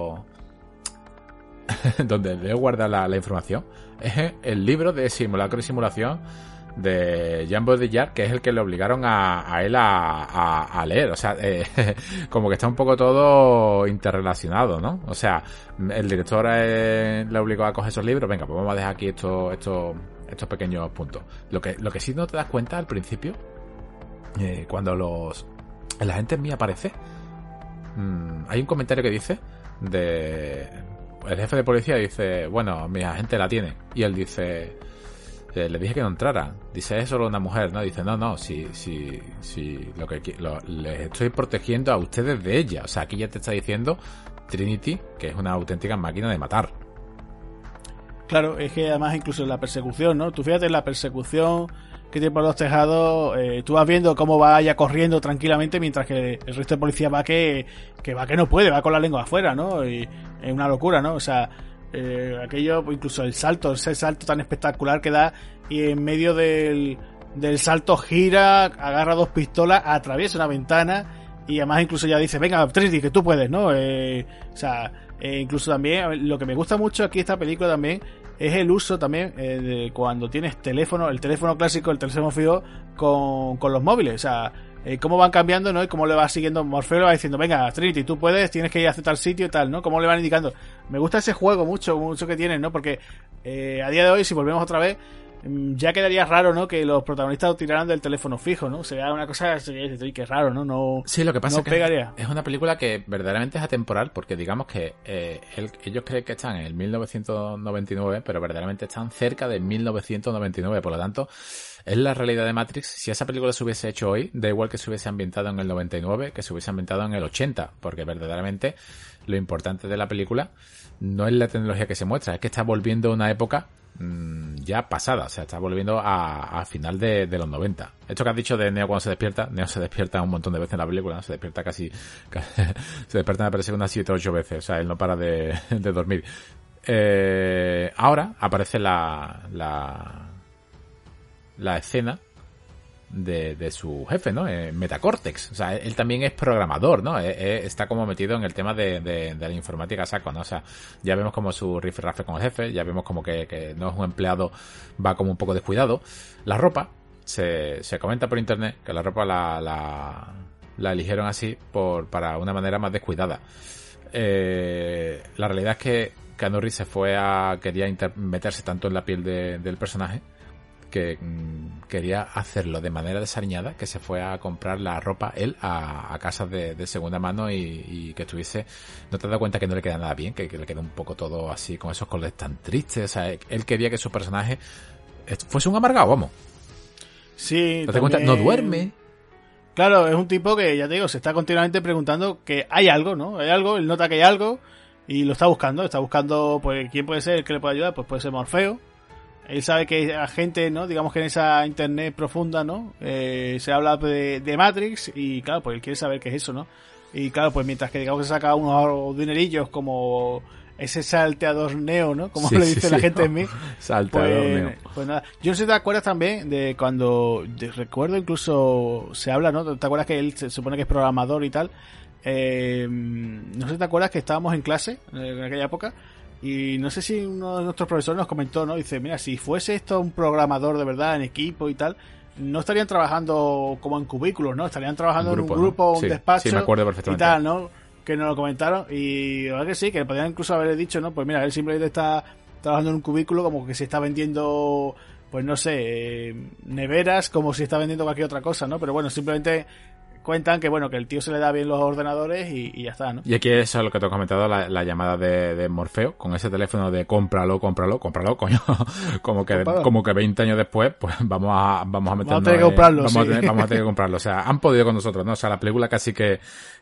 donde Neo guarda la información es el libro de simulacro y simulación de Jean Baudrillard, que es el que le obligaron a él a leer. O sea, como que está un poco todo interrelacionado, ¿no? O sea, el director le obligó a coger esos libros. Venga, pues vamos a dejar aquí estos pequeños puntos. Lo que sí no te das cuenta al principio, cuando el agente en mí aparece, hay un comentario que dice el jefe de policía dice, bueno, mi agente la tiene, y él dice, le dije que no entrara. Dice, es solo una mujer, ¿no? Dice, no, si les estoy protegiendo a ustedes de ella. O sea, aquí ya te está diciendo Trinity que es una auténtica máquina de matar. Claro, es que además incluso en la persecución, ¿no? Tú fíjate en la persecución que tiene por los tejados, tú vas viendo cómo va ya corriendo tranquilamente, mientras que el resto de policía va que no puede, va con la lengua afuera, ¿no? Y es una locura, ¿no? O sea, Aquello, incluso ese salto tan espectacular que da, y en medio del salto gira, agarra 2 pistolas, atraviesa una ventana, y además incluso ya dice, venga, Trinity, que tú puedes, ¿no? Incluso también, lo que me gusta mucho aquí esta película también, es el uso también de cuando tienes el teléfono clásico, el teléfono fijo, con los móviles. O sea, cómo van cambiando, ¿no? Y cómo le va siguiendo Morfeo, le va diciendo, venga, Trinity, tú puedes, tienes que ir a tal sitio y tal, ¿no? Cómo le van indicando. Me gusta ese juego mucho que tienen, ¿no? Porque a día de hoy, si volvemos otra vez, ya quedaría raro, ¿no? Que los protagonistas tiraran del teléfono fijo, ¿no? Sería una cosa que es raro, ¿no? Sí, lo que pasa no es que pegaría. es una película que verdaderamente es atemporal, porque digamos que ellos creen que están en el 1999, pero verdaderamente están cerca de 1999, por lo tanto, es la realidad de Matrix. Si esa película se hubiese hecho hoy, da igual que se hubiese ambientado en el 99, que se hubiese ambientado en el 80, porque verdaderamente lo importante de la película no es la tecnología que se muestra, es que está volviendo a una época ya pasada, o sea, está volviendo a final de los 90. Esto que has dicho de Neo cuando se despierta un montón de veces en la película, ¿no? Se despierta casi se despierta, me parece, unas 7 o 8 veces, o sea, él no para de dormir. Ahora aparece la escena de su jefe, ¿no? Metacortex. O sea, él también es programador, ¿no? Está como metido en el tema de la informática a saco, ¿no? O sea, ya vemos como su rifirrafe con el jefe, ya vemos como que no es un empleado, va como un poco descuidado. La ropa, se comenta por internet que la ropa la eligieron así para una manera más descuidada. La realidad es que Keanu Reeves quería meterse tanto en la piel del personaje que quería hacerlo de manera desaliñada, que se fue a comprar la ropa él a casas de segunda mano y que estuviese, no te das cuenta que no le queda nada bien, que le queda un poco todo así con esos colores tan tristes. O sea, él quería que su personaje fuese un amargado, vamos. Sí, ¿te das cuenta? No duerme. Claro, es un tipo que, ya te digo, se está continuamente preguntando que hay algo, ¿no? Hay algo, él nota que hay algo y lo está buscando, pues, ¿quién puede ser el que le puede ayudar? Pues puede ser Morfeo. Él sabe que hay gente, ¿no? Digamos que en esa internet profunda, ¿no? Se habla de Matrix y, claro, pues él quiere saber qué es eso, ¿no? Y, claro, pues mientras que, digamos, que saca unos dinerillos como ese salteador Neo, ¿no? Como le dice la gente en mí. Salteador Neo. Pues nada. Yo no sé si te acuerdas también de cuando, recuerdo incluso, se habla, ¿no? ¿Te acuerdas que él se supone que es programador y tal? No sé si te acuerdas que estábamos en clase en aquella época. Y no sé si uno de nuestros profesores nos comentó, ¿no? Dice, mira, si fuese esto un programador de verdad en equipo y tal, no estarían trabajando como en cubículos, ¿no? Estarían trabajando en un grupo, un despacho. Sí, me acuerdo perfectamente. Y tal, ¿no? Que nos lo comentaron. Y la verdad que sí, que podrían incluso haber dicho, ¿no? Pues mira, él simplemente está trabajando en un cubículo como que se está vendiendo, pues no sé, neveras, como si está vendiendo cualquier otra cosa, ¿no? Pero bueno, simplemente cuentan que bueno, que el tío se le da bien los ordenadores y ya está, ¿no? Y aquí eso es lo que te he comentado, la llamada de Morfeo, con ese teléfono de cómpralo, coño. como que 20 años después, pues vamos a meternos. Vamos a tener que comprarlo, vamos a tener que comprarlo. O sea, han podido con nosotros, ¿no? O sea, la película casi que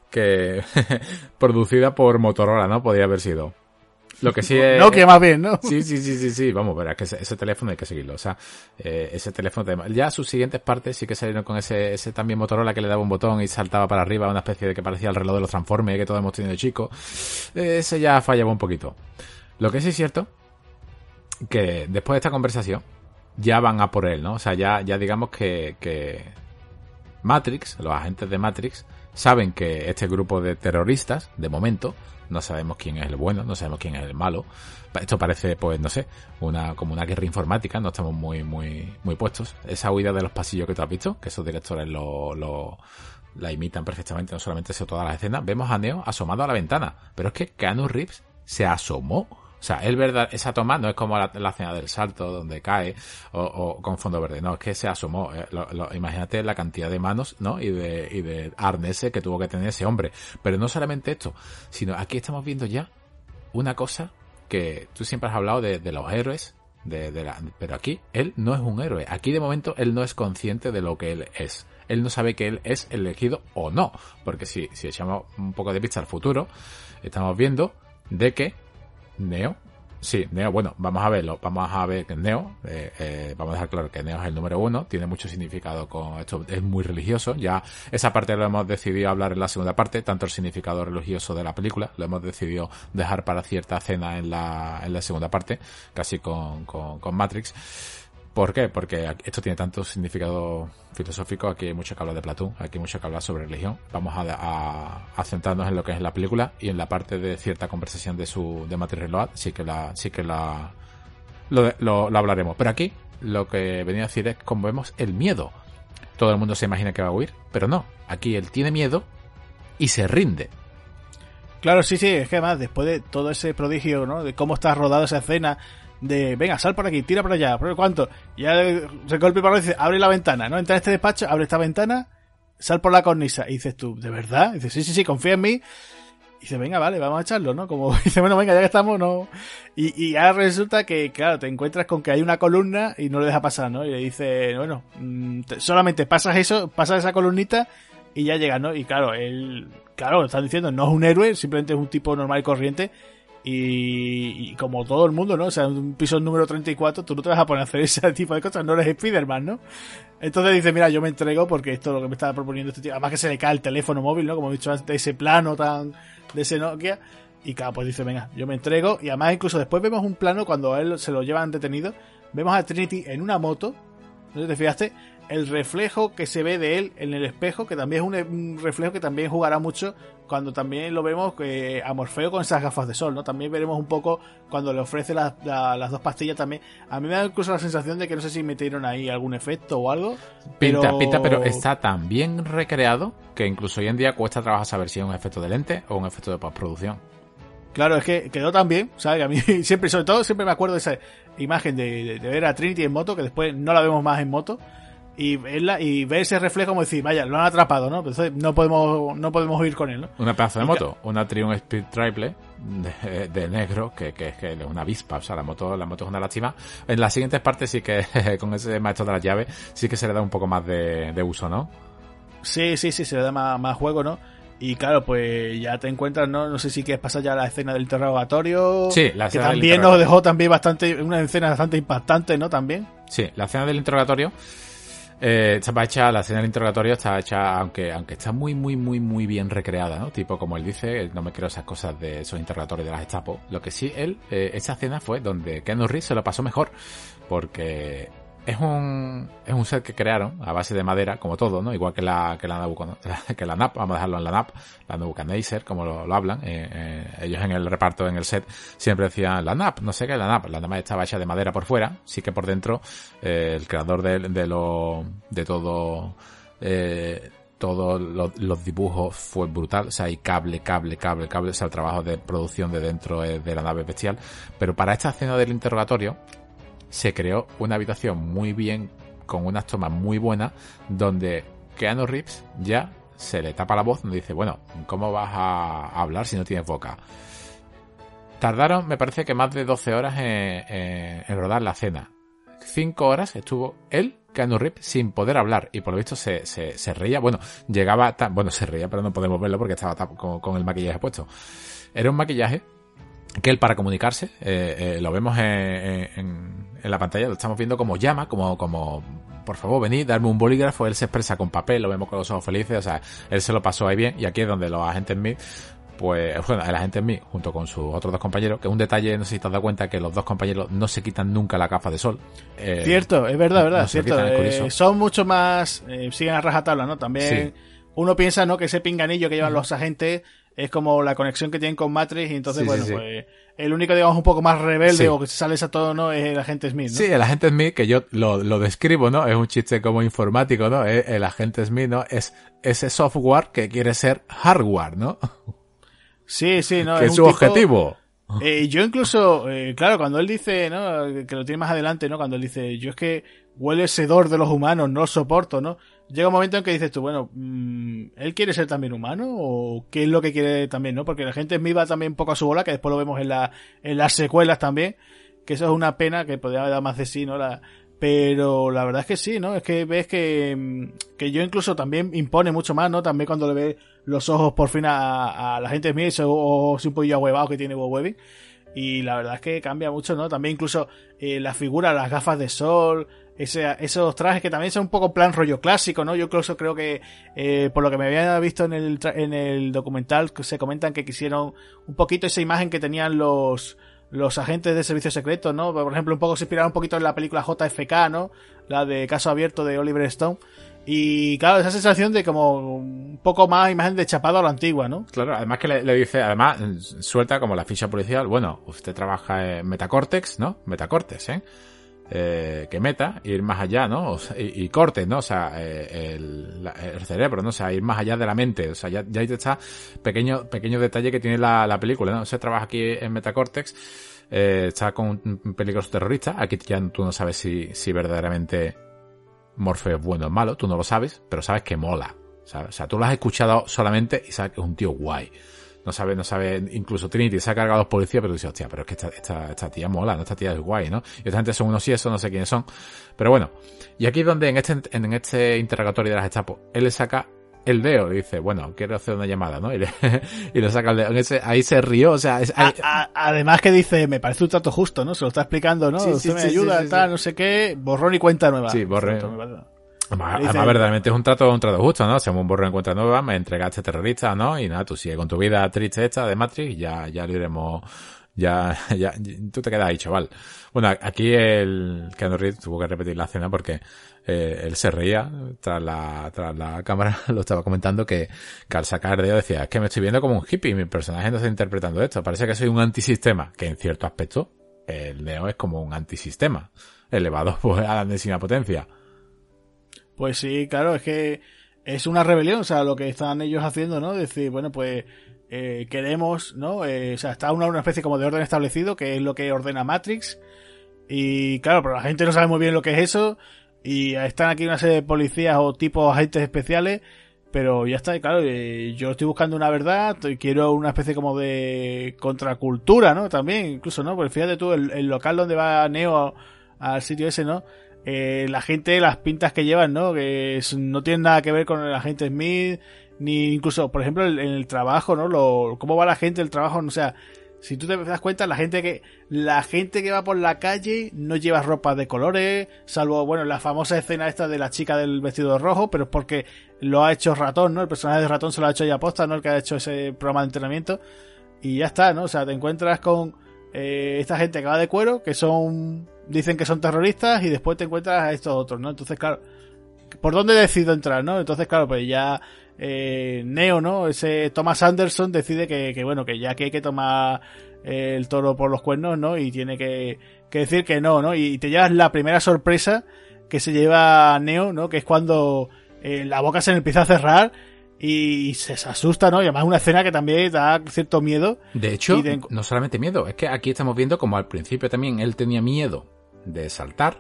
producida por Motorola, ¿no? Podría haber sido. Lo que sí es... Nokia más bien, ¿no? Sí. Vamos, verás que ese teléfono hay que seguirlo. O sea, ese teléfono... Ya sus siguientes partes sí que salieron con ese también Motorola que le daba un botón y saltaba para arriba, una especie de que parecía el reloj de los Transformers que todos hemos tenido de chicos. Ese ya fallaba un poquito. Lo que sí es cierto, que después de esta conversación, ya van a por él, ¿no? O sea, ya digamos que Matrix, los agentes de Matrix, saben que este grupo de terroristas, de momento... No sabemos quién es el bueno, no sabemos quién es el malo. Esto parece, pues, no sé, como una guerra informática, no estamos muy puestos. Esa huida de los pasillos que tú has visto, que esos directores la imitan perfectamente, no solamente eso, todas las escenas. Vemos a Neo asomado a la ventana, pero es que Keanu Reeves se asomó. O sea, esa toma no es como la escena del salto donde cae o con fondo verde, no, es que se asomó. Imagínate la cantidad de manos, ¿no? Y de arneses que tuvo que tener ese hombre. Pero no solamente esto, sino aquí estamos viendo ya una cosa que tú siempre has hablado de los héroes, pero aquí él no es un héroe. Aquí de momento él no es consciente de lo que él es. Él no sabe que él es elegido o no. Porque si echamos un poco de vista al futuro, estamos viendo de que Neo Sí, Neo, bueno, vamos a verlo. Vamos a ver que Neo, vamos a dejar claro que Neo es el número 1, tiene mucho significado con esto, es muy religioso. Ya esa parte lo hemos decidido hablar en la segunda parte, tanto el significado religioso de la película, lo hemos decidido dejar para cierta escena en la segunda parte, casi con Matrix. ¿Por qué? Porque esto tiene tanto significado filosófico, aquí hay mucho que hablar de Platón, aquí hay mucho que hablar sobre religión. Vamos a centrarnos en lo que es la película y en la parte de cierta conversación de Matrix Reload, lo hablaremos. Pero aquí lo que venía a decir es como vemos el miedo. Todo el mundo se imagina que va a huir, pero no. Aquí él tiene miedo y se rinde. Claro, sí, es que además después de todo ese prodigio, ¿no? De cómo está rodada esa escena, de venga, sal por aquí, tira por allá, ¿por cuánto? Y ya se golpea y dice, abre la ventana, ¿no? Entra a este despacho, abre esta ventana, sal por la cornisa. Y dices tú, ¿de verdad? Y dices, sí, confía en mí. Y dice, venga, vale, vamos a echarlo, ¿no? Como dice, bueno, venga, ya que estamos, no. Y ahora resulta que, claro, te encuentras con que hay una columna y no le deja pasar, ¿no? Y le dice, bueno, solamente pasas esa columnita y ya llega, ¿no? Y claro, lo están diciendo, no es un héroe, simplemente es un tipo normal y corriente. Y como todo el mundo, ¿no? O sea, en un piso número 34, tú no te vas a poner a hacer ese tipo de cosas, no eres Spiderman, ¿no? Entonces dice, mira, yo me entrego porque esto es lo que me estaba proponiendo este tío. Además que se le cae el teléfono móvil, ¿no? Como he dicho antes, ese plano tan de ese Nokia. Y claro, pues dice, venga, yo me entrego. Y además incluso después vemos un plano cuando a él se lo llevan detenido. Vemos a Trinity en una moto. ¿No te fijaste? El reflejo que se ve de él en el espejo, que también es un reflejo que también jugará mucho cuando también lo vemos a Morfeo con esas gafas de sol, ¿no? También veremos un poco cuando le ofrece las dos pastillas también. A mí me da incluso la sensación de que no sé si metieron ahí algún efecto o algo. Pinta, pero está tan bien recreado que incluso hoy en día cuesta trabajo saber si es un efecto de lente o un efecto de postproducción. Claro, es que quedó tan bien, ¿sabes? Que a mí siempre, sobre todo, siempre me acuerdo de esa imagen de ver a Trinity en moto, que después no la vemos más en moto. Y verla y ver ese reflejo como decir, vaya, lo han atrapado, ¿no? Entonces no podemos huir con él, ¿no? Una pedazo de moto, una Triumph Speed Triple de negro, que es una avispa, o sea, la moto es una lástima. En las siguientes partes sí que con ese maestro de las llaves sí que se le da un poco más de uso, ¿no? Sí, se le da más juego, ¿no? Y claro, pues ya te encuentras, ¿no? No sé si quieres pasar ya a la escena del interrogatorio. Sí, la escena que también nos dejó también una escena bastante impactante, ¿no? También. Sí, la escena del interrogatorio. Estaba hecha, la escena del interrogatorio está hecha, aunque está muy bien recreada, ¿no? Tipo, como él dice, no me creo esas cosas de esos interrogatorios de las Gestapo. Lo que sí, esa escena fue donde Keanu Reeves se lo pasó mejor, porque es un set que crearon a base de madera, como todo, ¿no? Igual que la NAP, vamos a dejarlo en la NAP, la Nebuchadnezzar, como lo hablan. Ellos en el reparto, en el set, siempre decían la NAP, no sé qué, la NAP estaba hecha de madera por fuera, sí que por dentro, el creador de todo, todos los dibujos fue brutal, o sea, hay cable, o sea, el trabajo de producción de dentro de la nave bestial, pero para esta escena del interrogatorio, se creó una habitación muy bien, con unas tomas muy buenas, donde Keanu Reeves ya se le tapa la voz, donde dice, bueno, ¿cómo vas a hablar si no tienes boca? Tardaron, me parece que más de 12 horas en rodar la escena. 5 horas estuvo él, Keanu Reeves, sin poder hablar, y por lo visto se reía, se reía, pero no podemos verlo porque estaba con el maquillaje puesto. Era un maquillaje que él, para comunicarse, lo vemos en la pantalla, lo estamos viendo como llama, como por favor venid, darme un bolígrafo. Él se expresa con papel, lo vemos con los ojos felices, o sea, él se lo pasó ahí bien, y aquí es donde los agentes Smith, pues bueno, el agente Smith junto con sus otros dos compañeros, que es un detalle, no sé si te has dado cuenta, que los dos compañeros no se quitan nunca la gafa de sol. Cierto, es verdad, no cierto. Son mucho más, siguen a rajatabla, ¿no? También sí. Uno piensa, ¿no?, que ese pinganillo que llevan los agentes es como la conexión que tienen con Matrix, y entonces, pues el único, digamos, un poco más rebelde o que se sale esa todo, ¿no?, es el agente Smith, ¿no? Sí, el agente Smith, que yo lo describo, ¿no? Es un chiste como informático, ¿no? El agente Smith, ¿no? Es ese software que quiere ser hardware, ¿no? Sí, ¿no? Que es su objetivo. Yo incluso, claro, cuando él dice, ¿no?, que lo tiene más adelante, ¿no?, cuando él dice, yo es que huele sedor de los humanos, no lo soporto, ¿no? Llega un momento en que dices tú, bueno, ¿él quiere ser también humano? ¿O qué es lo que quiere también, no? Porque la gente Smith va también un poco a su bola, que después lo vemos en las secuelas también, que eso es una pena, que podría dar más de sí, ¿no? Pero la verdad es que sí, ¿no? Es que ves que yo incluso también impone mucho más, ¿no? También cuando le ve los ojos por fin a la gente Smith, esos ojos un poquillo ahuevados que tiene Bob Webbing. y la verdad es que cambia mucho, ¿no? También incluso la figura, las gafas de sol, esos trajes que también son un poco plan rollo clásico, ¿no? Yo incluso creo que, por lo que me había visto en el documental, se comentan que quisieron un poquito esa imagen que tenían los agentes de servicio secreto, ¿no? Por ejemplo, un poco se inspiraron un poquito en la película JFK, ¿no? La de Caso Abierto de Oliver Stone. Y claro, esa sensación de como un poco más imagen de chapado a la antigua, ¿no? Claro, además que le dice, además suelta como la ficha policial, bueno, usted trabaja en Metacortex, ¿no? Metacortex, que meta, ir más allá, ¿no? O sea, y corte, ¿no? O sea, el cerebro, ¿no? O sea, ir más allá de la mente. O sea, ya ahí está pequeño detalle que tiene la película, ¿no? O sea, trabaja aquí en Metacortex, está con un peligroso terrorista. Aquí ya tú no sabes si verdaderamente Morpheus es bueno o malo, tú no lo sabes, pero sabes que mola, ¿sabes? O sea, tú lo has escuchado solamente y sabes que es un tío guay. No sabe, incluso Trinity se ha cargado a los policías, pero dice, hostia, pero es que esta tía mola, ¿no? Esta tía es guay, ¿no? Y esta gente son unos y eso, no sé quiénes son. Pero bueno, y aquí es donde en este interrogatorio de las Gestapo, él le saca el dedo y dice, bueno, quiero hacer una llamada, ¿no? Y le saca el dedo. Ahí se rió, o sea... Además que dice, me parece un trato justo, ¿no? Se lo está explicando, ¿no? Sí, Usted me ayuda, tal, no sé qué, borrón y cuenta nueva. Sí, Además, verdaderamente es un trato justo, ¿no? Hacemos un borrón en cuenta nueva, me entregaste terrorista, ¿no? Y nada, tú sigue con tu vida triste esta de Matrix y ya lo iremos, ya, tú te quedas ahí, chaval. Bueno, aquí el Keanu Reeves tuvo que repetir la escena porque, él se reía tras la cámara, lo estaba comentando que al sacar el dedo decía, es que me estoy viendo como un hippie, mi personaje no está interpretando esto, parece que soy un antisistema, que en cierto aspecto, el Neo es como un antisistema, elevado pues a la enésima potencia. Pues sí, claro, es que es una rebelión, o sea, lo que están ellos haciendo, ¿no? Decir, bueno, pues queremos, ¿no? O sea, está una especie como de orden establecido, que es lo que ordena Matrix. Y claro, pero la gente no sabe muy bien lo que es eso. Y están aquí una serie de policías o tipo agentes especiales. Pero ya está, claro, yo estoy buscando una verdad, quiero una especie como de contracultura, ¿no? También, incluso, ¿no? Porque fíjate tú, el local donde va Neo al sitio ese, ¿no? La gente, las pintas que llevan, ¿no? Que no tienen nada que ver con el agente Smith, ni incluso, por ejemplo, en el trabajo, ¿no? Cómo va la gente del trabajo, o sea, si tú te das cuenta, la gente que va por la calle no lleva ropa de colores, salvo, bueno, la famosa escena esta de la chica del vestido rojo, pero es porque lo ha hecho Ratón, ¿no? El personaje de Ratón se lo ha hecho ya posta, ¿no? El que ha hecho ese programa de entrenamiento, y ya está, ¿no? O sea, te encuentras con esta gente que va de cuero, que dicen que son terroristas, y después te encuentras a estos otros, ¿no? Entonces, claro, ¿por dónde decido entrar, no? Entonces, claro, pues ya Neo, ¿no? Ese Thomas Anderson decide que bueno, que ya que hay que tomar el toro por los cuernos, ¿no? Y tiene que decir que no, y te llevas la primera sorpresa que se lleva Neo, ¿no? Que es cuando la boca se le empieza a cerrar y se asusta, ¿no? Y además es una escena que también da cierto miedo. De hecho, no solamente miedo, es que aquí estamos viendo como al principio también él tenía miedo de saltar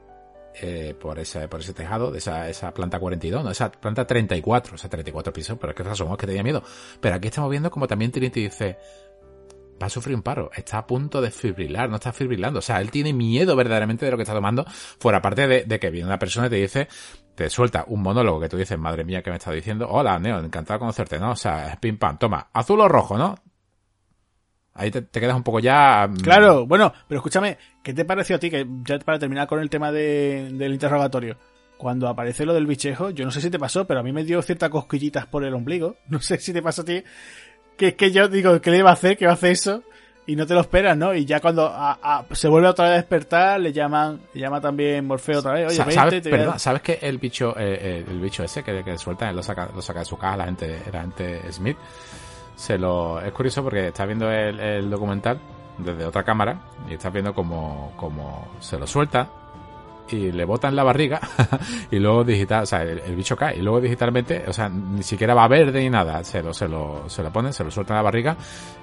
por ese tejado de esa planta 42, no, esa planta 34, o sea, 34 pisos, pero es que somos que tenía miedo. Pero aquí estamos viendo como también Trinity dice, va a sufrir un paro, está a punto de fibrilar, no está fibrilando, o sea, él tiene miedo verdaderamente de lo que está tomando, fuera parte de que viene una persona y te dice, te suelta un monólogo que tú dices, madre mía, ¿qué me está diciendo? Hola, Neo, encantado de conocerte, ¿no? O sea, pim pam, toma, azul o rojo, ¿no? Ahí te quedas un poco ya... Claro, bueno, pero escúchame, ¿qué te pareció a ti? Que ya para terminar con el tema del interrogatorio, cuando aparece lo del bichejo, yo no sé si te pasó, pero a mí me dio ciertas cosquillitas por el ombligo, no sé si te pasa a ti, que es que yo digo, ¿qué le va a hacer? ¿Qué va a hacer eso? Y no te lo esperas, ¿no? Y ya cuando se vuelve otra vez a despertar, le llama también Morfeo otra vez. Oye, ¿sabes que el bicho ese que suelta, lo saca de su caja la gente Smith? Es curioso porque estás viendo el documental desde otra cámara y estás viendo como se lo suelta y le botan la barriga y luego o sea, el bicho cae y luego digitalmente, o sea, ni siquiera va verde ni nada, se lo ponen, se lo sueltan la barriga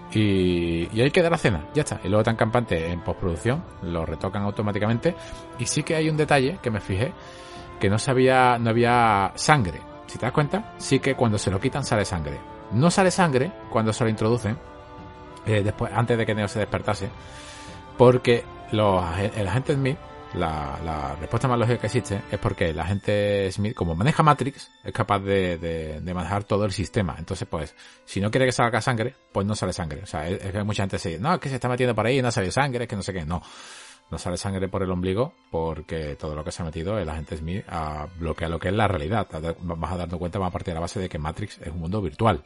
y ahí queda la escena, ya está. Y luego tan campante en postproducción, lo retocan automáticamente y sí que hay un detalle que me fijé, que no había sangre. Si te das cuenta, sí que cuando se lo quitan sale sangre. No sale sangre cuando se lo introducen, después, antes de que Neo se despertase, porque el agente Smith la respuesta más lógica que existe es porque la gente Smith, como maneja Matrix, es capaz de manejar todo el sistema. Entonces, pues, si no quiere que salga sangre, pues no sale sangre. O sea, es que mucha gente se dice, no, es que se está metiendo por ahí y no sale sangre, es que no sé qué. No sale sangre por el ombligo porque todo lo que se ha metido el agente Smith bloquea lo que es la realidad. Vas a darte cuenta, va a partir de la base de que Matrix es un mundo virtual.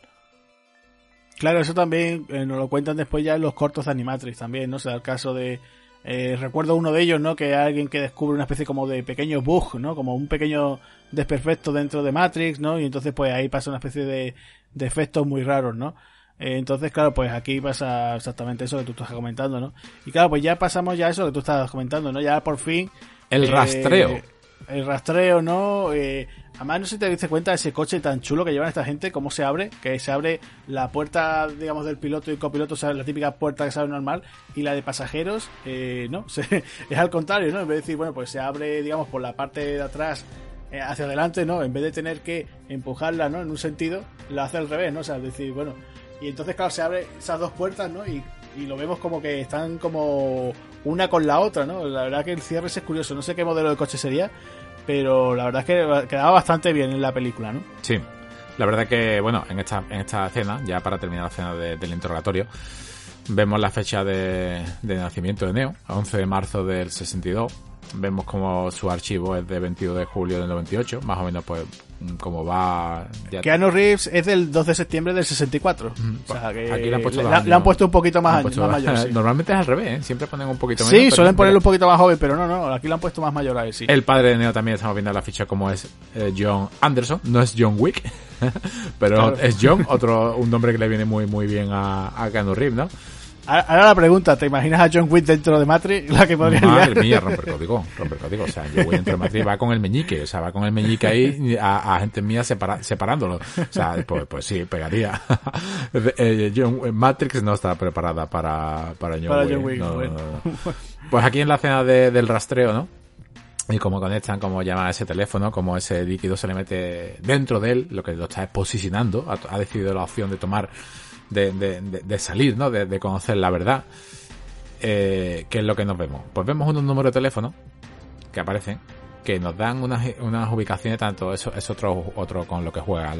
Claro, eso también nos lo cuentan después ya en los cortos de Animatrix también, ¿no? O sea, el caso de... recuerdo uno de ellos, ¿no? Que hay alguien que descubre una especie como de pequeño bug, ¿no? Como un pequeño desperfecto dentro de Matrix, ¿no? Y entonces pues ahí pasa una especie de efectos muy raros, ¿no? Entonces, claro, pues aquí pasa exactamente eso que tú estás comentando, ¿no? Y claro, pues ya pasamos ya a eso que tú estás comentando, ¿no? Ya por fin... El rastreo. El rastreo, ¿no? Además, no sé si te diste cuenta de ese coche tan chulo que llevan esta gente, cómo se abre, que se abre la puerta, digamos, del piloto y copiloto, o sea, la típica puerta que se abre normal, y la de pasajeros, no, es al contrario, ¿no? En vez de decir, bueno, pues se abre, digamos, por la parte de atrás hacia adelante, ¿no? En vez de tener que empujarla, ¿no? En un sentido, la hace al revés, ¿no? O sea, es decir, bueno, y entonces, claro, se abre esas dos puertas, ¿no? Y lo vemos como que están como una con la otra, ¿no? La verdad que el cierre es curioso, no sé qué modelo de coche sería, pero la verdad es que quedaba bastante bien en la película, ¿no? Sí, la verdad que, bueno, en esta escena, ya para terminar la escena del interrogatorio, vemos la fecha de nacimiento de Neo, 11 de marzo del 62. Vemos como su archivo es de 22 de julio del 98, más o menos pues como va... Keanu Reeves es del 2 de septiembre del 64. O sea que aquí le han puesto un poquito más mayor. Sí. Normalmente es al revés, ¿eh? Siempre ponen un poquito menos. Sí, suelen ponerlo pero... un poquito más joven, pero no, aquí lo han puesto más mayor a él, sí. El padre de Neo también estamos viendo la ficha como es John Anderson, no es John Wick, pero claro. Es John, un nombre que le viene muy muy bien a Keanu Reeves, ¿no? Ahora la pregunta, ¿te imaginas a John Wick dentro de Matrix? La que podría Madre mía, romper código. O sea, John Wick dentro de Matrix va con el meñique, o sea, va con el meñique ahí a gente mía separándolo. O sea, pues sí, pegaría. Matrix no está preparada para John Wick. No. Pues aquí en la escena del rastreo, ¿no? Y como conectan, como llama ese teléfono, como ese líquido se le mete dentro de él, lo que lo está posicionando, ha decidido la opción de tomar de salir, ¿no? De conocer la verdad. ¿Qué es lo que nos vemos? Pues vemos unos números de teléfono que aparecen, que nos dan unas ubicaciones, tanto eso es otro con lo que juegan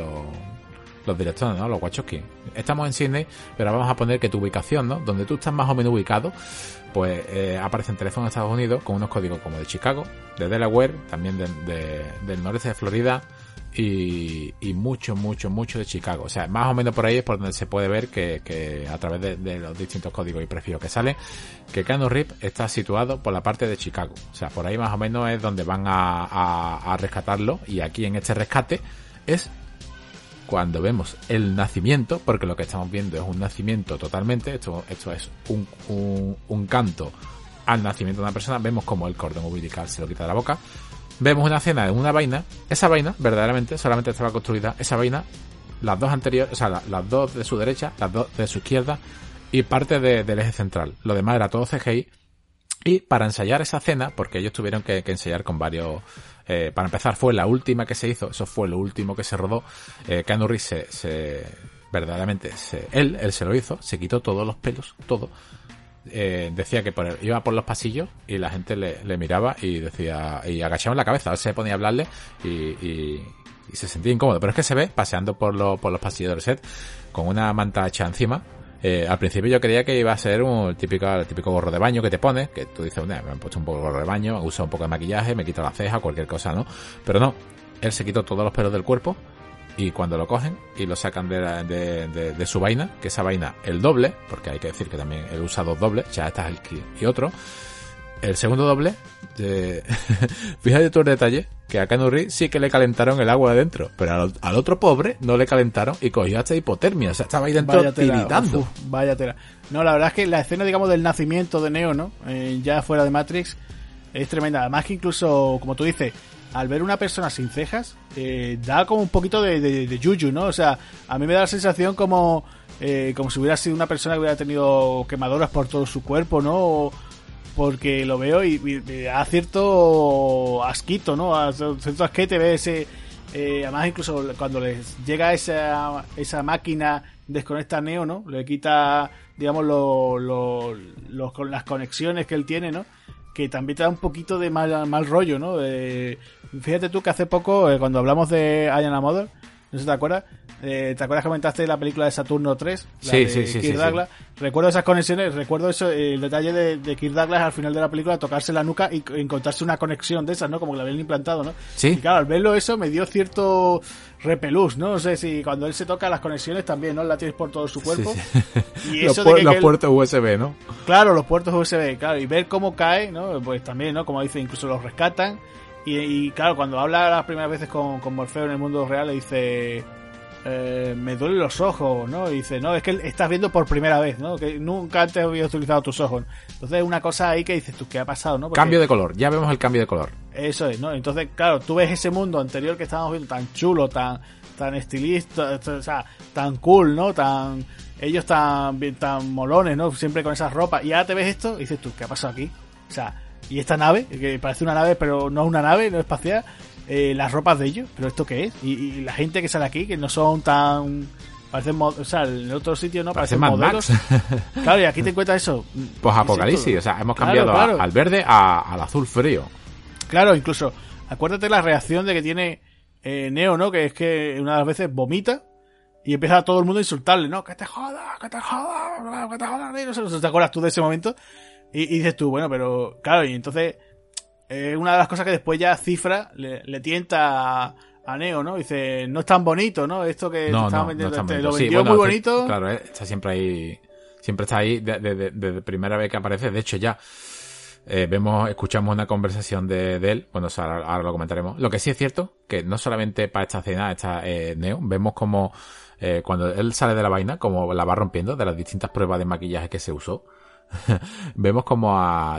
los directores, ¿no? Los Wachowski. Estamos en Sydney, pero vamos a poner que tu ubicación, ¿no? Donde tú estás más o menos ubicado, pues aparecen teléfonos de Estados Unidos con unos códigos como de Chicago, de Delaware, también del noreste de Florida, y mucho de Chicago. O sea, más o menos por ahí es por donde se puede ver que a través de los distintos códigos y prefijos que salen, que Keanu Reeves está situado por la parte de Chicago. O sea, por ahí más o menos es donde van a rescatarlo, y aquí en este rescate es cuando vemos el nacimiento, porque lo que estamos viendo es un nacimiento totalmente, esto es un canto al nacimiento de una persona. Vemos como el cordón umbilical se lo quita de la boca. Vemos una escena de una vaina. Esa vaina, verdaderamente, solamente estaba construida esa vaina, las dos anteriores, o sea, las dos de su derecha, las dos de su izquierda y parte del eje central. Lo demás era todo CGI. Y para ensayar esa escena, porque ellos tuvieron que ensayar con varios... para empezar, fue la última que se hizo, eso fue lo último que se rodó. Keanu Reeves verdaderamente, él se lo hizo, se quitó todos los pelos, todo. Decía que iba por los pasillos y la gente le miraba y decía, y agachaban la cabeza, a ver si se ponía a hablarle y se sentía incómodo. Pero es que se ve paseando por los pasillos del set con una manta hecha encima. Al principio yo creía que iba a ser el típico gorro de baño que te pones, que tú dices, me han puesto un poco de gorro de baño, uso un poco de maquillaje, me quito la ceja, cualquier cosa, ¿no? Pero no, él se quitó todos los pelos del cuerpo, y cuando lo cogen y lo sacan de su vaina, que esa vaina, el doble, porque hay que decir que también él usa dos dobles, ya está el y otro, el segundo doble, fíjate tú el detalle, que a Keanu Reeves sí que le calentaron el agua de dentro, pero al otro pobre no le calentaron y cogió hasta hipotermia, o sea, estaba ahí dentro tiritando. Vaya tela. No, la verdad es que la escena, digamos, del nacimiento de Neo, ¿no? Ya fuera de Matrix, es tremenda. Además que incluso, como tú dices, al ver una persona sin cejas, da como un poquito de yuyu, ¿no? O sea, a mí me da la sensación como si hubiera sido una persona que hubiera tenido quemaduras por todo su cuerpo, ¿no? Porque lo veo y me da cierto asquito, ¿no? Cierto asquete ver ese... además, incluso cuando les llega esa máquina, desconecta a Neo, ¿no? Le quita, digamos, las conexiones que él tiene, ¿no? que también te da un poquito de mal rollo, ¿no? Fíjate tú que hace poco, cuando hablamos de I Am a Mother, no sé si te acuerdas, ¿te acuerdas que comentaste la película de Saturno 3? La sí, de sí, Kirk Douglas. Recuerdo esas conexiones, recuerdo eso, el detalle de Kirk Douglas al final de la película, tocarse la nuca y encontrarse una conexión de esas, ¿no? Como que la habían implantado, ¿no? Sí. Y claro, al verlo eso me dio cierto repelús, ¿no? No sé si cuando él se toca las conexiones también, ¿no? La tienes por todo su cuerpo. Sí, sí. Y eso de los puertos USB, ¿no? Claro, los puertos USB, claro. Y ver cómo cae, ¿no? Pues también, ¿no? Como dice, incluso los rescatan. Y claro, cuando habla las primeras veces con Morfeo en el mundo real, le dice... me duelen los ojos, ¿no? Y dice, no, es que estás viendo por primera vez, ¿no? Que nunca antes había utilizado tus ojos. Entonces, una cosa ahí que dices tú, ¿qué ha pasado, no? Porque cambio de color, ya vemos el cambio de color. eso es, ¿no? Entonces, claro, tú ves ese mundo anterior que estábamos viendo tan chulo, tan estilista, o sea, tan cool, ¿no? Ellos tan molones, ¿no? Siempre con esas ropas. Y ahora te ves esto y dices tú, ¿qué ha pasado aquí? O sea, y esta nave, que parece una nave, pero no es una nave, no es espacial. Las ropas de ellos, pero ¿esto qué es? Y la gente que sale aquí, que no son tan... Parecen, o sea, en el otro sitio no parecen modelos. Claro, y aquí te encuentras eso. Pues apocalipsis, o sea, hemos cambiado claro. al verde al azul frío. Claro, incluso, acuérdate la reacción de que tiene Neo, ¿no? Que es que una de las veces vomita y empieza a todo el mundo a insultarle, ¿no? ¡Que te joda! ¡Que te joda! ¡Que te joda! No sé, ¿te acuerdas tú de ese momento? Y dices tú, bueno, pero claro, y entonces... una de las cosas que después ya Cifra le tienta a Neo, ¿no? Dice, no es tan bonito, ¿no? Esto que no, estaban vendiendo, no lo sí, vendió bueno, muy bonito. Claro, está siempre ahí. Siempre está ahí desde primera vez que aparece. De hecho, ya escuchamos una conversación de él. Bueno, ahora lo comentaremos. Lo que sí es cierto, que no solamente para esta escena está Neo, vemos como cuando él sale de la vaina, como la va rompiendo de las distintas pruebas de maquillaje que se usó. Vemos como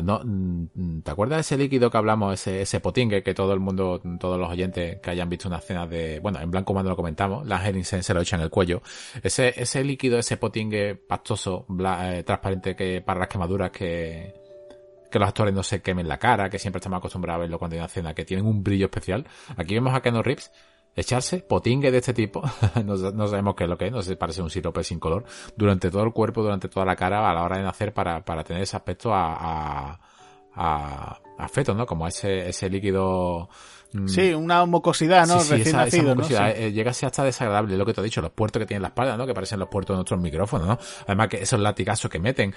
¿te acuerdas de ese líquido que hablamos, ese potingue que todo el mundo, todos los oyentes que hayan visto una escena bueno, en blanco cuando lo comentamos, la Henningsen se lo echa en el cuello, ese líquido, ese potingue pastoso, transparente, que para las quemaduras que los actores no se quemen la cara, que siempre estamos acostumbrados a verlo cuando hay una escena que tienen un brillo especial. Aquí vemos a Keanu Reeves echarse potingue de este tipo, no sabemos qué es lo que es, no sé, parece un sirope sin color, durante todo el cuerpo, durante toda la cara, a la hora de nacer, para tener ese aspecto a feto, ¿no? Como ese líquido... Sí, una mucosidad, ¿no? Sí, Recién nacido, esa mucosidad, ¿no? Sí. llega a ser hasta desagradable, lo que te he dicho, los puertos que tiene en la espalda, ¿no? Que parecen los puertos de nuestros micrófonos, ¿no? Además que esos latigazos que meten,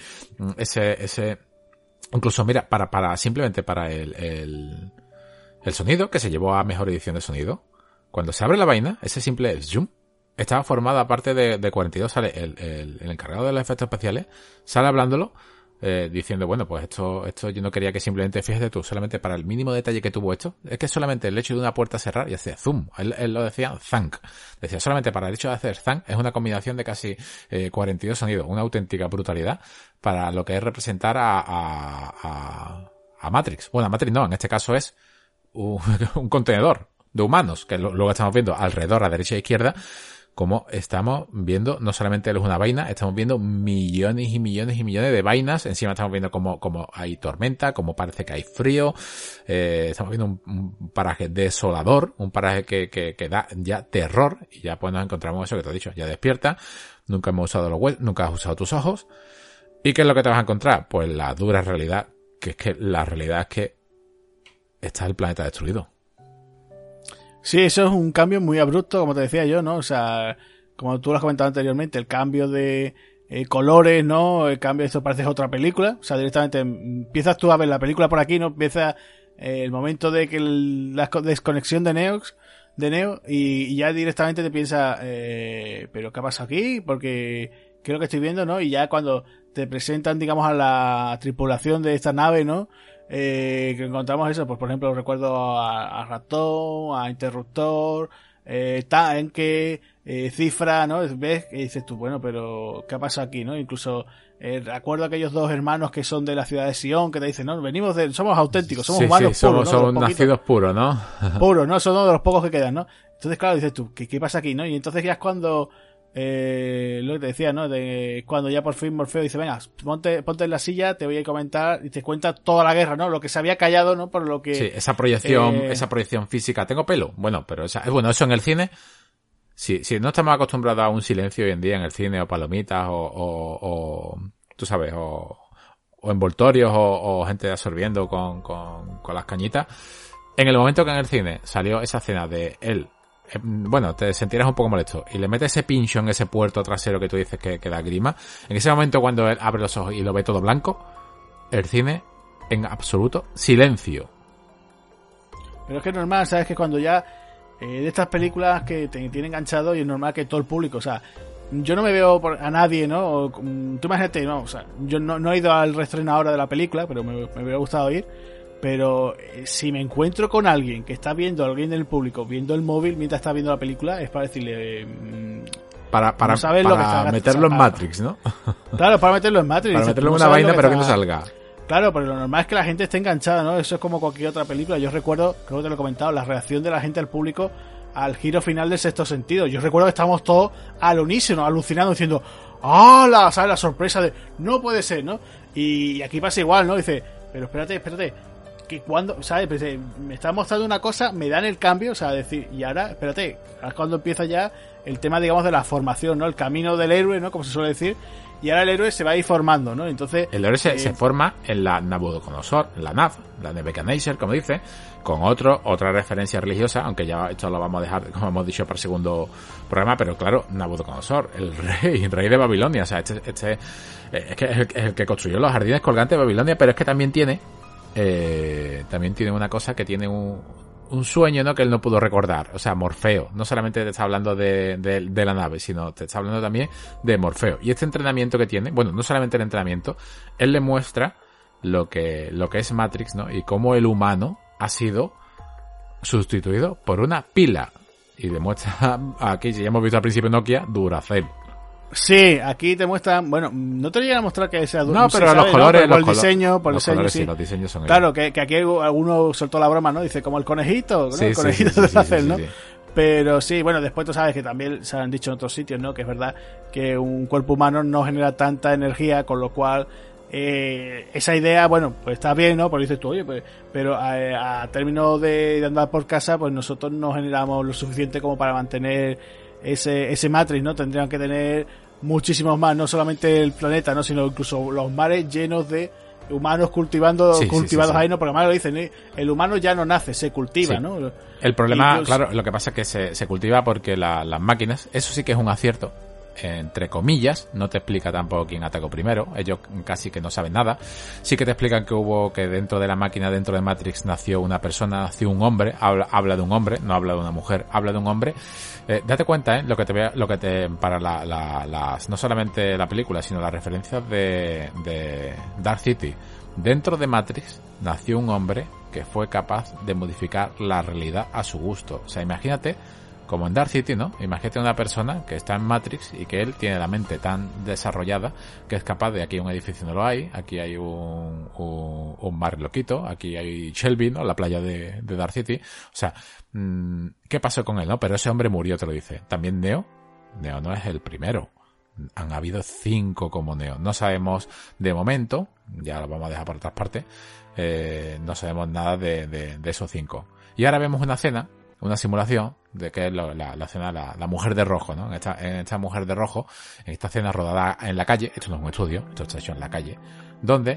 incluso, mira, simplemente para el sonido, que se llevó a mejor edición de sonido. Cuando se abre la vaina, ese simple zoom estaba formado, aparte de 42, sale el encargado de los efectos especiales, sale hablándolo, diciendo, bueno, pues esto yo no quería que simplemente, fíjate tú, solamente para el mínimo detalle que tuvo esto, es que solamente el hecho de una puerta cerrar y hacía zoom, él lo decía zank, decía solamente para el hecho de hacer zank es una combinación de casi 42 sonidos, una auténtica brutalidad para lo que es representar a Matrix. Bueno, a Matrix no, en este caso es un contenedor de humanos, que luego estamos viendo alrededor, a derecha e izquierda, como estamos viendo, no solamente es una vaina, estamos viendo millones y millones y millones de vainas, encima estamos viendo como hay tormenta, como parece que hay frío, estamos viendo un paraje desolador, un paraje que da ya terror, y ya pues nos encontramos eso que te he dicho, ya despierta, nunca hemos usado nunca has usado tus ojos, ¿y qué es lo que te vas a encontrar? Pues la dura realidad, que es que la realidad es que está el planeta destruido. Sí, eso es un cambio muy abrupto, como te decía yo, ¿no? O sea, como tú lo has comentado anteriormente, el cambio de colores, ¿no? El cambio, esto parece otra película. O sea, directamente empiezas tú a ver la película por aquí, ¿no? Empieza el momento de que la desconexión de Neo, y ya directamente te piensas, ¿pero qué ha pasado aquí? Porque ¿qué es lo que estoy viendo, no? Y ya cuando te presentan, digamos, a la tripulación de esta nave, ¿no? Que encontramos eso, pues por ejemplo recuerdo a Ratón, a Interruptor, Tanque, Cifra, ¿no? Ves que dices tú, bueno, pero ¿qué ha pasado aquí, no? Incluso recuerdo a aquellos dos hermanos que son de la ciudad de Sion, que te dicen, no, somos auténticos, somos humanos puros, ¿no? Somos nacidos puros, ¿no? Puros, ¿no? Son uno de los pocos que quedan, ¿no? Entonces, claro, dices tú, ¿qué pasa aquí, no? Y entonces ya es cuando... lo que te decía, ¿no? De cuando ya por fin Morfeo dice, venga, ponte en la silla, te voy a comentar, y te cuenta toda la guerra, ¿no? Lo que se había callado, ¿no? Por lo que... Sí, esa proyección física. ¿Tengo pelo? Bueno, pero eso en el cine, si no estamos acostumbrados a un silencio hoy en día en el cine, o palomitas, o tú sabes, o envoltorios o gente absorbiendo con las cañitas. En el momento que en el cine salió esa escena de él, bueno, te sentirás un poco molesto, y le mete ese pincho en ese puerto trasero que tú dices que da grima, en ese momento cuando él abre los ojos y lo ve todo blanco, el cine en absoluto silencio. Pero es que es normal, ¿sabes? Que cuando ya de estas películas que te tienen enganchado, y es normal que todo el público, o sea, yo no me veo a nadie, ¿no? Tú imagínate, ¿no? O sea, yo no he ido al reestreno ahora de la película, pero me hubiera gustado ir. Pero si me encuentro con alguien que está viendo, alguien del público, viendo el móvil mientras está viendo la película, es para decirle... Para meterlo en Matrix, ¿no? Claro, para meterlo en Matrix. Para meterlo en una vaina, pero que no salga. Claro, pero lo normal es que la gente esté enganchada, ¿no? Eso es como cualquier otra película. Yo recuerdo, creo que te lo he comentado, la reacción de la gente al público al giro final del Sexto Sentido. Yo recuerdo que estábamos todos al unísono, alucinando, diciendo ¡ah! ¿Sabes? La sorpresa de no puede ser, ¿no? Y aquí pasa igual, ¿no? Dice, pero espérate, que cuando, ¿sabes? Pues, me está mostrando una cosa, me dan el cambio, o sea, decir, y ahora, espérate, ahora es cuando empieza ya el tema, digamos, de la formación, ¿no? El camino del héroe, ¿no? Como se suele decir. Y ahora el héroe se va a ir formando, ¿no? Entonces... El héroe se forma en la Nabucodonosor, en la Nav, la Nebuchadnezzar, como dice, con otra referencia religiosa, aunque ya esto lo vamos a dejar, como hemos dicho, para el segundo programa, pero claro, Nabucodonosor, el rey de Babilonia, o sea, este es que es el que construyó los jardines colgantes de Babilonia, pero es que también tiene una cosa que tiene un sueño, ¿no? Que él no pudo recordar. O sea, Morfeo. No solamente te está hablando de la nave, sino te está hablando también de Morfeo. Y este entrenamiento que tiene, bueno, no solamente el entrenamiento, él le muestra lo que es Matrix, ¿no? Y cómo el humano ha sido sustituido por una pila. Y demuestra, aquí ya hemos visto al principio Nokia, Duracell. Sí, aquí te muestran, bueno, no te llegan a mostrar que sea Duracell. No, pero los colores, por el diseño, por el diseño, sí. Los diseños son claro, que aquí alguno soltó la broma, ¿no? Dice, como el conejito, ¿no? Sí, el conejito de Duracell, ¿no? Sí. Pero sí, bueno, después tú sabes que también se han dicho en otros sitios, ¿no? Que es verdad que un cuerpo humano no genera tanta energía, con lo cual esa idea, bueno, pues está bien, ¿no? Porque dices tú, oye, pues, pero a términos de andar por casa, pues nosotros no generamos lo suficiente como para mantener ese Matrix, ¿no? Tendrían que tener muchísimos más, no solamente el planeta, ¿no? Sino incluso los mares llenos de humanos cultivados ahí, ¿no? Porque además lo dicen, el humano ya no nace, se cultiva, ¿no? El problema, claro, lo que pasa es que se cultiva porque las máquinas, eso sí que es un acierto, entre comillas, no te explica tampoco quién atacó primero, ellos casi que no saben nada, sí que te explican que dentro de la máquina, dentro de Matrix, nació una persona, nació un hombre, habla de un hombre, no habla de una mujer, habla de un hombre. Date cuenta, para las no solamente la película, sino las referencias de Dark City. Dentro de Matrix nació un hombre que fue capaz de modificar la realidad a su gusto. O sea, imagínate, como en Dark City, ¿no? Imagínate una persona que está en Matrix y que él tiene la mente tan desarrollada que es capaz de, aquí un edificio no lo hay, aquí hay un mar loquito, aquí hay Shelby, ¿no? La playa de Dark City. O sea, ¿qué pasó con él, no? Pero ese hombre murió, te lo dice. También Neo no es el primero. Han habido 5 como Neo. No sabemos de momento, ya lo vamos a dejar por otras partes, no sabemos nada de esos 5. Y ahora vemos una simulación de que es la escena, la mujer de rojo, ¿no? En esta mujer de rojo, en esta escena rodada en la calle, esto no es un estudio, esto está hecho en la calle, donde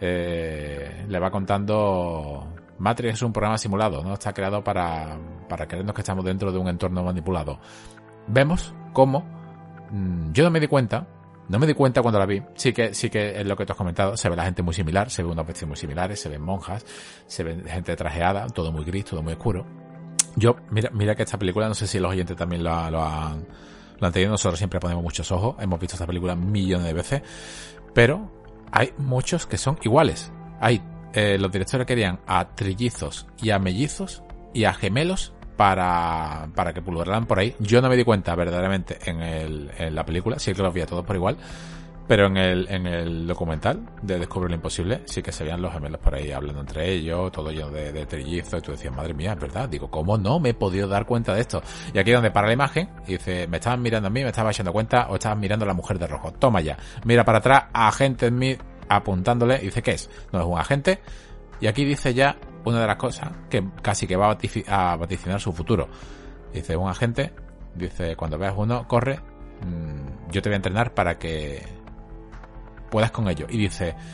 le va contando, Matrix es un programa simulado, ¿no? Está creado para creernos que estamos dentro de un entorno manipulado. Vemos cómo, yo no me di cuenta cuando la vi, sí que es lo que tú has comentado, se ve la gente muy similar, se ve unos vestidos muy similares, se ven monjas, se ve gente trajeada, todo muy gris, todo muy oscuro. Mira que esta película, no sé si los oyentes también lo han tenido, nosotros siempre ponemos muchos ojos, hemos visto esta película millones de veces, pero hay muchos que son iguales. Los directores querían a trillizos y a mellizos y a gemelos para que pulularan por ahí. Yo no me di cuenta verdaderamente en la película, sí que los vi a todos por igual, pero en el documental de Descubre lo Imposible sí que se veían los gemelos por ahí hablando entre ellos, todo lleno de trillizos, y tú decías, madre mía, es verdad, digo, ¿cómo no me he podido dar cuenta de esto? Y aquí es donde para la imagen, y dice, me estaban mirando a mí, me estaba echando cuenta, o estaban mirando a la mujer de rojo, toma ya, mira para atrás, agente Smith apuntándole, y dice, ¿qué es? No es un agente, y aquí dice ya una de las cosas que casi que va a vaticinar su futuro. Dice, un agente, dice, cuando veas uno, corre, yo te voy a entrenar para que puedas con ello. Y dice,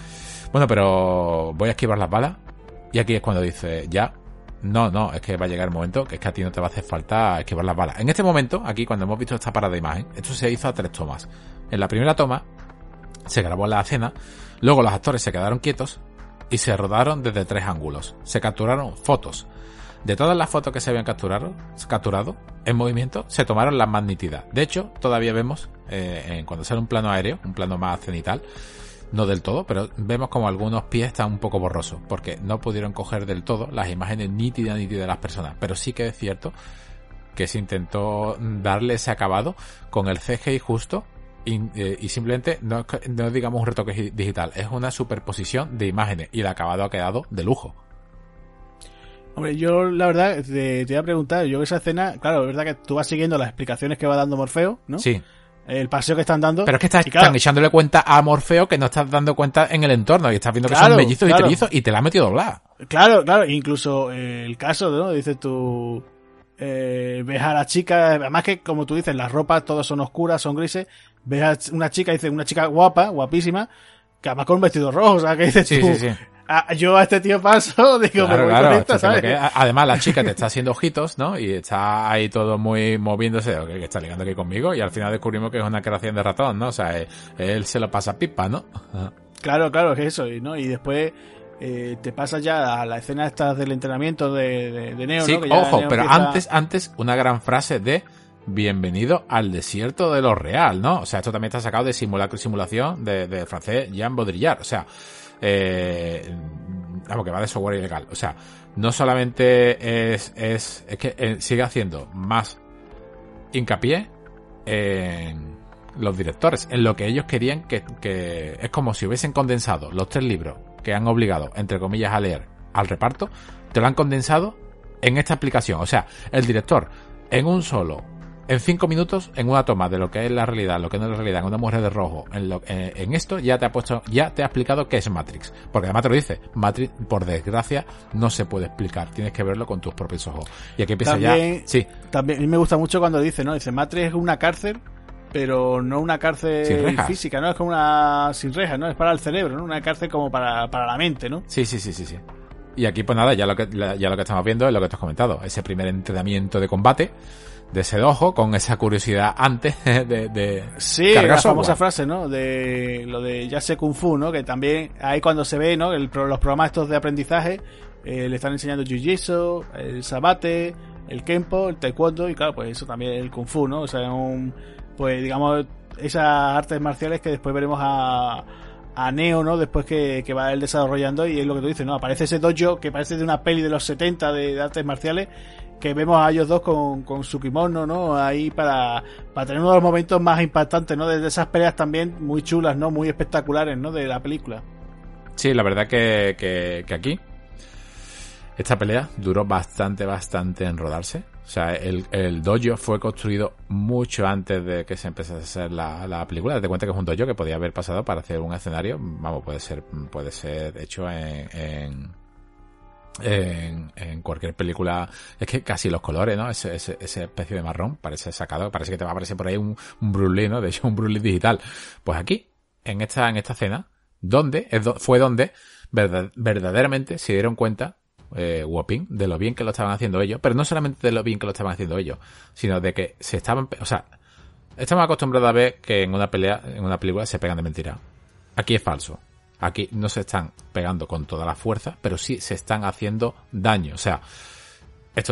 Bueno, pero voy a esquivar las balas. Y aquí es cuando dice, ya, no, es que va a llegar el momento que es que a ti no te va a hacer falta esquivar las balas. En este momento, aquí cuando hemos visto esta parada de imagen, esto se hizo a 3 tomas. En la primera toma se grabó la escena, luego los actores se quedaron quietos y se rodaron desde 3 ángulos. Se capturaron fotos. De todas las fotos que se habían capturado en movimiento, se tomaron las más nítidas. De hecho, todavía vemos, cuando sale un plano aéreo, un plano más cenital, no del todo, pero vemos como algunos pies están un poco borrosos, porque no pudieron coger del todo las imágenes nítidas de las personas. Pero sí que es cierto que se intentó darle ese acabado con el CGI justo, y simplemente no es digamos un retoque digital, es una superposición de imágenes, y el acabado ha quedado de lujo. Hombre, yo la verdad te iba a preguntar, yo esa escena, claro, es verdad que tú vas siguiendo las explicaciones que va dando Morfeo, ¿no? Sí. El paseo que están dando. Pero es que están echándole cuenta a Morfeo que no estás dando cuenta en el entorno, y estás viendo que son mellizos y trillizos, y te la ha metido doblada. Claro, incluso el caso, ¿no? Dices tú, ves a la chica, además que como tú dices, las ropas todas son oscuras, son grises, ves a una chica, dice una chica guapa, guapísima, que además con un vestido rojo, o sea, que dices tú... Sí. Yo a este tío paso, digo, claro, me voy con esta, ¿sabes? Además la chica te está haciendo ojitos, ¿no? Y está ahí todo muy moviéndose, que está ligando aquí conmigo, y al final descubrimos que es una creación de ratón, ¿no? O sea, él se lo pasa pipa, ¿no? Claro, es eso, ¿no? Y después te pasas ya a la escena esta del entrenamiento de Neo, sí, ¿no? Que ojo, Neo pero empieza... antes una gran frase de bienvenido al desierto de lo real, ¿no? O sea, esto también está sacado de Simulacro y Simulación de francés Jean Baudrillard, o sea... vamos, que va de software ilegal. O sea, no solamente es que sigue haciendo más hincapié en los directores, en lo que ellos querían, que es como si hubiesen condensado los 3 libros que han obligado, entre comillas, a leer al reparto, te lo han condensado en esta aplicación. O sea, el director en 5 minutos, en una toma de lo que es la realidad, lo que no es la realidad, en una mujer de rojo, en esto ya te ha explicado qué es Matrix. Porque además te lo dice, Matrix, por desgracia, no se puede explicar. Tienes que verlo con tus propios ojos. Y aquí empieza también, ya... Sí. También, a mí me gusta mucho cuando dice, ¿no? Dice, Matrix es una cárcel, pero no una cárcel física, ¿no? Es como una... sin rejas, ¿no? Es para el cerebro, ¿no? Una cárcel como para la mente, ¿no? Sí. Y aquí, pues nada, ya lo que estamos viendo es lo que te has comentado. Ese primer entrenamiento de combate de ese ojo, con esa curiosidad antes de sí, la famosa frase, ¿no? De lo de ya sé Kung Fu, ¿no? Que también ahí cuando se ve, ¿no? Los programas estos de aprendizaje le están enseñando Jiu-Jitsu, el Sabate, el Kenpo, el Taekwondo, y claro, pues eso también es el Kung Fu, ¿no? O sea, pues digamos, esas artes marciales que después veremos a Neo, ¿no? Después que va él desarrollando, y es lo que tú dices, ¿no? Aparece ese dojo que parece de una peli de los 70 de artes marciales, que vemos a ellos dos con su kimono, ¿no? Ahí para tener uno de los momentos más impactantes, ¿no? De esas peleas también muy chulas, ¿no? Muy espectaculares, ¿no? De la película. Sí, la verdad que aquí esta pelea duró bastante en rodarse. O sea, el dojo fue construido mucho antes de que se empezase a hacer la película. Date cuenta que es un dojo que podía haber pasado para hacer un escenario. Vamos, puede ser hecho en cualquier película. Es que casi los colores, ¿no? Ese especie de marrón parece sacado, parece que te va a aparecer por ahí un Bruce Lee, ¿no? De hecho, un Bruce Lee digital. Pues aquí, en esta escena, fue donde verdaderamente se dieron cuenta Whopping, de lo bien que lo estaban haciendo ellos, pero no solamente de lo bien que lo estaban haciendo ellos, sino de que estamos acostumbrados a ver que en una película se pegan de mentira. Aquí es falso. Aquí no se están pegando con toda la fuerza, pero sí se están haciendo daño. O sea, esto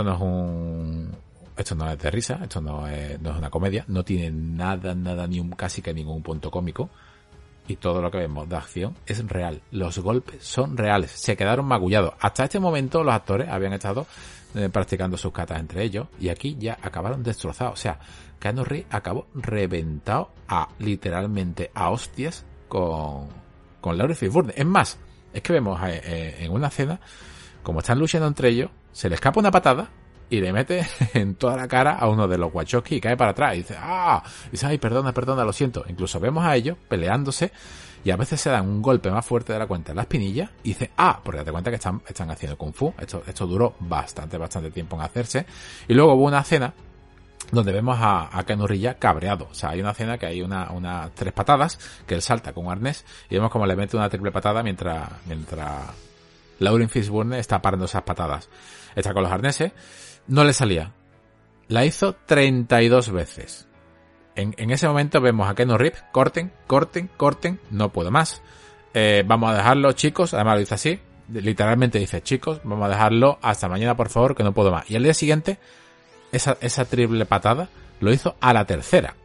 no es de risa, esto no es una comedia, no tiene nada, casi que ningún punto cómico. Y todo lo que vemos de acción es real. Los golpes son reales. Se quedaron magullados. Hasta este momento los actores habían estado practicando sus katas entre ellos. Y aquí ya acabaron destrozados. O sea, Keanu Reeves acabó reventado literalmente a hostias con Laurence Fishburne. Es más, es que vemos en una escena, como están luchando entre ellos, se le escapa una patada y le mete en toda la cara a uno de los Wachowski y cae para atrás y dice, ay, perdona, lo siento. Incluso vemos a ellos peleándose y a veces se dan un golpe más fuerte de la cuenta en la espinilla y dice, porque date cuenta que están haciendo Kung Fu. Esto duró bastante tiempo en hacerse. Y luego hubo una escena donde vemos a Keanu Reeves ya cabreado. O sea, hay una escena que hay unas 3 patadas, que él salta con un arnés, y vemos como le mete una triple patada mientras Laurence Fishburne está parando esas patadas. Está con los arneses, no le salía. La hizo 32 veces. En ese momento vemos a Keanu Reeves, corten, no puedo más. Vamos a dejarlo, chicos, además lo dice así, literalmente dice, chicos, vamos a dejarlo hasta mañana, por favor, que no puedo más. Y al día siguiente, esa triple patada lo hizo a la tercera.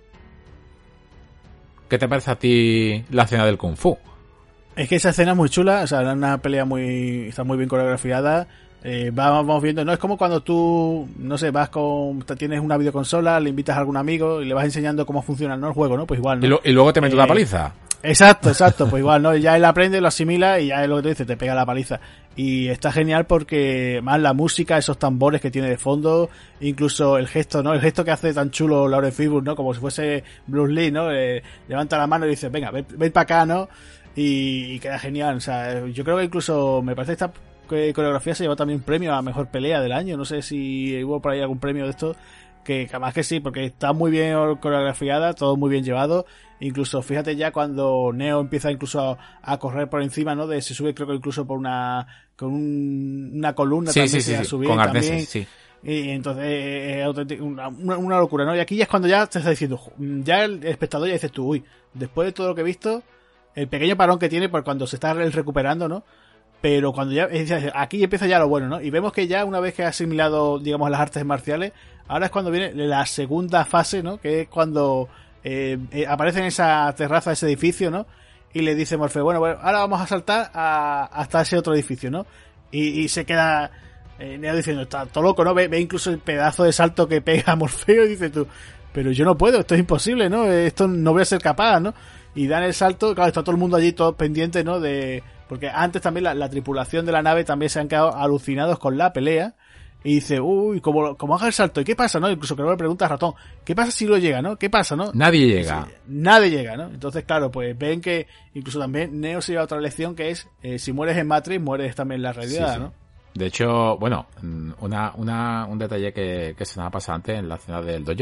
¿Qué te parece a ti la escena del Kung Fu? Es que esa escena es muy chula, o sea, es una pelea está muy bien coreografiada. Vamos viendo, no es como cuando tú, no sé, tienes una videoconsola, le invitas a algún amigo y le vas enseñando cómo funciona, ¿no?, el juego, ¿no? Pues igual, ¿no? Y luego te mete una paliza. Exacto, pues igual, ¿no? Ya él aprende, lo asimila y ya es lo que te dice, te pega la paliza. Y está genial porque más la música, esos tambores que tiene de fondo, incluso el gesto, ¿no? El gesto que hace tan chulo Laurence Fishburne, ¿no? Como si fuese Bruce Lee, ¿no? Levanta la mano y dice, venga, ven para acá, ¿no? Y queda genial, o sea, yo creo que incluso me parece que esta coreografía se llevó también un premio a mejor pelea del año, no sé si hubo por ahí algún premio de esto, que jamás que sí, porque está muy bien coreografiada, todo muy bien llevado. Incluso fíjate ya cuando Neo empieza incluso a correr por encima, ¿no? Se sube, creo que incluso por una columna, sí, también sí, a subir con también. arneses, sí. Y entonces es una locura, ¿no? Y aquí ya es cuando ya te está diciendo, ya el espectador ya dices tú, uy, después de todo lo que he visto, el pequeño parón que tiene por cuando se está recuperando, ¿no? Pero cuando ya, aquí empieza ya lo bueno, ¿no? Y vemos que ya una vez que ha asimilado, digamos, las artes marciales, ahora es cuando viene la segunda fase, ¿no? Que es cuando aparece en esa terraza, ese edificio, ¿no? Y le dice Morfeo, bueno, ahora vamos a saltar hasta ese otro edificio, ¿no? Y se queda Neo diciendo, está todo loco, ¿no? Ve incluso el pedazo de salto que pega Morfeo y dice tú, pero yo no puedo, esto es imposible, ¿no? Esto no voy a ser capaz, ¿no? Y dan el salto, claro, está todo el mundo allí, todo pendiente, ¿no? Porque antes también la tripulación de la nave también se han quedado alucinados con la pelea. Y dice, uy, como haga el salto, ¿y qué pasa, no? Incluso creo que le pregunta a Ratón, ¿qué pasa si lo llega, no? ¿Qué pasa, no? Nadie llega. Nadie llega, ¿no? Entonces, claro, pues ven que incluso también Neo se lleva otra lección que es, si mueres en Matrix, mueres también en la realidad, sí. ¿No? De hecho, bueno, un detalle que se nos ha pasado antes en la escena del dojo.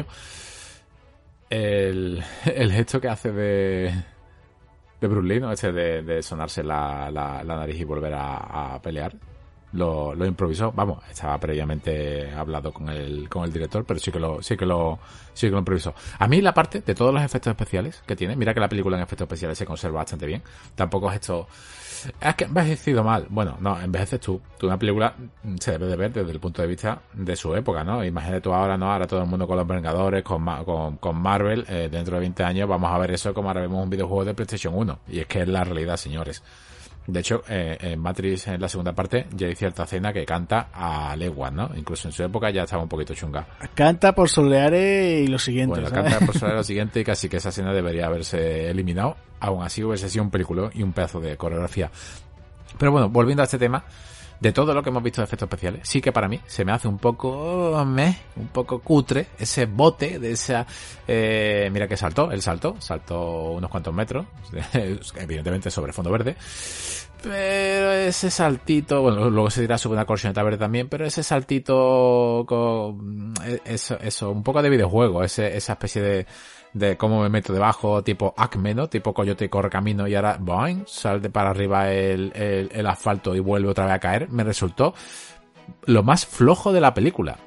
El gesto que hace de Bruce Lee, ¿no? De sonarse la nariz y volver a pelear. Lo improvisó, vamos, estaba previamente hablado con el director, pero sí que lo improvisó. A mí la parte de todos los efectos especiales que tiene, mira que la película en efectos especiales se conserva bastante bien. Tampoco es esto, es que envejecido mal. Bueno, no, envejeces tú. Una película se debe de ver desde el punto de vista de su época, ¿no? Imagínate tú ahora, ¿no? Ahora todo el mundo con los Vengadores, con Marvel, dentro de 20 años vamos a ver eso como ahora vemos un videojuego de PlayStation 1. Y es que es la realidad, señores. De hecho, en Matrix, en la segunda parte, ya hay cierta escena que canta a leguas, ¿no? Incluso en su época ya estaba un poquito chunga. Canta por Soleare y lo siguiente. Bueno, ¿sabes? canta por Soleare y lo siguiente, y casi que esa escena debería haberse eliminado. Aún así hubiese sido un película y un pedazo de coreografía. Pero bueno, volviendo a este tema, de todo lo que hemos visto de efectos especiales, sí que para mí se me hace un poco cutre ese bote de esa mira que él saltó unos cuantos metros, evidentemente sobre fondo verde, pero ese saltito, bueno, luego se dirá sobre una colchoneta verde también, pero ese saltito con eso un poco de videojuego, esa especie de cómo me meto debajo, tipo Acme, ¿no? Tipo Coyote y Correcamino, y ahora boing, sale para arriba el asfalto y vuelve otra vez a caer. Me resultó lo más flojo de la película.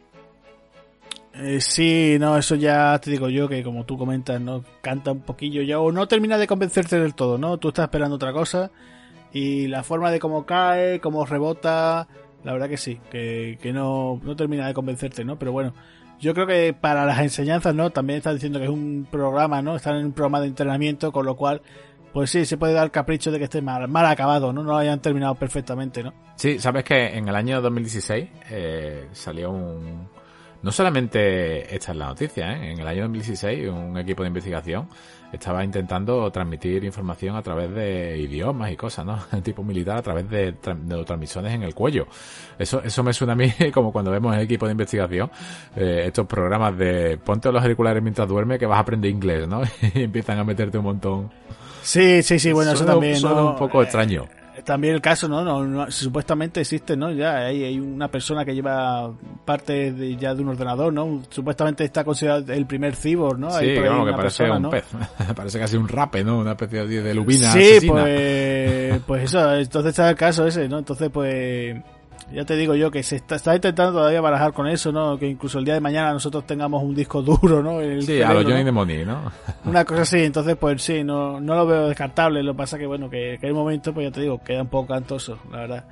Sí, no, eso ya te digo yo, que como tú comentas, no canta un poquillo ya, o no termina de convencerte del todo, ¿no? Tú estás esperando otra cosa, y la forma de cómo cae, cómo rebota, la verdad que sí, que no termina de convencerte, ¿no? Pero bueno, yo creo que para las enseñanzas, ¿no? También están diciendo que es un programa, ¿no? Están en un programa de entrenamiento, con lo cual, pues sí, se puede dar el capricho de que esté mal acabado, ¿no? No lo hayan terminado perfectamente, ¿no? Sí, sabes que en el año 2016 salió no solamente esta es la noticia, en el año 2016 un equipo de investigación estaba intentando transmitir información a través de idiomas y cosas, ¿no? Tipo militar, a través de neurotransmisores en el cuello. Eso me suena a mí como cuando vemos el equipo de investigación, estos programas de ponte los auriculares mientras duerme que vas a aprender inglés, ¿no? Y empiezan a meterte un montón. Sí, bueno, eso también, suena ¿no? un poco extraño. también el caso, ¿no? Supuestamente existe, ¿no? Ya hay una persona que lleva parte ya de un ordenador, ¿no? Supuestamente está considerado el primer cyborg, ¿no? Sí, vamos, que parece persona, un ¿no? pez. Parece casi un rape, ¿no? Una especie de lubina asesina. Pues eso, entonces está el caso ese, ¿no? Entonces, pues... Ya te digo yo que se está intentando todavía barajar con eso, ¿no? Que incluso el día de mañana nosotros tengamos un disco duro, ¿no? Sí, a lo Johnny Mnemonic, ¿no? Una cosa así, entonces pues sí, no lo veo descartable. Lo que pasa que, bueno, que el momento, pues ya te digo, queda un poco cantoso, la verdad.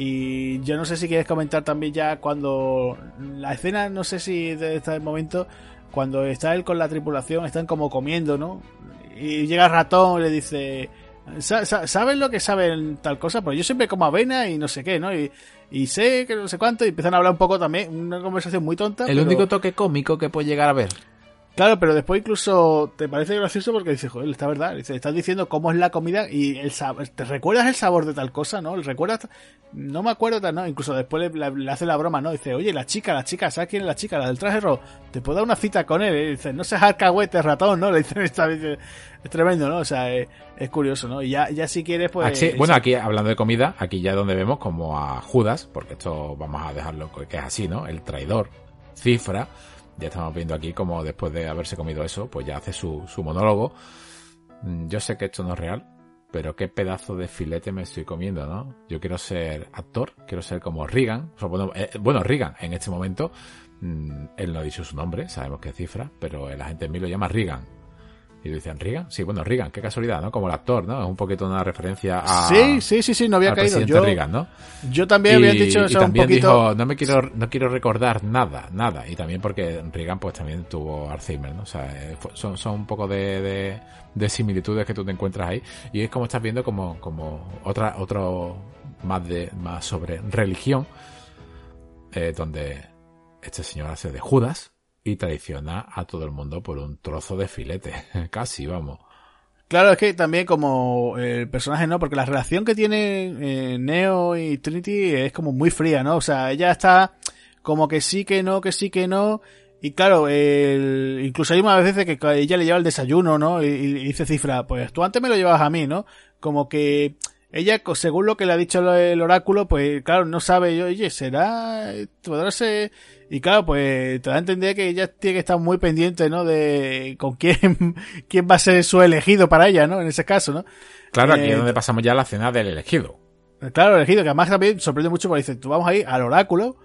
Y yo no sé si quieres comentar también ya cuando... La escena, no sé si está el momento, cuando está él con la tripulación, están como comiendo, ¿no? Y llega el ratón y le dice... ¿Saben lo que saben tal cosa? Pues yo siempre como avena y no sé qué, ¿no? Y sé que no sé cuánto, y empiezan a hablar un poco también, una conversación muy tonta. El único toque cómico que puede llegar a ver. Claro, pero después incluso te parece gracioso porque dices, joder, está verdad, dice, estás diciendo cómo es la comida y el sabor, ¿te recuerdas el sabor de tal cosa, no? ¿Recuerdas? No me acuerdo tal, no, incluso después le hace la broma, ¿no? Dice, oye, la chica, ¿sabes quién es la chica? La del traje rojo, te puedo dar una cita con él, dice, no seas alcahuete, ratón, ¿no? Le dicen esta vez, es tremendo, ¿no? O sea, es curioso, ¿no? Y ya si quieres, pues... Bueno, aquí, hablando de comida, aquí ya es donde vemos como a Judas, porque esto vamos a dejarlo que es así, ¿no? El traidor, Cifra. Ya estamos viendo aquí como después de haberse comido eso, pues ya hace su monólogo. Yo sé que esto no es real, pero qué pedazo de filete me estoy comiendo, ¿no? Yo quiero ser actor, quiero ser como Reagan. O sea, bueno, Reagan en este momento, él no ha dicho su nombre, sabemos que es Cifra, pero la gente en mí lo llama Reagan. Y dicen, ¿Reagan? Sí, bueno, Reagan, qué casualidad, ¿no? Como el actor, ¿no? Es un poquito una referencia a... Sí, no había caído. Presidente Reagan, ¿no? Yo también había dicho eso y también un poquito... dijo, no quiero recordar nada. Y también porque Reagan, pues también tuvo Alzheimer, ¿no? O sea, son un poco de similitudes que tú te encuentras ahí. Y es como estás viendo como otro más sobre religión, donde este señor hace de Judas y traiciona a todo el mundo por un trozo de filete. Casi, vamos. Claro, es que también como el personaje, ¿no? Porque la relación que tienen Neo y Trinity es como muy fría, ¿no? O sea, ella está como que sí, que no. Y claro, incluso hay una vez que ella le lleva el desayuno, ¿no? Y dice Cifra, pues tú antes me lo llevabas a mí, ¿no? Como que ella, según lo que le ha dicho el oráculo, pues claro, no sabe, oye, podrá ser... Y claro, pues te da a entender que ella tiene que estar muy pendiente, ¿no? De con quién va a ser su elegido para ella, ¿no? En ese caso, ¿no? Claro, aquí es donde pasamos ya a la cena del elegido. Claro, el elegido, que además también sorprende mucho porque dice, tú vamos a ir al oráculo,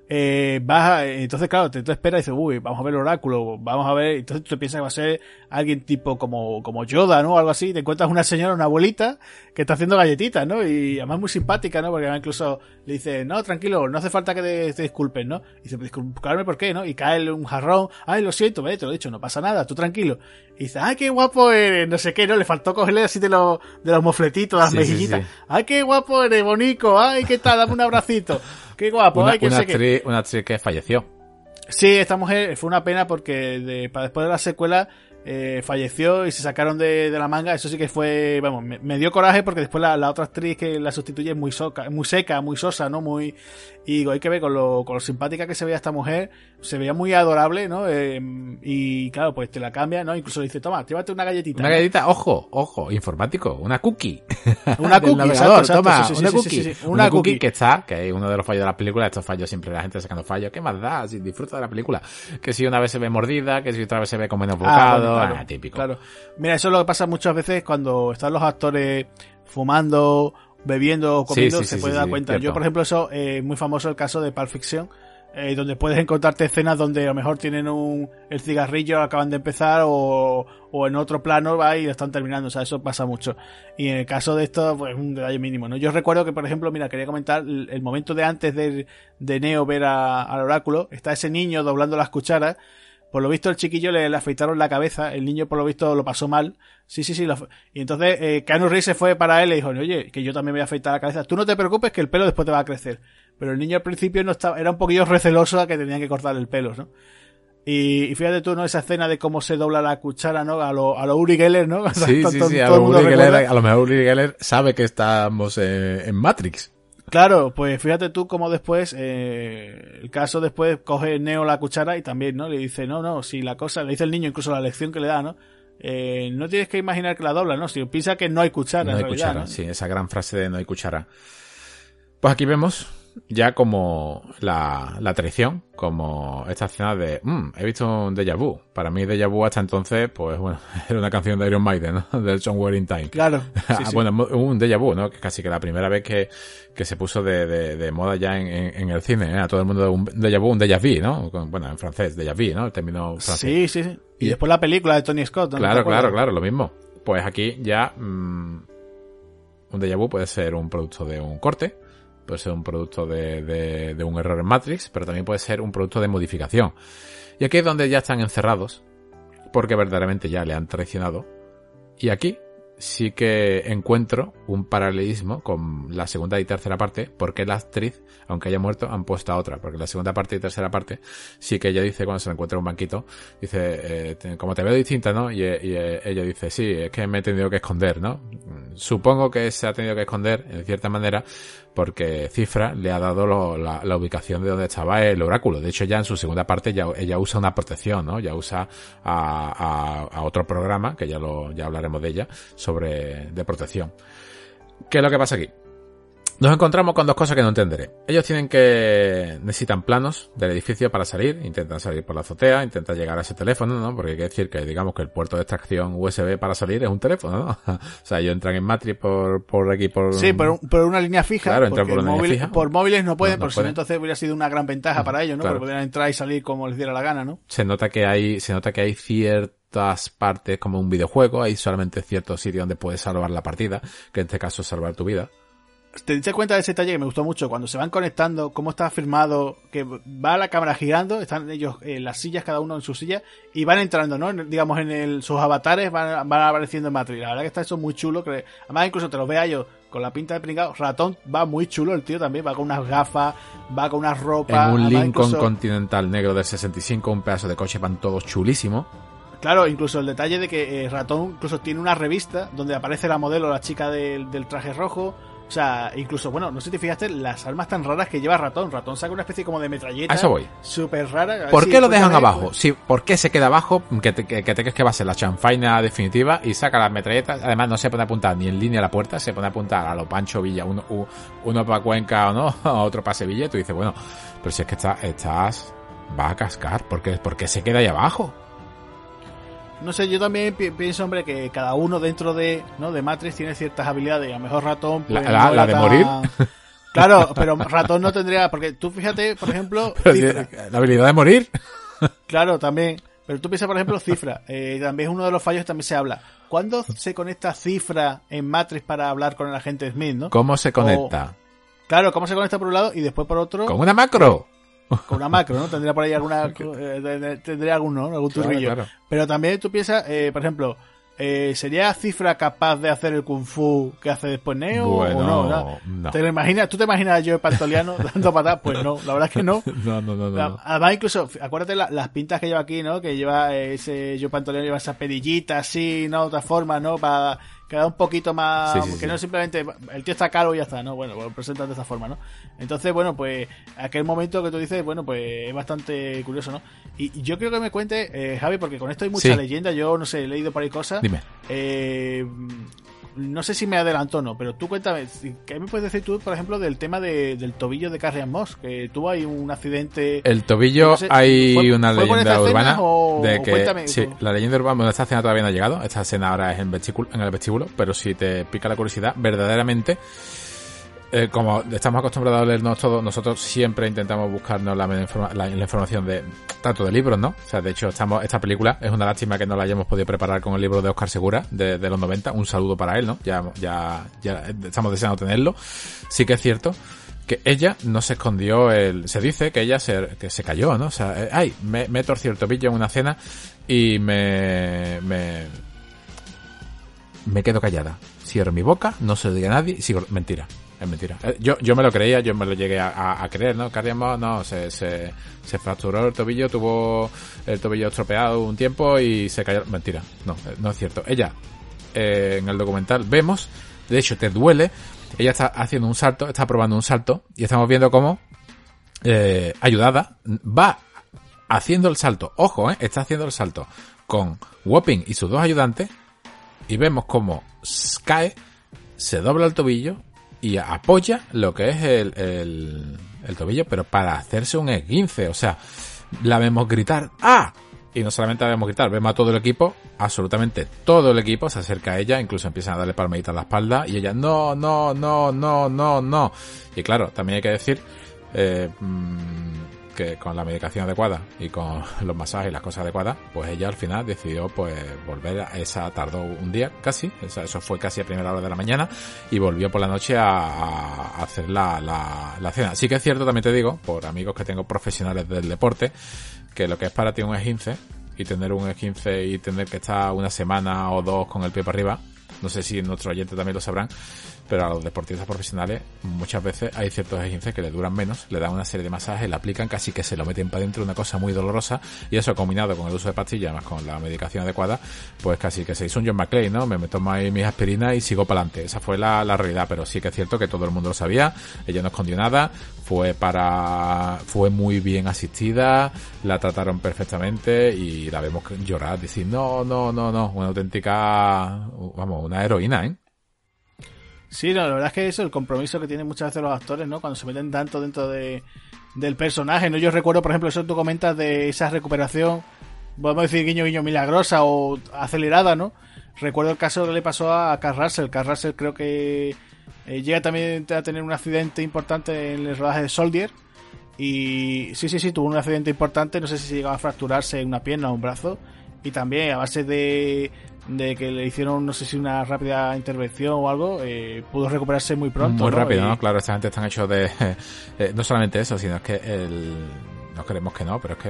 entonces claro, tú esperas y dices, uy, vamos a ver el oráculo, vamos a ver, entonces tú piensas que va a ser alguien tipo como Yoda, ¿no? Algo así, te encuentras una señora, una abuelita que está haciendo galletitas, ¿no? Y además muy simpática, ¿no? Porque además incluso le dice, no, tranquilo, no hace falta que te disculpen, ¿no? Y dice, disculparme por qué, ¿no? Y cae un jarrón, ay, lo siento, te lo he dicho, no pasa nada, tú tranquilo. Y dice, ay, qué guapo eres, no sé qué, ¿no? Le faltó cogerle así de los mofletitos, de las mejillitas. Sí. Ay, qué guapo eres, bonico, ay, qué tal, dame un abracito. Qué guapo, una actriz que falleció. Sí, esta mujer fue una pena porque después de la secuela falleció y se sacaron de la manga. Eso sí que fue, vamos, me dio coraje porque después la otra actriz que la sustituye es muy seca, muy sosa, ¿no? Y digo, hay que ver con lo simpática que se veía esta mujer, se veía muy adorable, ¿no? Y claro, pues te la cambia, ¿no? Incluso dice, toma, llévate una galletita. Una galletita, ojo, informático, una cookie. Una cookie, exacto, toma, sí, una cookie. Sí. Una cookie que es uno de los fallos de la película. Estos fallos siempre la gente sacando fallos. ¿Qué más da? Si disfruta de la película. Que si una vez se ve mordida, que si otra vez se ve con menos bocado, claro, típico. Claro. Mira, eso es lo que pasa muchas veces cuando están los actores fumando, bebiendo o comiendo, se puede dar cuenta. Cierto. Yo, por ejemplo, eso es muy famoso el caso de Pulp Fiction, donde puedes encontrarte escenas donde a lo mejor tienen el cigarrillo, acaban de empezar o en otro plano va y lo están terminando. O sea, eso pasa mucho. Y en el caso de esto, pues es un detalle mínimo, ¿no? Yo recuerdo que, por ejemplo, mira, quería comentar el momento de antes de Neo ver al oráculo. Está ese niño doblando las cucharas. Por lo visto el chiquillo le afeitaron la cabeza, el niño por lo visto lo pasó mal. Sí. Y entonces Keanu Reeves se fue para él y le dijo, oye, que yo también me voy a afeitar la cabeza. Tú no te preocupes que el pelo después te va a crecer. Pero el niño al principio no estaba, era un poquillo receloso a que tenían que cortar el pelo, ¿no? Y fíjate tú, ¿no? Esa escena de cómo se dobla la cuchara, ¿no? A lo Uri Geller, ¿no? Sí, a lo Uri Geller, a lo mejor Uri Geller sabe que estamos en Matrix. Claro, pues fíjate tú cómo después, el caso después coge Neo la cuchara y también, ¿no? Le dice, no, si la cosa, le dice el niño incluso la lección que le da, ¿no? no tienes que imaginar que la dobla, ¿no? Si piensa que no hay cuchara, no en hay realidad, cuchara, ¿no? sí, esa gran frase de no hay cuchara. Pues aquí vemos ya como la traición, como esta escena de he visto un déjà vu. Para mí déjà vu hasta entonces, pues bueno, era una canción de Iron Maiden, ¿no? Del Somewhere in Time. Claro. Sí, sí. Bueno, un déjà vu, ¿no? Que casi que la primera vez que se puso de moda ya en el cine, ¿eh? A todo el mundo un déjà vu, un déjà vu, ¿no? Bueno, en francés, déjà vu, ¿no? El término francés. Sí, sí, sí. Y después la película de Tony Scott, ¿no? Claro, lo mismo. Pues aquí ya un déjà vu puede ser un producto de un corte, puede ser un producto de un error en Matrix, pero también puede ser un producto de modificación. Y aquí es donde ya están encerrados, porque verdaderamente ya le han traicionado. Y aquí sí que encuentro un paralelismo con la segunda y tercera parte, porque la actriz, aunque haya muerto, han puesto a otra, porque la segunda parte y tercera parte sí que ella dice, cuando se la encuentra en un banquito, dice, como te veo distinta, ¿no? Y ella dice, sí, es que me he tenido que esconder, ¿no? Supongo que se ha tenido que esconder, en cierta manera, porque Cifra le ha dado la ubicación de donde estaba el oráculo. De hecho, ya en su segunda parte ella usa una protección, ¿no? Ya usa a otro programa, que ya hablaremos de ella, de protección. ¿Qué es lo que pasa aquí? Nos encontramos con dos cosas que no entenderé. Ellos necesitan planos del edificio para salir, intentan salir por la azotea, intentan llegar a ese teléfono, ¿no? Porque hay que decir que digamos que el puerto de extracción USB para salir es un teléfono, ¿no? O sea, ellos entran en Matrix por aquí, Sí, por una línea fija. Claro, entran por una línea fija. Por móviles no pueden, no por si no, entonces hubiera sido una gran ventaja para ellos, ¿no? Claro. Porque podrían entrar y salir como les diera la gana, ¿no? Se nota que hay ciertas partes como un videojuego, hay solamente ciertos sitios donde puedes salvar la partida, que en este caso es salvar tu vida. ¿Te diste cuenta de ese detalle que me gustó mucho? Cuando se van conectando, cómo está firmado, que va la cámara girando, están ellos en las sillas, cada uno en su silla, y van entrando, ¿no? Digamos, sus avatares van apareciendo en Matrix. La verdad que está eso muy chulo. Además, incluso te lo ve a ellos con la pinta de pringado. Ratón va muy chulo, el tío también, va con unas gafas, va con unas ropas. En un Además, Lincoln Continental negro del 65, un pedazo de coche, van todos chulísimos. Claro, incluso el detalle de que Ratón incluso tiene una revista donde aparece la modelo, la chica del traje rojo. O sea, incluso, bueno, no sé si te fijaste, las armas tan raras que lleva Ratón. Ratón saca una especie como de metralleta. A eso voy. Súper rara. ¿Por qué lo dejan abajo? Sí, ¿por qué se queda abajo? Que te crees que va a ser la chanfaina definitiva y saca las metralletas. Además, no se pone a apuntar ni en línea a la puerta, se pone a apuntar a lo Pancho Villa. Uno para Cuenca o no, otro para Sevilla. Y tú dices, bueno, pero si es que vas a cascar. ¿Por qué se queda ahí abajo? No sé, yo también pienso, hombre, que cada uno dentro de Matrix tiene ciertas habilidades. A lo mejor Ratón... Pues, la de morir. Claro, pero Ratón no tendría... Porque tú fíjate, por ejemplo... Cifra. La habilidad de morir. Claro, también. Pero tú piensas, por ejemplo, Cifra. También es uno de los fallos que también se habla. ¿Cuándo se conecta Cifra en Matrix para hablar con el agente Smith, no? ¿Cómo se conecta? Claro, ¿cómo se conecta por un lado y después por otro? Con una macro. Con una macro, ¿no? Tendría por ahí tendría algún turrillo. Claro. Pero también tú piensas, por ejemplo, ¿sería Cifra capaz de hacer el Kung Fu que hace después Neo bueno, o no? No. ¿Te lo imaginas? ¿Tú te imaginas a Joe Pantoliano dando patadas? Pues no, la verdad es que no. No. Además, incluso, acuérdate las pintas que lleva aquí, ¿no? Que lleva ese Joe Pantoliano, lleva esa perillita así, ¿no? De otra forma, ¿no? Para quedar un poquito más... Sí. No simplemente el tío está calvo y ya está, ¿no? Bueno, lo presentan de esa forma, ¿no? Entonces, bueno, pues aquel momento que tú dices, bueno, pues es bastante curioso, ¿no? Y yo creo que me cuente, Javi, porque con esto hay mucha leyenda, yo no sé, he leído por ahí cosas. Dime. No sé si me adelanto o no, pero tú cuéntame, ¿qué me puedes decir tú, por ejemplo, del tema del tobillo de Carrie Ann Moss? Que tuvo ahí un accidente... El tobillo, no sé, hay una leyenda urbana de que... Cuéntame, sí, la leyenda urbana, bueno, esta escena todavía no ha llegado, esta escena ahora es en el vestíbulo, pero si te pica la curiosidad, verdaderamente... como estamos acostumbrados a leernos todo, nosotros siempre intentamos buscarnos la información de tanto de libros, ¿no? O sea, de hecho, esta película es una lástima que no la hayamos podido preparar con el libro de Óscar Segura de los 90. Un saludo para él, ¿no? Ya estamos deseando tenerlo. Sí que es cierto que ella no se escondió se dice que ella que se cayó, ¿no? O sea, me torció el tobillo en una cena y me quedo callada. Cierro mi boca, no se lo diga a nadie y sigo. Mentira. Es mentira. Yo me lo creía, yo me lo llegué a creer, ¿no? Carrie Ann Moss, no, se fracturó el tobillo, tuvo el tobillo estropeado un tiempo y se cayó. Mentira, no es cierto. Ella, en el documental vemos, de hecho te duele, ella está haciendo un salto, está probando un salto y estamos viendo cómo, ayudada, va haciendo el salto. Ojo, está haciendo el salto con Wapping y sus dos ayudantes y vemos como cae, se dobla el tobillo y apoya lo que es el tobillo, pero para hacerse un esguince. O sea, la vemos gritar ¡ah! Y no solamente la vemos gritar, vemos a todo el equipo, absolutamente todo el equipo se acerca a ella, incluso empiezan a darle palmaditas a la espalda y ella no. Y claro, también hay que decir que con la medicación adecuada y con los masajes y las cosas adecuadas, pues ella al final decidió pues volver a esa, tardó un día casi, eso fue casi a primera hora de la mañana, y volvió por la noche a hacer la cena. Sí que es cierto, también te digo, por amigos que tengo profesionales del deporte, que lo que es para ti un esguince, y tener un esguince y tener que estar una semana o dos con el pie para arriba, no sé si nuestros oyentes también lo sabrán, pero a los deportistas profesionales muchas veces hay ciertos esguinces que le duran menos, le dan una serie de masajes, le aplican, casi que se lo meten para adentro, una cosa muy dolorosa, y eso combinado con el uso de pastillas, más con la medicación adecuada, pues casi que se hizo un John McClane, ¿no? Me tomo ahí mis aspirinas y sigo para adelante. Esa fue la realidad, pero sí que es cierto que todo el mundo lo sabía, ella no escondió nada, fue muy bien asistida, la trataron perfectamente y la vemos llorar, decir no, una auténtica, vamos, una heroína, ¿eh? Sí, no, la verdad es que eso, el compromiso que tienen muchas veces los actores, ¿no? Cuando se meten tanto dentro del personaje, ¿no? Yo recuerdo, por ejemplo, eso que tú comentas de esa recuperación, podemos decir guiño milagrosa o acelerada, ¿no? Recuerdo el caso que le pasó a Kurt Russell. Kurt Russell creo que llega también a tener un accidente importante en el rodaje de Soldier. Y sí, tuvo un accidente importante, no sé si llegaba a fracturarse una pierna o un brazo. Y también a base de que le hicieron, no sé si una rápida intervención o algo, pudo recuperarse muy pronto. Muy ¿no? rápido, ¿no? Claro, esta gente están hechos de... no solamente eso, sino es que no creemos que no, pero es que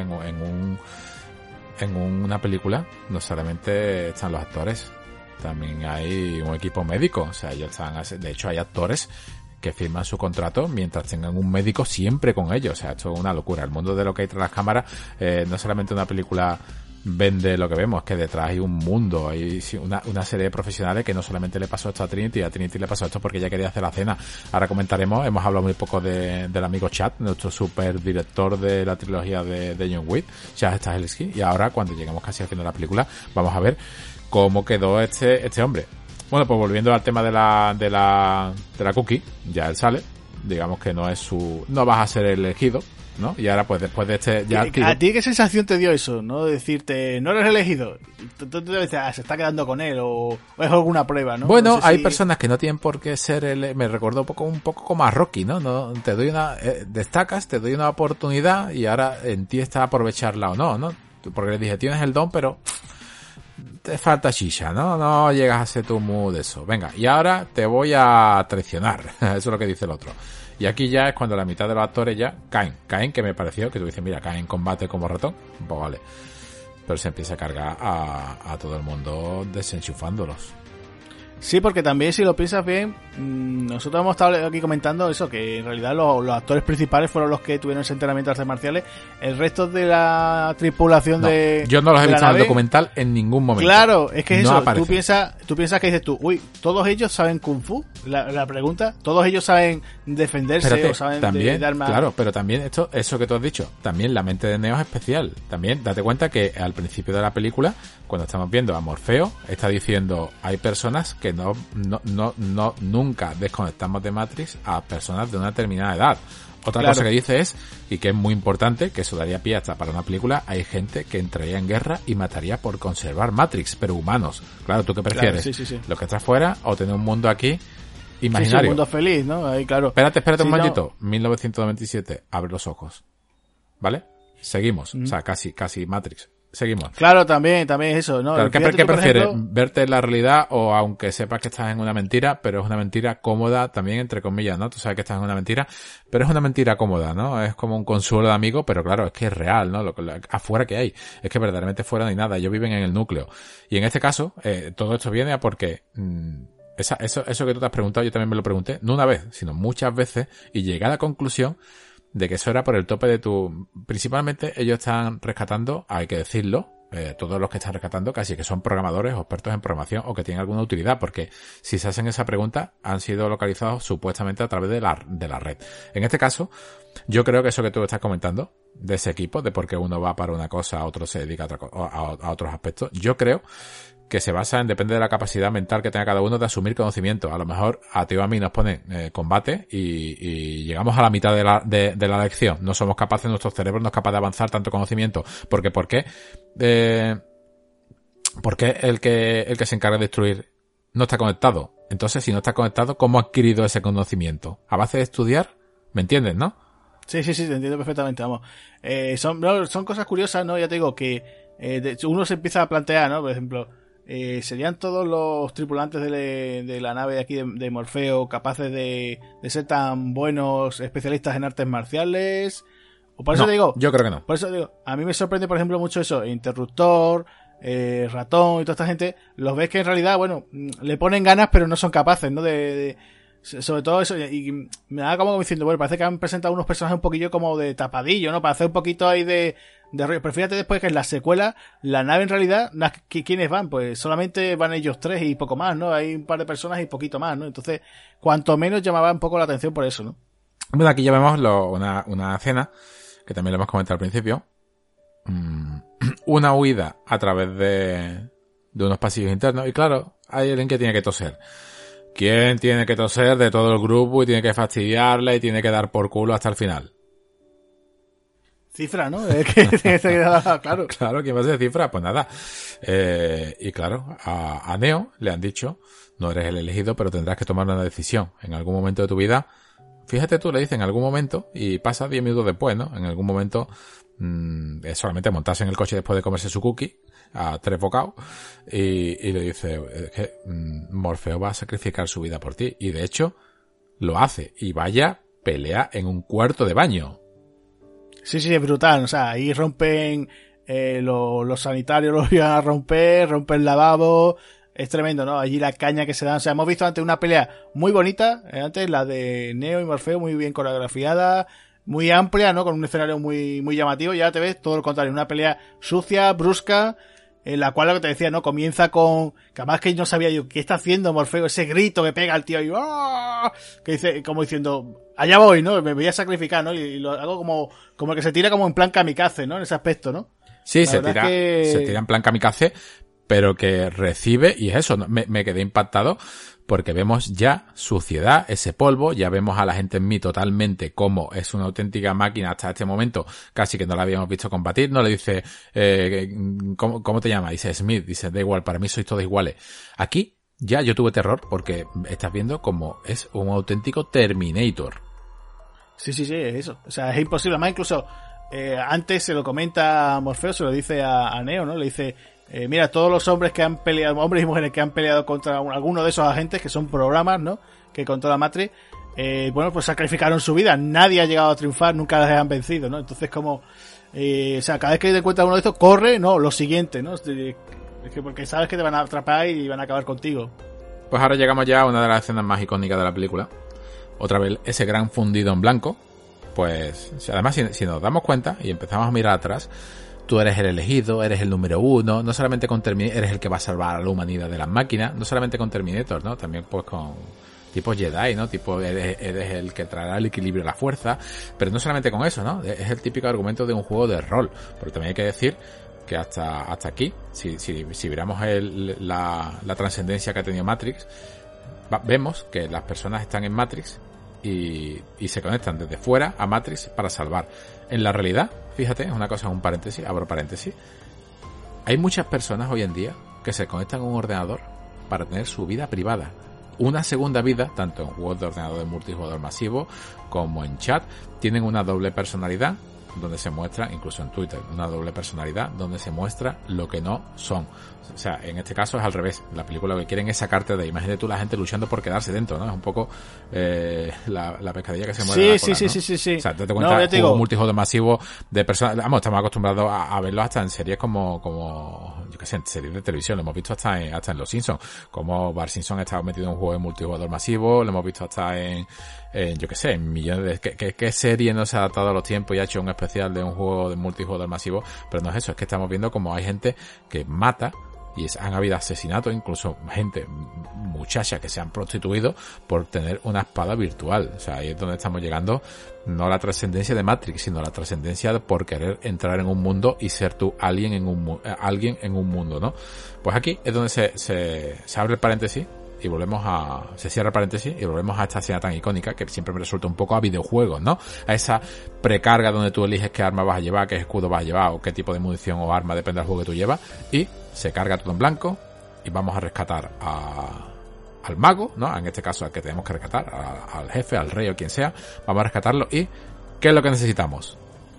en una película no solamente están los actores, también hay un equipo médico. O sea, ellos están... De hecho, hay actores que firman su contrato mientras tengan un médico siempre con ellos. O sea, esto es una locura. El mundo de lo que hay tras las cámaras, no solamente una película vende lo que vemos, es que detrás hay un mundo, hay una serie de profesionales que no solamente le pasó esto a Trinity le pasó esto porque ella quería hacer la cena. Ahora comentaremos, hemos hablado muy poco del amigo Chad, nuestro super director de la trilogía de John Wick, Chad Stahelski, y ahora cuando lleguemos casi al final de la película, vamos a ver cómo quedó este hombre. Bueno, pues volviendo al tema de la Cookie, ya él sale, digamos que no vas a ser el elegido, ¿no? Y ahora pues después de ya ¿A ti qué sensación te dio eso, no? Decirte, no eres elegido, tú te dices, se está quedando con él, o es alguna prueba, ¿no? Bueno, no sé hay si... personas que no tienen por qué ser me recordó un poco como a Rocky, ¿no? Te doy destacas, te doy una oportunidad y ahora en ti está aprovecharla o no, ¿no? Porque le dije, tienes el don, pero te falta chicha, ¿no? No llegas a ser tu mood de eso. Venga, y ahora te voy a traicionar. Eso es lo que dice el otro. Y aquí ya es cuando la mitad de los actores ya caen, que me pareció que tú dices, mira, caen en combate como ratón, pues vale. Pero se empieza a cargar a todo el mundo desenchufándolos. Sí, porque también si lo piensas bien, nosotros hemos estado aquí comentando eso, que en realidad los actores principales fueron los que tuvieron ese entrenamiento de artes marciales. El resto de la tripulación yo no los he visto en el documental en ningún momento. Claro, es que es no eso, tú piensas que dices tú, todos ellos saben Kung Fu, la pregunta, todos ellos saben defenderse. Espérate, o saben también, dar más... Claro, pero también eso que tú has dicho, también la mente de Neo es especial. También date cuenta que al principio de la película, cuando estamos viendo a Morfeo, está diciendo, hay personas que nunca desconectamos de Matrix a personas de una determinada edad. Otra cosa que dice es, y que es muy importante, que eso daría pie hasta para una película, hay gente que entraría en guerra y mataría por conservar Matrix, pero humanos. Claro, ¿tú qué prefieres? Claro, sí. ¿Los que estás fuera o tener un mundo aquí imaginario? Sí, un mundo feliz, ¿no? Ahí, claro. Espérate un momentito. 1997, abre los ojos. ¿Vale? Seguimos. O sea, casi Matrix. Seguimos. Claro, también es eso, ¿no? Claro, ¿qué prefieres? ¿Verte en la realidad o aunque sepas que estás en una mentira, pero es una mentira cómoda también, entre comillas, ¿no? Tú sabes que estás en una mentira, pero es una mentira cómoda, ¿no? Es como un consuelo de amigo, pero claro, es que es real, ¿no? Afuera que hay. Es que verdaderamente fuera no hay nada. Ellos viven en el núcleo. Y en este caso, todo esto viene a porque... eso que tú te has preguntado, yo también me lo pregunté, no una vez, sino muchas veces, y llegué a la conclusión de que eso era por el tope de principalmente ellos están rescatando, hay que decirlo, todos los que están rescatando casi que son programadores o expertos en programación o que tienen alguna utilidad, porque si se hacen esa pregunta han sido localizados supuestamente a través de la red. En este caso, yo creo que eso que tú estás comentando de ese equipo, de por qué uno va para una cosa, otro se dedica a otros aspectos. Yo creo que se basa en, depende de la capacidad mental que tenga cada uno de asumir conocimiento. A lo mejor a ti o a mí nos ponen combate y llegamos a la mitad de la lección. No somos capaces, nuestro cerebro no es capaz de avanzar tanto conocimiento. Porque, ¿por qué? Porque el que se encarga de destruir no está conectado. Entonces, si no está conectado, ¿cómo ha adquirido ese conocimiento? ¿A base de estudiar? ¿Me entiendes, no? Sí, te entiendo perfectamente, vamos. Son cosas curiosas, ¿no? Ya te digo que uno se empieza a plantear, ¿no? Por ejemplo, ¿serían todos los tripulantes de la nave de aquí de Morfeo capaces de ser tan buenos especialistas en artes marciales? O por eso no, te digo, yo creo que no. Por eso digo, a mí me sorprende, por ejemplo, mucho eso, Interruptor, Ratón y toda esta gente, los ves que en realidad, bueno, le ponen ganas pero no son capaces, ¿no? Sobre todo eso, y me da como diciendo, bueno, parece que han presentado unos personajes un poquillo como de tapadillo, ¿no? Para hacer un poquito ahí de rollo. Pero fíjate después que en la secuela, la nave en realidad, ¿quiénes van? Pues solamente van ellos tres y poco más, ¿no? Hay un par de personas y poquito más, ¿no? Entonces, cuanto menos llamaba un poco la atención por eso, ¿no? Bueno, aquí ya vemos una escena, que también lo hemos comentado al principio. Una huida a través de unos pasillos internos. Y claro, hay alguien que tiene que toser. ¿Quién tiene que toser de todo el grupo y tiene que fastidiarle y tiene que dar por culo hasta el final? Cifra, ¿no? Claro. Claro, ¿quién va a ser Cifra? Pues nada. Y claro, a Neo le han dicho, no eres el elegido, pero tendrás que tomar una decisión. En algún momento de tu vida, fíjate tú, le dicen en algún momento, y pasa 10 minutos después, ¿no? En algún momento, es solamente montarse en el coche después de comerse su cookie, a 3 bocados, y le dice, es que Morfeo va a sacrificar su vida por ti. Y de hecho, lo hace. Y vaya, pelea en un cuarto de baño. Sí, es brutal. O sea, ahí rompen los sanitarios, los iban a rompen el lavabo. Es tremendo, ¿no? Allí la caña que se dan. O sea, hemos visto antes una pelea muy bonita. Antes la de Neo y Morfeo, muy bien coreografiada, muy amplia, ¿no? Con un escenario muy, muy llamativo. Y ahora te ves todo lo contrario. Una pelea sucia, brusca, en la cual lo que te decía, ¿no? Comienza con, que además que no sabía yo, ¿qué está haciendo Morfeo? Ese grito que pega al tío y ¡ah! Que dice, como diciendo, allá voy, ¿no? Me voy a sacrificar, ¿no? Y lo hago como el que se tira como en plan kamikaze, ¿no? En ese aspecto, ¿no? Sí, se tira en plan kamikaze, pero que recibe, y es eso, me quedé impactado, porque vemos ya suciedad, ese polvo, ya vemos a la gente en mí totalmente como es una auténtica máquina hasta este momento, casi que no la habíamos visto combatir. No le dice, ¿cómo te llamas? Dice Smith, dice, da igual, para mí sois todos iguales. Aquí ya yo tuve terror porque estás viendo como es un auténtico Terminator. Sí, es eso. O sea, es imposible. Además, incluso antes se lo comenta Morfeo, se lo dice a Neo, ¿no? Le dice, mira, todos los hombres que han peleado, hombres y mujeres que han peleado contra alguno de esos agentes, que son programas, ¿no? Que controla Matrix, bueno, pues sacrificaron su vida. Nadie ha llegado a triunfar, nunca les han vencido, ¿no? Entonces, como, o sea, cada vez que te encuentras uno de estos, corre, no, lo siguiente, ¿no? Es que porque sabes que te van a atrapar y van a acabar contigo. Pues ahora llegamos ya a una de las escenas más icónicas de la película. Otra vez, ese gran fundido en blanco. Pues, además, si nos damos cuenta y empezamos a mirar atrás, tú eres el elegido, eres el número uno, no solamente con Terminator, eres el que va a salvar a la humanidad de las máquinas, no solamente con Terminator, ¿no? También pues con tipo Jedi, ¿no? Tipo, eres el que traerá el equilibrio a la fuerza, pero no solamente con eso, ¿no? Es el típico argumento de un juego de rol, porque también hay que decir que hasta aquí, si miramos la trascendencia que ha tenido Matrix, vemos que las personas están en Matrix y se conectan desde fuera a Matrix para salvar. En la realidad, fíjate, es una cosa, un paréntesis, abro paréntesis, hay muchas personas hoy en día que se conectan a un ordenador para tener su vida privada, una segunda vida, tanto en juegos de ordenador de multijugador masivo como en chat. Tienen una doble personalidad donde se muestra, incluso en Twitter, una doble personalidad donde se muestra lo que no son. O sea, en este caso es al revés. La película lo que quieren es sacarte de ahí. Imagínate tú la gente luchando por quedarse dentro, ¿no? Es un poco la pescadilla que se muere. Sí. O sea, te cuenta juego multijugador masivo de personas. Vamos, estamos acostumbrados a verlo hasta en series como yo qué sé, en series de televisión. Lo hemos visto hasta en Los Simpsons. Como Bart Simpson ha estado metido en un juego de multijugador masivo. Lo hemos visto hasta en yo qué sé, en millones de... ¿Qué serie no se ha adaptado a los tiempos y ha hecho un especial de un juego de multijugador masivo? Pero no es eso, es que estamos viendo como hay gente que mata y han habido asesinatos, incluso gente, muchachas que se han prostituido por tener una espada virtual. O sea, ahí es donde estamos llegando, no a la trascendencia de Matrix, sino a la trascendencia por querer entrar en un mundo y ser tú alguien en un mundo, ¿no? Pues aquí es donde se abre el paréntesis y se cierra el paréntesis y volvemos a esta escena tan icónica que siempre me resulta un poco a videojuegos, ¿no? A esa precarga donde tú eliges qué arma vas a llevar, qué escudo vas a llevar o qué tipo de munición o arma, depende del juego que tú llevas, y se carga todo en blanco y vamos a rescatar al mago, ¿no? En este caso al que tenemos que rescatar, al jefe, al rey o quien sea, vamos a rescatarlo. ¿Y qué es lo que necesitamos?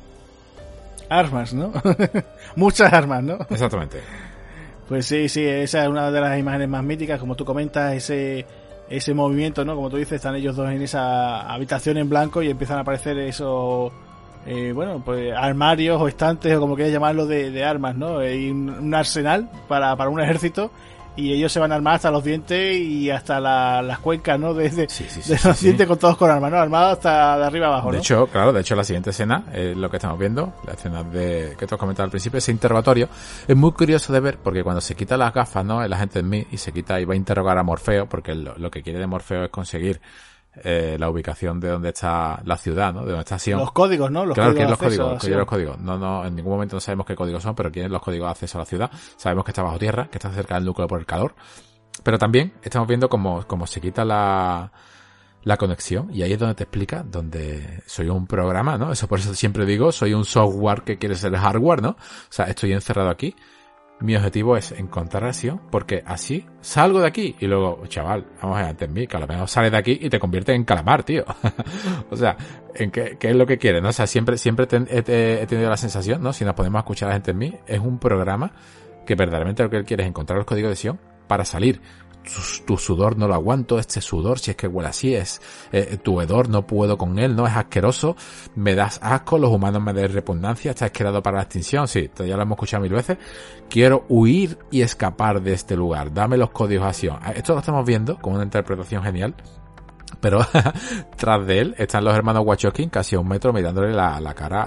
Armas, ¿no? Muchas armas, ¿no? Exactamente. Pues sí, esa es una de las imágenes más míticas, como tú comentas, ese movimiento, ¿no? Como tú dices, están ellos dos en esa habitación en blanco y empiezan a aparecer esos, bueno, pues armarios o estantes o como quieras llamarlo de armas, ¿no? Hay un arsenal para un ejército y ellos se van a armar hasta los dientes y hasta las cuencas, ¿no? De los dientes con todos con armas, ¿no? Armados hasta de arriba abajo, ¿no? De hecho, claro, la siguiente escena es lo que estamos viendo, la escena que te has comentado al principio, ese interrogatorio. Es muy curioso de ver porque cuando se quita las gafas, ¿no? El agente Smith y va a interrogar a Morfeo, porque lo que quiere de Morfeo es conseguir la ubicación de donde está la ciudad, ¿no? De donde está Sion. Los códigos, ¿no? Claro, quieren los códigos. No, en ningún momento no sabemos qué códigos son, pero quieren los códigos de acceso a la ciudad. Sabemos que está bajo tierra, que está cerca del núcleo por el calor. Pero también estamos viendo cómo se quita la conexión, y ahí es donde te explica donde soy un programa, ¿no? Por eso siempre digo, soy un software que quiere ser hardware, ¿no? O sea, estoy encerrado aquí. Mi objetivo es encontrar a Sion, porque así salgo de aquí y luego, chaval, vamos a ver, que a lo mejor sales de aquí y te conviertes en calamar, tío. O sea, ¿en qué es lo que quieres, no? O sea, siempre he tenido la sensación, ¿no? Si nos podemos escuchar a la gente en mí, es un programa que verdaderamente lo que él quiere es encontrar los códigos de Sion para salir. Tu sudor no lo aguanto, este sudor, si es que huele así, es tu hedor, no puedo con él, no, es asqueroso, me das asco, los humanos me dan repugnancia, estás creado para la extinción, sí, ya lo hemos escuchado 1000 veces, quiero huir y escapar de este lugar, dame los códigos a Sion. Esto lo estamos viendo con una interpretación genial, pero tras de él están los hermanos Wachowski casi a 1 metro mirándole la cara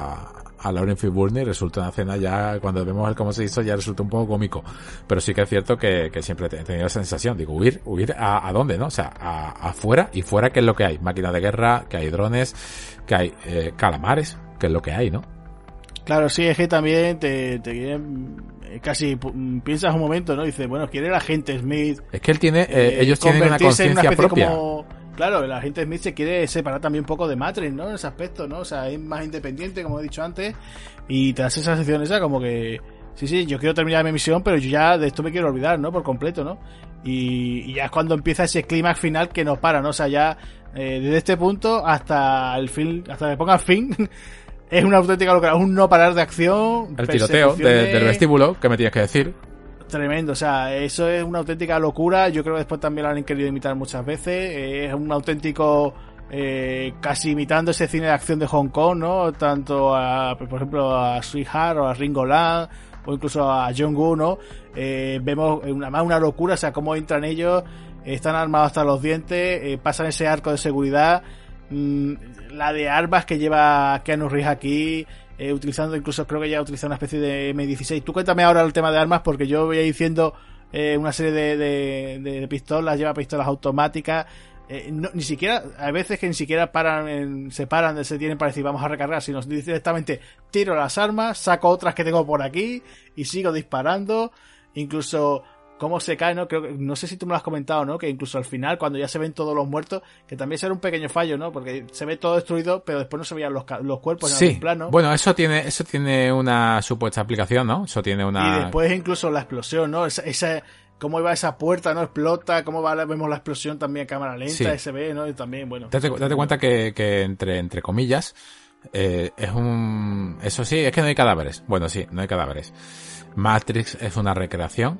a Lauren Fishburne, y resulta una escena ya, cuando vemos el cómo se hizo, ya resulta un poco cómico. Pero sí que es cierto que siempre he tenido esa sensación, digo, huir a dónde, ¿no? O sea, afuera, y fuera, ¿qué es lo que hay? Máquinas de guerra, que hay drones, que hay calamares, ¿qué es lo que hay, no? Claro, sí, es que también te casi piensas un momento, ¿no? Dices, bueno, quiere el agente Smith. Es que él tiene, ellos tienen una conciencia propia. Claro, el agente Smith se quiere separar también un poco de Matrix, ¿no? En ese aspecto, ¿no? O sea, es más independiente, como he dicho antes, y te das esa sensación esa como que, sí, yo quiero terminar mi misión, pero yo ya de esto me quiero olvidar, ¿no? Por completo, ¿no? Y ya es cuando empieza ese clímax final que nos para, ¿no? O sea, ya desde este punto hasta el fin, hasta que ponga fin, es una auténtica locura, un no parar de acción. El tiroteo del vestíbulo, que me tienes que decir. Tremendo, o sea, eso es una auténtica locura. Yo creo que después también lo han querido imitar muchas veces. Es un auténtico, casi imitando ese cine de acción de Hong Kong, ¿no? Tanto por ejemplo, a Sweetheart o a Ringo Lam, o incluso a Jong-un, ¿no? Vemos una locura, o sea, cómo entran ellos, están armados hasta los dientes, pasan ese arco de seguridad, la de armas que lleva Keanu Reeves aquí, utilizando, incluso creo que ya utiliza una especie de M16. Tú cuéntame ahora el tema de armas, porque yo voy diciendo una serie de pistolas, lleva pistolas automáticas, ni siquiera, hay veces que ni siquiera se paran, se tienen para decir vamos a recargar, sino directamente tiro las armas, saco otras que tengo por aquí y sigo disparando. Incluso cómo se cae, ¿no? Creo que, no sé si tú me lo has comentado, ¿no? Que incluso al final, cuando ya se ven todos los muertos, que también será un pequeño fallo, ¿no? Porque se ve todo destruido, pero después no se veían los cuerpos en algún plano. Bueno, eso tiene una supuesta aplicación, ¿no? Eso tiene una... Y después incluso la explosión, ¿no? Esa cómo iba esa puerta, ¿no? Explota, cómo vemos la explosión también a cámara lenta, se ve, ¿no? Y también, bueno... Date cuenta que entre comillas, es un... Eso sí, es que no hay cadáveres. Bueno, sí, no hay cadáveres. Matrix es una recreación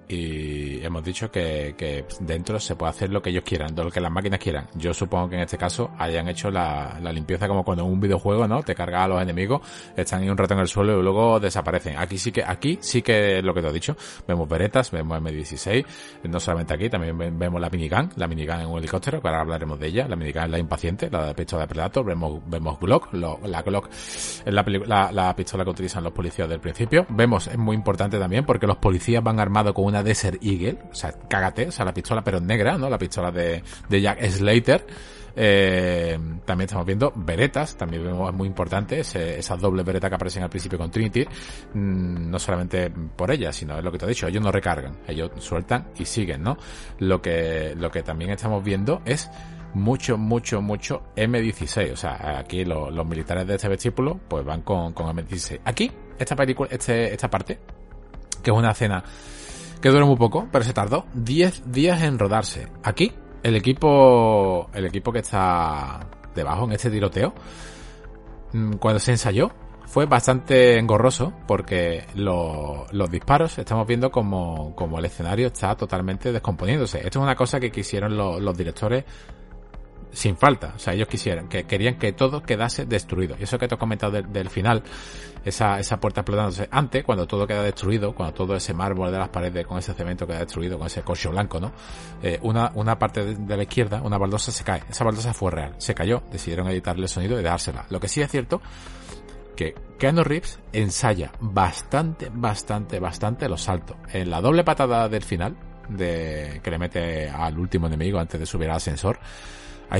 y hemos dicho que dentro se puede hacer lo que ellos quieran, lo que las máquinas quieran. Yo supongo que en este caso hayan hecho la limpieza como cuando en un videojuego, ¿no? Te cargas a los enemigos, están ahí un rato en el suelo y luego desaparecen. Aquí sí que es lo que te he dicho. Vemos Berettas, vemos M16, no solamente aquí, también vemos la minigun en un helicóptero, que ahora hablaremos de ella. La minigun es la impaciente, la de pistola de Predator. Vemos Glock, la Glock es la pistola que utilizan los policías del principio. Vemos, es muy importante también, porque los policías van armados con una Desert Eagle, o sea, cágate, o sea, la pistola pero negra, ¿no? La pistola de Jack Slater. También estamos viendo Berettas, también vemos, es muy importante, esas dobles Beretta que aparecen al principio con Trinity, no solamente por ellas, sino es lo que te he dicho, ellos no recargan, ellos sueltan y siguen, ¿no? Lo que también estamos viendo es mucho M16, o sea, aquí los militares de este vestíbulo pues van con M16. Aquí, esta parte, que es una escena que dura muy poco, pero se tardó 10 días en rodarse. Aquí, el equipo que está debajo en este tiroteo, cuando se ensayó, fue bastante engorroso, porque los disparos, estamos viendo como el escenario está totalmente descomponiéndose. Esto es una cosa que quisieron los directores sin falta, o sea, ellos querían que todo quedase destruido. Y eso que te he comentado del final, esa puerta explotándose antes, cuando todo queda destruido, cuando todo ese mármol de las paredes con ese cemento queda destruido, con ese corcho blanco, ¿no? Una parte de la izquierda, una baldosa se cae. Esa baldosa fue real, se cayó, decidieron editarle el sonido y dejársela. Lo que sí es cierto, que Keanu Reeves ensaya bastante los saltos. En la doble patada del final, que le mete al último enemigo antes de subir al ascensor, ahí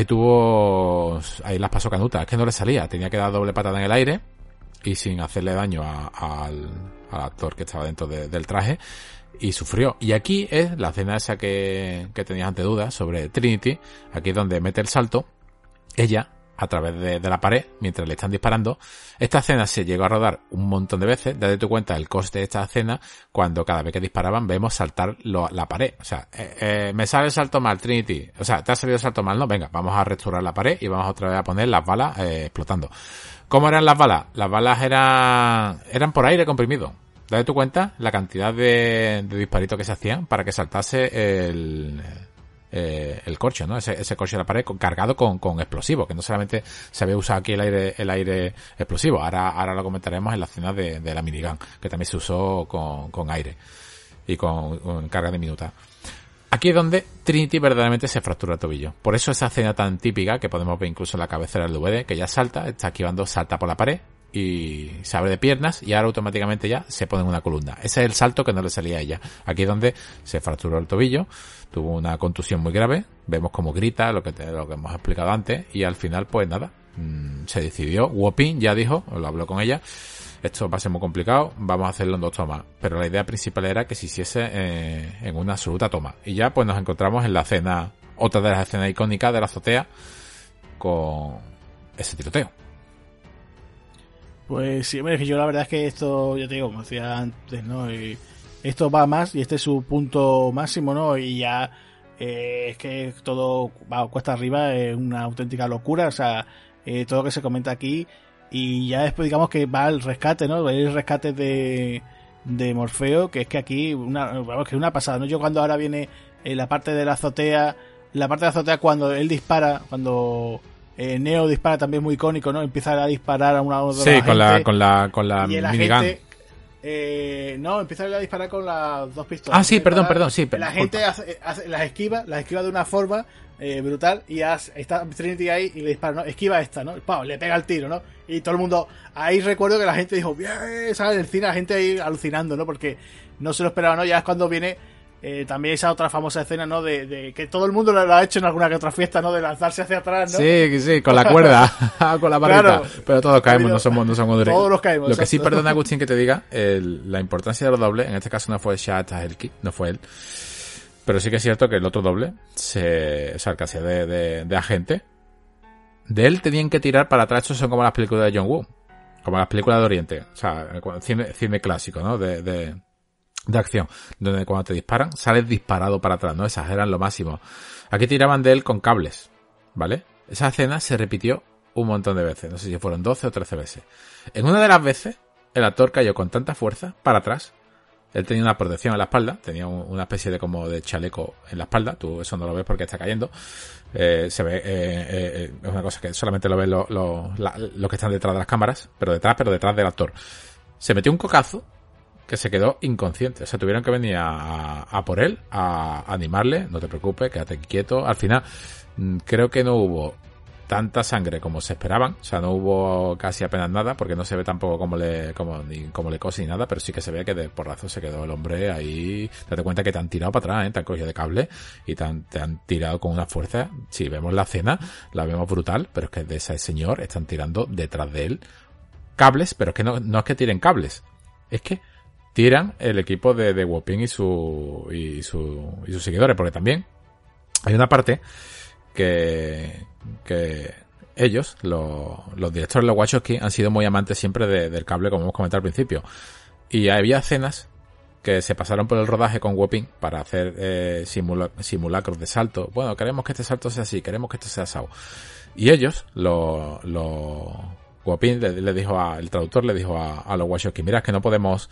las pasó canutas, es que no le salía, tenía que dar doble patada en el aire y sin hacerle daño al actor que estaba dentro del traje, y sufrió. Y aquí es la escena esa que tenías ante dudas sobre Trinity, aquí es donde mete el salto, ella, a través de la pared, mientras le están disparando. Esta escena se llegó a rodar un montón de veces. Date tu cuenta el coste de esta escena, cuando cada vez que disparaban vemos saltar la pared. O sea, me sale el salto mal, Trinity. O sea, te ha salido el salto mal, ¿no? Venga, vamos a restaurar la pared y vamos otra vez a poner las balas explotando. ¿Cómo eran las balas? Las balas eran por aire comprimido. Date tu cuenta la cantidad de disparitos que se hacían para que saltase el corcho, ¿no? Ese corcho de la pared cargado con explosivos, que no solamente se había usado aquí el aire explosivo, ahora lo comentaremos en la escena de la minigun, que también se usó con aire y con carga diminuta. Aquí es donde Trinity verdaderamente se fractura el tobillo. Por eso esa escena tan típica que podemos ver incluso en la cabecera del DVD, que ya salta, está esquivando, salta por la pared y se abre de piernas y ahora automáticamente ya se pone en una columna. Ese es el salto que no le salía a ella. Aquí es donde se fracturó el tobillo, tuvo una contusión muy grave, vemos cómo grita, lo que hemos explicado antes, y al final pues nada, se decidió, Wopin ya dijo, lo habló con ella, esto va a ser muy complicado, vamos a hacerlo en 2 tomas, pero la idea principal era que se hiciese en una absoluta toma. Y ya pues nos encontramos en la escena, otra de las escenas icónicas de la azotea, con ese tiroteo. Pues sí, hombre, yo la verdad es que esto, yo te digo, como decía antes, ¿no? Y esto va más y este es su punto máximo, ¿no? Y ya es que todo va cuesta arriba, es una auténtica locura, o sea, todo lo que se comenta aquí, y ya después digamos que va el rescate, ¿no? El rescate de Morfeo, que es que aquí, que es una pasada, ¿no? Yo cuando ahora viene la parte de la azotea cuando él dispara, cuando Neo dispara, también muy icónico, ¿no? Empieza a disparar a una otra gente. Sí, con la minigun. No, empieza a disparar con las 2 pistolas. Ah, sí, perdón, sí. La gente las esquiva de una forma brutal, y está Trinity ahí y le dispara, ¿no? Esquiva esta, ¿no? ¡Pau! Le pega el tiro, ¿no? Y todo el mundo, ahí recuerdo que la gente dijo, bien, ¿sabes? En el cine la gente ahí alucinando, ¿no? Porque no se lo esperaba, ¿no? Ya es cuando viene también esa otra famosa escena, ¿no? De que todo el mundo lo ha hecho en alguna que otra fiesta, ¿no? De lanzarse hacia atrás, ¿no? Sí, con la cuerda, con la barrita. Claro, pero todos caemos, no somos duros. Todos caemos. Lo que sí, perdona, Agustín, que te diga, la importancia de los dobles, en este caso no fue Shad Tahelki, no fue él. Pero sí que es cierto que el otro doble, el que hacía de agente, de él tenían que tirar para atrás. Estos son como las películas de John Woo, como las películas de Oriente, o sea, cine clásico, ¿no? De acción, donde cuando te disparan, sales disparado para atrás, ¿no? Exageran lo máximo. Aquí tiraban de él con cables, ¿vale? Esa escena se repitió un montón de veces, no sé si fueron 12 o 13 veces. En una de las veces, el actor cayó con tanta fuerza para atrás Él tenía una protección en la espalda, tenía una especie de como de chaleco en la espalda. Tú eso no lo ves porque está cayendo. Se ve, es una cosa que solamente lo ven los que están detrás de las cámaras, pero detrás del actor. Se metió un cocazo que se quedó inconsciente. O sea, tuvieron que venir a por él, a animarle. No te preocupes, quédate quieto. Al final, creo que no hubo tanta sangre como se esperaban, o sea, no hubo casi apenas nada, porque no se ve tampoco cómo le cose ni nada, pero sí que se ve que de porrazo se quedó el hombre ahí. Date cuenta que te han tirado para atrás, te han cogido de cable y te han tirado con una fuerza. Si vemos la escena, la vemos brutal, pero es que de ese señor están tirando detrás de él cables, pero es que no es que tiren cables, es que tiran el equipo de Wopin y sus seguidores, porque también hay una parte que ellos, los directores de los Wachowski, han sido muy amantes siempre del cable, como hemos comentado al principio. Y había escenas que se pasaron por el rodaje con Wopin para hacer simulacros de salto. Bueno, queremos que este salto sea así, queremos que esto sea asado. Y ellos, Wopin le dijo el traductor le dijo a los Wachowski, mira, es que no podemos...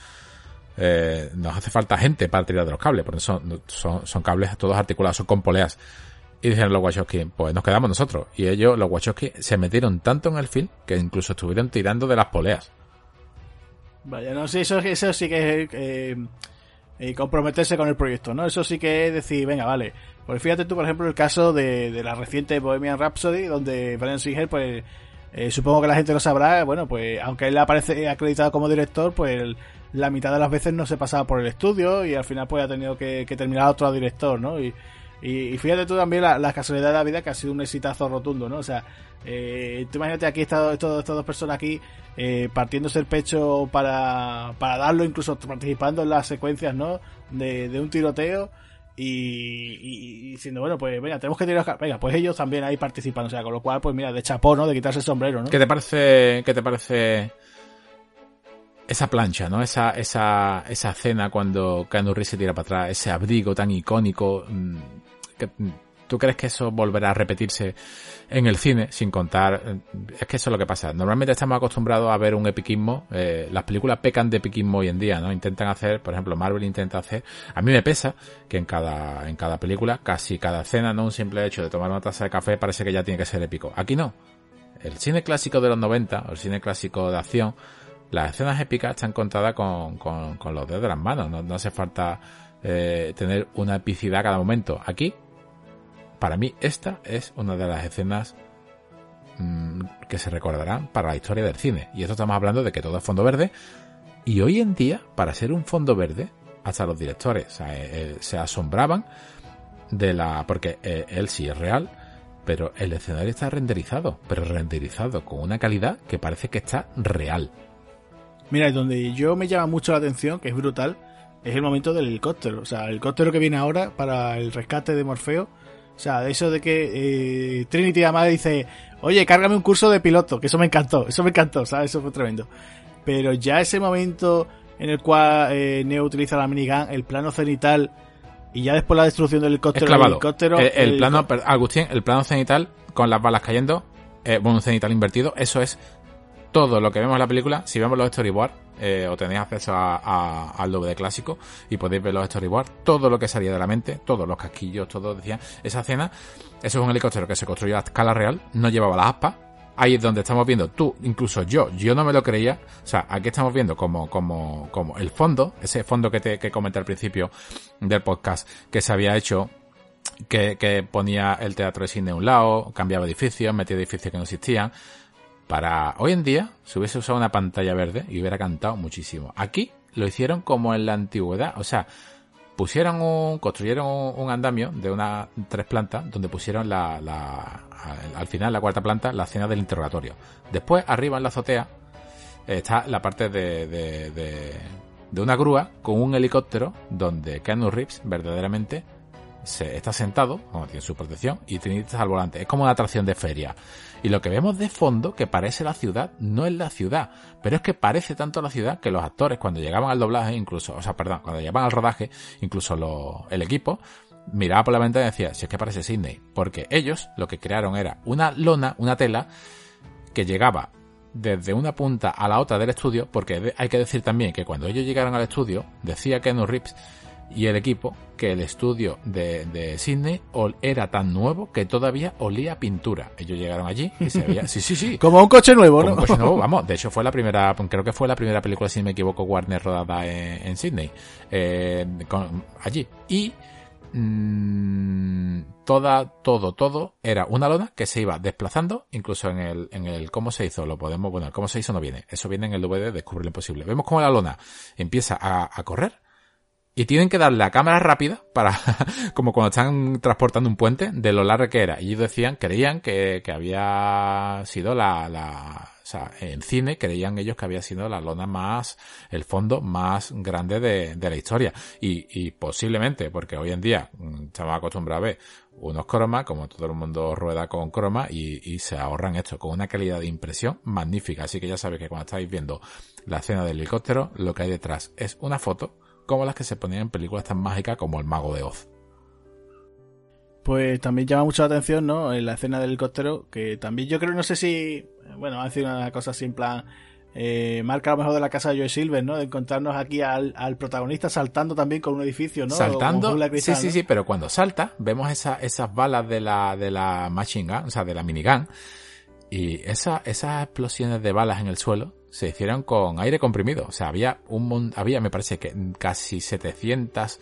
nos hace falta gente para tirar de los cables, porque son cables todos articulados, son con poleas. Y dijeron los Wachowski, pues nos quedamos nosotros. Y ellos, los Wachowski, se metieron tanto en el film que incluso estuvieron tirando de las poleas. Vaya, no sé, eso sí que es comprometerse con el proyecto, ¿no? Eso sí que es decir, venga, vale. Pues fíjate tú, por ejemplo, el caso de la reciente Bohemian Rhapsody, donde Bryan Singer, pues supongo que la gente lo sabrá, bueno, pues aunque él aparece acreditado como director, pues la mitad de las veces no se pasaba por el estudio y al final pues ha tenido que terminar otro director, ¿no? Y fíjate tú también la casualidad de la vida, que ha sido un exitazo rotundo, ¿no? O sea, tú imagínate aquí estas dos personas aquí partiéndose el pecho para darlo, incluso participando en las secuencias, ¿no? De un tiroteo y diciendo, bueno, pues venga, tenemos que tirar, venga, pues ellos también ahí participan, o sea, con lo cual, pues mira, de chapó, ¿no? De quitarse el sombrero, ¿no? ¿Qué te parece esa plancha, ¿no? Esa escena cuando Keanu Reeves se tira para atrás, ese abrigo tan icónico? ¿Tú crees que eso volverá a repetirse en el cine? Sin contar, es que eso es lo que pasa. Normalmente estamos acostumbrados a ver un epiquismo. Las películas pecan de epiquismo hoy en día, ¿no? Intentan hacer, por ejemplo, Marvel intenta hacer. A mí me pesa que en cada película, casi cada escena, no un simple hecho de tomar una taza de café, parece que ya tiene que ser épico. Aquí no. El cine clásico de los 90, o el cine clásico de acción, las escenas épicas están contadas con los dedos de las manos. No hace falta tener una epicidad cada momento. Aquí, para mí, esta es una de las escenas que se recordarán para la historia del cine. Y esto estamos hablando de que todo es fondo verde. Y hoy en día, para ser un fondo verde, hasta los directores se asombraban porque él sí es real, pero el escenario está renderizado, pero renderizado con una calidad que parece que está real. Mira, donde yo me llama mucho la atención, que es brutal, es el momento del helicóptero. O sea, el helicóptero que viene ahora para el rescate de Morfeo. O sea, de eso de que Trinity además dice, oye, cárgame un curso de piloto, que eso me encantó, ¿sabes? Eso fue tremendo. Pero ya ese momento en el cual Neo utiliza la minigun, el plano cenital, y ya después la destrucción del helicóptero. Es clavado. El plano, Agustín, el plano cenital con las balas cayendo, un cenital invertido, eso es todo lo que vemos en la película. Si vemos los storyboards, o tenéis acceso al DVD clásico y podéis ver los storyboards, todo lo que salía de la mente, todos los casquillos, todo decía, esa escena, eso es un helicóptero que se construyó a escala real, no llevaba las aspas. Ahí es donde estamos viendo, tú, incluso yo no me lo creía. O sea, aquí estamos viendo como el fondo, ese fondo que comenté al principio del podcast, que se había hecho, que ponía el teatro de cine a un lado, cambiaba edificios, metía edificios que no existían. Para hoy en día, se hubiese usado una pantalla verde y hubiera cantado muchísimo. Aquí lo hicieron como en la antigüedad, o sea, construyeron un andamio de 3 plantas, donde pusieron al final, la 4ª planta, la escena del interrogatorio. Después, arriba en la azotea, está la parte de una grúa con un helicóptero donde Keanu Reeves verdaderamente está sentado, como tiene su protección, y Trinity está al volante. Es como una atracción de feria. Y lo que vemos de fondo, que parece la ciudad, no es la ciudad, pero es que parece tanto la ciudad que los actores, cuando llegaban al doblaje, cuando llegaban al rodaje, incluso el equipo, miraba por la ventana y decía, si es que parece Sydney, porque ellos lo que crearon era una lona, una tela, que llegaba desde una punta a la otra del estudio, porque hay que decir también que cuando ellos llegaron al estudio, decía Keanu Reeves y el equipo que el estudio de Sydney era tan nuevo que todavía olía a pintura. Ellos llegaron allí y se veía... Sí. Como un coche nuevo, ¿no? Como un coche nuevo, vamos. De hecho, creo que fue la primera película, si no me equivoco, Warner rodada en Sydney. Allí. Y todo era una lona que se iba desplazando, incluso en el cómo se hizo, el cómo se hizo no viene. Eso viene en el DVD, Descubre lo Imposible. Vemos cómo la lona empieza a correr. Y tienen que darle a cámara rápida para, como cuando están transportando un puente, de lo largo que era. Y ellos creían que había sido o sea, en cine creían ellos que había sido la lona el fondo más grande de la historia. Y posiblemente, porque hoy en día estamos acostumbrados a ver unos cromas, como todo el mundo rueda con croma, y se ahorran esto con una calidad de impresión magnífica. Así que ya sabéis que cuando estáis viendo la escena del helicóptero, lo que hay detrás es una foto, como las que se ponían en películas tan mágicas como El Mago de Oz. Pues también llama mucho la atención, ¿no? En la escena del helicóptero, que también yo creo, no sé si, bueno, ha sido una cosa así en plan, marca a lo mejor de la casa de Joe Silver, ¿no? De encontrarnos aquí al protagonista saltando también con un edificio, ¿no? Saltando, cristal, sí, pero cuando salta, vemos esas balas de la machine gun, o sea, de la minigun, y esas explosiones de balas en el suelo se hicieron con aire comprimido. O sea, había me parece que casi 700,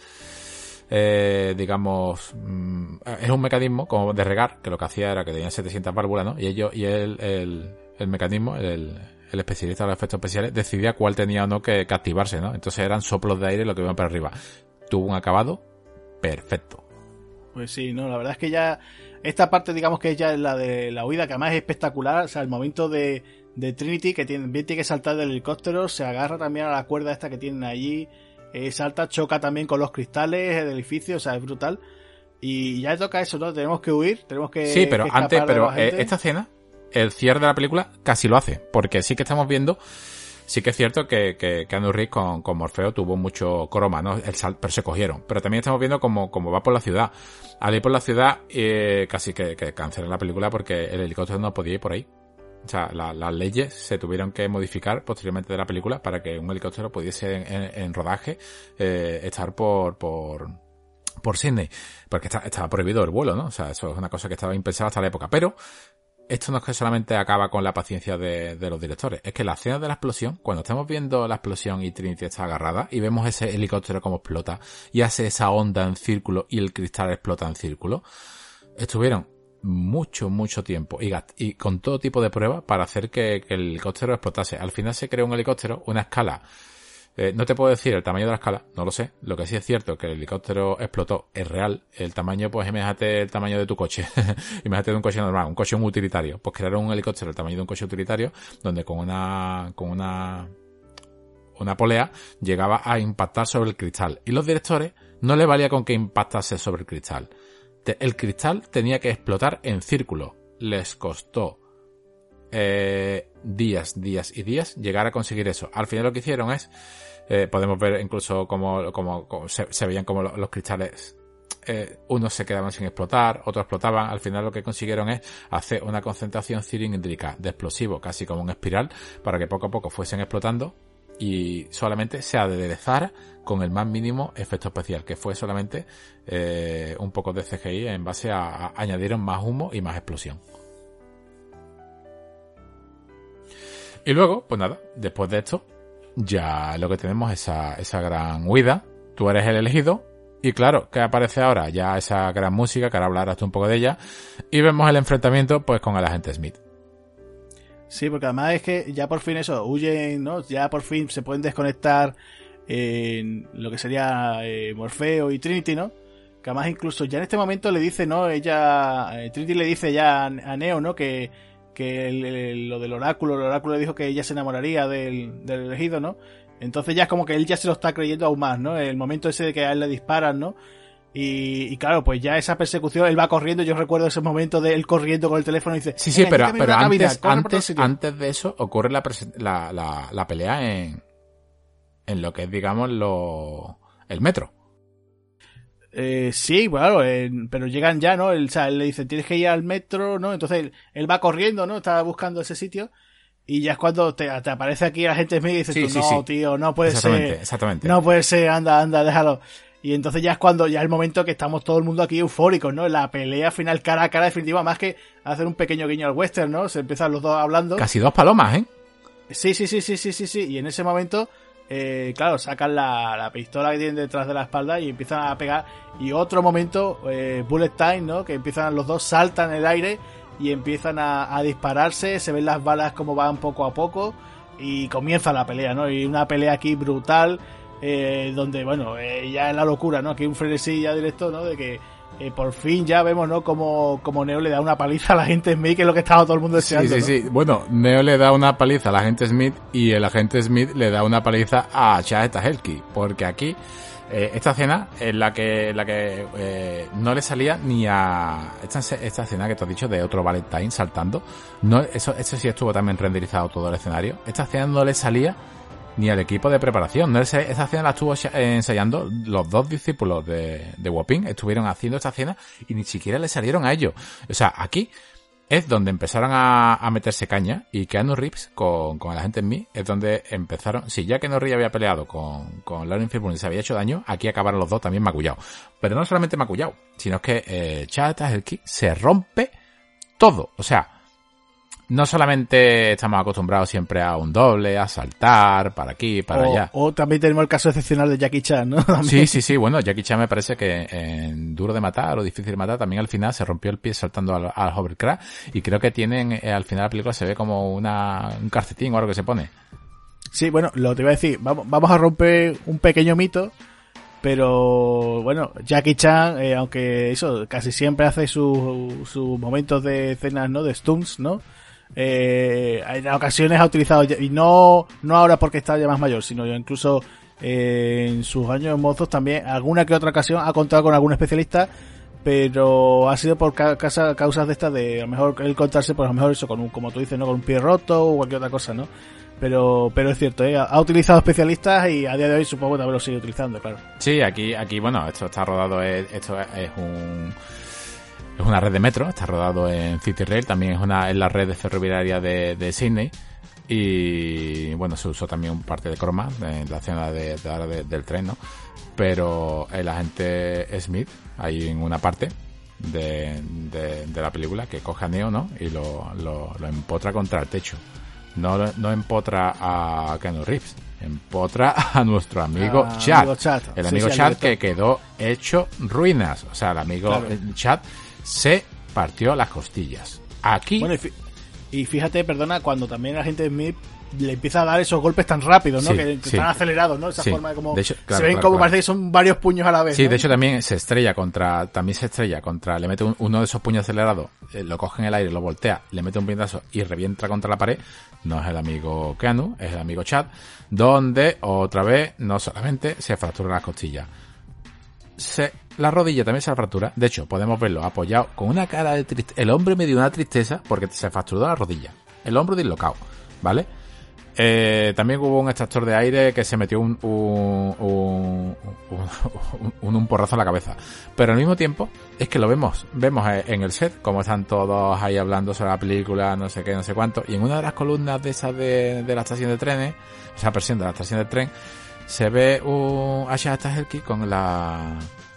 digamos, es un mecanismo como de regar, que lo que hacía era que tenía 700 válvulas, ¿no? Y el mecanismo, el especialista de los efectos especiales, decidía cuál tenía o no que activarse, ¿no? Entonces eran soplos de aire lo que iban para arriba. Tuvo un acabado perfecto. Pues sí, no, la verdad es que ya esta parte, digamos que ya es la de la huida, que además es espectacular. O sea, el momento de Trinity, que tiene que saltar del helicóptero, se agarra también a la cuerda esta que tienen allí, salta, choca también con los cristales del edificio, o sea, es brutal. Y ya toca eso, ¿no? Tenemos que huir, tenemos que... Sí, pero esta escena, el cierre de la película casi lo hace, porque sí que estamos viendo... Sí que es cierto que Keanu Reeves con Morfeo tuvo mucho croma, ¿no? Pero se cogieron. Pero también estamos viendo cómo va por la ciudad. Al ir por la ciudad, casi que cancelan la película porque el helicóptero no podía ir por ahí. O sea, las leyes se tuvieron que modificar posteriormente de la película para que un helicóptero pudiese en rodaje estar por Sydney. Porque estaba prohibido el vuelo, ¿no? O sea, eso es una cosa que estaba impensada hasta la época. Pero esto no es que solamente acaba con la paciencia de los directores, es que la escena de la explosión, cuando estamos viendo la explosión y Trinity está agarrada y vemos ese helicóptero como explota y hace esa onda en círculo y el cristal explota en círculo, estuvieron mucho tiempo y con todo tipo de pruebas para hacer que el helicóptero explotase. Al final se creó un helicóptero, una escala. No te puedo decir el tamaño de la escala, no lo sé. Lo que sí es cierto que el helicóptero explotó, es real. El tamaño, pues imagínate el tamaño de tu coche. Imagínate de un coche normal, un coche utilitario. Pues crearon un helicóptero del tamaño de un coche utilitario, donde con una polea llegaba a impactar sobre el cristal. Y los directores no le valía con que impactase sobre el cristal. El cristal tenía que explotar en círculo. Les costó días y días llegar a conseguir eso. Al final lo que hicieron es podemos ver incluso como se veían como los cristales, unos se quedaban sin explotar, otros explotaban. Al final lo que consiguieron es hacer una concentración cilíndrica de explosivo casi como un espiral para que poco a poco fuesen explotando y solamente se aderezara con el más mínimo efecto especial, que fue solamente un poco de CGI en base a añadieron más humo y más explosión. Y luego, pues nada, después de esto, ya lo que tenemos es esa gran huida. Tú eres el elegido. Y claro, ¿qué aparece ahora? Ya esa gran música, que ahora hablarás tú un poco de ella. Y vemos el enfrentamiento, pues, con el agente Smith. Sí, porque además es que ya por fin eso, huyen, ¿no? Ya por fin se pueden desconectar en lo que sería Morfeo y Trinity, ¿no? Que además incluso ya en este momento le dice, ¿no? Trinity le dice ya a Neo, ¿no? Que lo del oráculo, el oráculo le dijo que ella se enamoraría del elegido, ¿no? Entonces ya es como que él ya se lo está creyendo aún más, ¿no? El momento ese de que a él le disparan, ¿no? Y claro, pues ya esa persecución, él va corriendo. Yo recuerdo ese momento de él corriendo con el teléfono y dice... Sí, pero antes de eso ocurre la pelea en lo que es, digamos, el metro. Sí, claro, pero llegan ya, ¿no? Él le dice, tienes que ir al metro, ¿no? Entonces él va corriendo, ¿no? Está buscando ese sitio. Y ya es cuando te aparece aquí el agente Smith y dices tú, no, sí. tío, no puede ser. Exactamente. No puede ser, anda, déjalo. Y entonces ya es cuando, ya el momento que estamos todo el mundo aquí eufóricos, ¿no? La pelea final cara a cara definitiva, más que hacer un pequeño guiño al western, ¿no? Se empiezan los dos hablando. Casi 2 palomas, ¿eh? Sí. Y en ese momento, claro, sacan la pistola que tienen detrás de la espalda y empiezan a pegar. Y otro momento, bullet time, ¿no? Que empiezan, los dos saltan en el aire y empiezan a dispararse, se ven las balas como van poco a poco y comienza la pelea, ¿no? Y una pelea aquí brutal, donde, bueno, ya es la locura, ¿no? Aquí un frenesí ya directo, ¿no? De que por fin ya vemos, ¿no? Como Neo le da una paliza a la agente Smith, que es lo que estaba todo el mundo deseando. Sí. Bueno, Neo le da una paliza al agente Smith y el agente Smith le da una paliza a Chad Stahelski, porque aquí esta escena es la que no le salía ni a esta escena que te has dicho de otro Valentine saltando. No, eso sí estuvo también renderizado todo el escenario. Esta escena no le salía ni al equipo de preparación. Esa escena la estuvo ensayando los dos discípulos de Woping, estuvieron haciendo esta escena y ni siquiera le salieron a ellos. O sea, aquí es donde empezaron a meterse caña, y Keanu Reeves con el agente Smith es donde empezaron. Si ya Keanu Reeves había peleado con Lauren Fishburne y se había hecho daño, aquí acabaron los dos también macullados. Pero no solamente macullados, sino que Chad Stahelski se rompe todo. O sea, no solamente estamos acostumbrados siempre a un doble, a saltar para aquí, para allá. O también tenemos el caso excepcional de Jackie Chan, ¿no? También. Sí. Bueno, Jackie Chan me parece que en Duro de Matar o Difícil de Matar también al final se rompió el pie saltando al hovercraft, y creo que tienen, al final de la película se ve como un calcetín o algo que se pone. Sí, bueno, lo te iba a decir. Vamos a romper un pequeño mito. Pero bueno, Jackie Chan, aunque eso casi siempre hace sus momentos de escenas, ¿no? De stunts, ¿no? En ocasiones ha utilizado, y no ahora porque está ya más mayor, sino incluso en sus años mozos también, alguna que otra ocasión ha contado con algún especialista, pero ha sido por causas de estas, de a lo mejor él contarse, por a lo mejor eso, como tú dices, ¿no? Con un pie roto o cualquier otra cosa, ¿no? Pero es cierto, ha utilizado especialistas y a día de hoy supongo que también lo sigue utilizando, claro. Sí, aquí bueno, esto está rodado, esto es una red de metro, está rodado en City Rail, también es la red ferroviaria de Sydney, y bueno, se usó también parte de croma en la escena del tren, ¿no? Pero el agente Smith, ahí en una parte de la película, que coge a Neo, ¿no? Y lo empotra contra el techo. No empotra a Keanu Reeves, empotra a nuestro amigo Chad. El amigo Chad que quedó hecho ruinas. O sea, el amigo Chad se partió las costillas. Aquí... Bueno, y fíjate, perdona, cuando también la gente de Smith le empieza a dar esos golpes tan rápidos, ¿no? Sí, que están acelerados, ¿no? Esa forma de como... De hecho, se ven como parece que son varios puños a la vez, Sí, ¿no? de hecho también se estrella contra... Le mete uno de esos puños acelerados, lo coge en el aire, lo voltea, le mete un puñetazo y revienta contra la pared. No es el amigo Keanu, es el amigo Chad, donde otra vez no solamente se fractura las costillas, la rodilla también se fractura. De hecho, podemos verlo apoyado con una cara de tristeza. El hombre me dio una tristeza porque se fracturó la rodilla. El hombro dislocado, ¿vale? También hubo un extractor de aire que se metió un porrazo en la cabeza. Pero al mismo tiempo es que lo vemos en el set, como están todos ahí hablando sobre la película, no sé qué, no sé cuánto, y en una de las columnas de esas de la estación de trenes, esa versión de la estación de tren, se ve a Chad Stahelski con la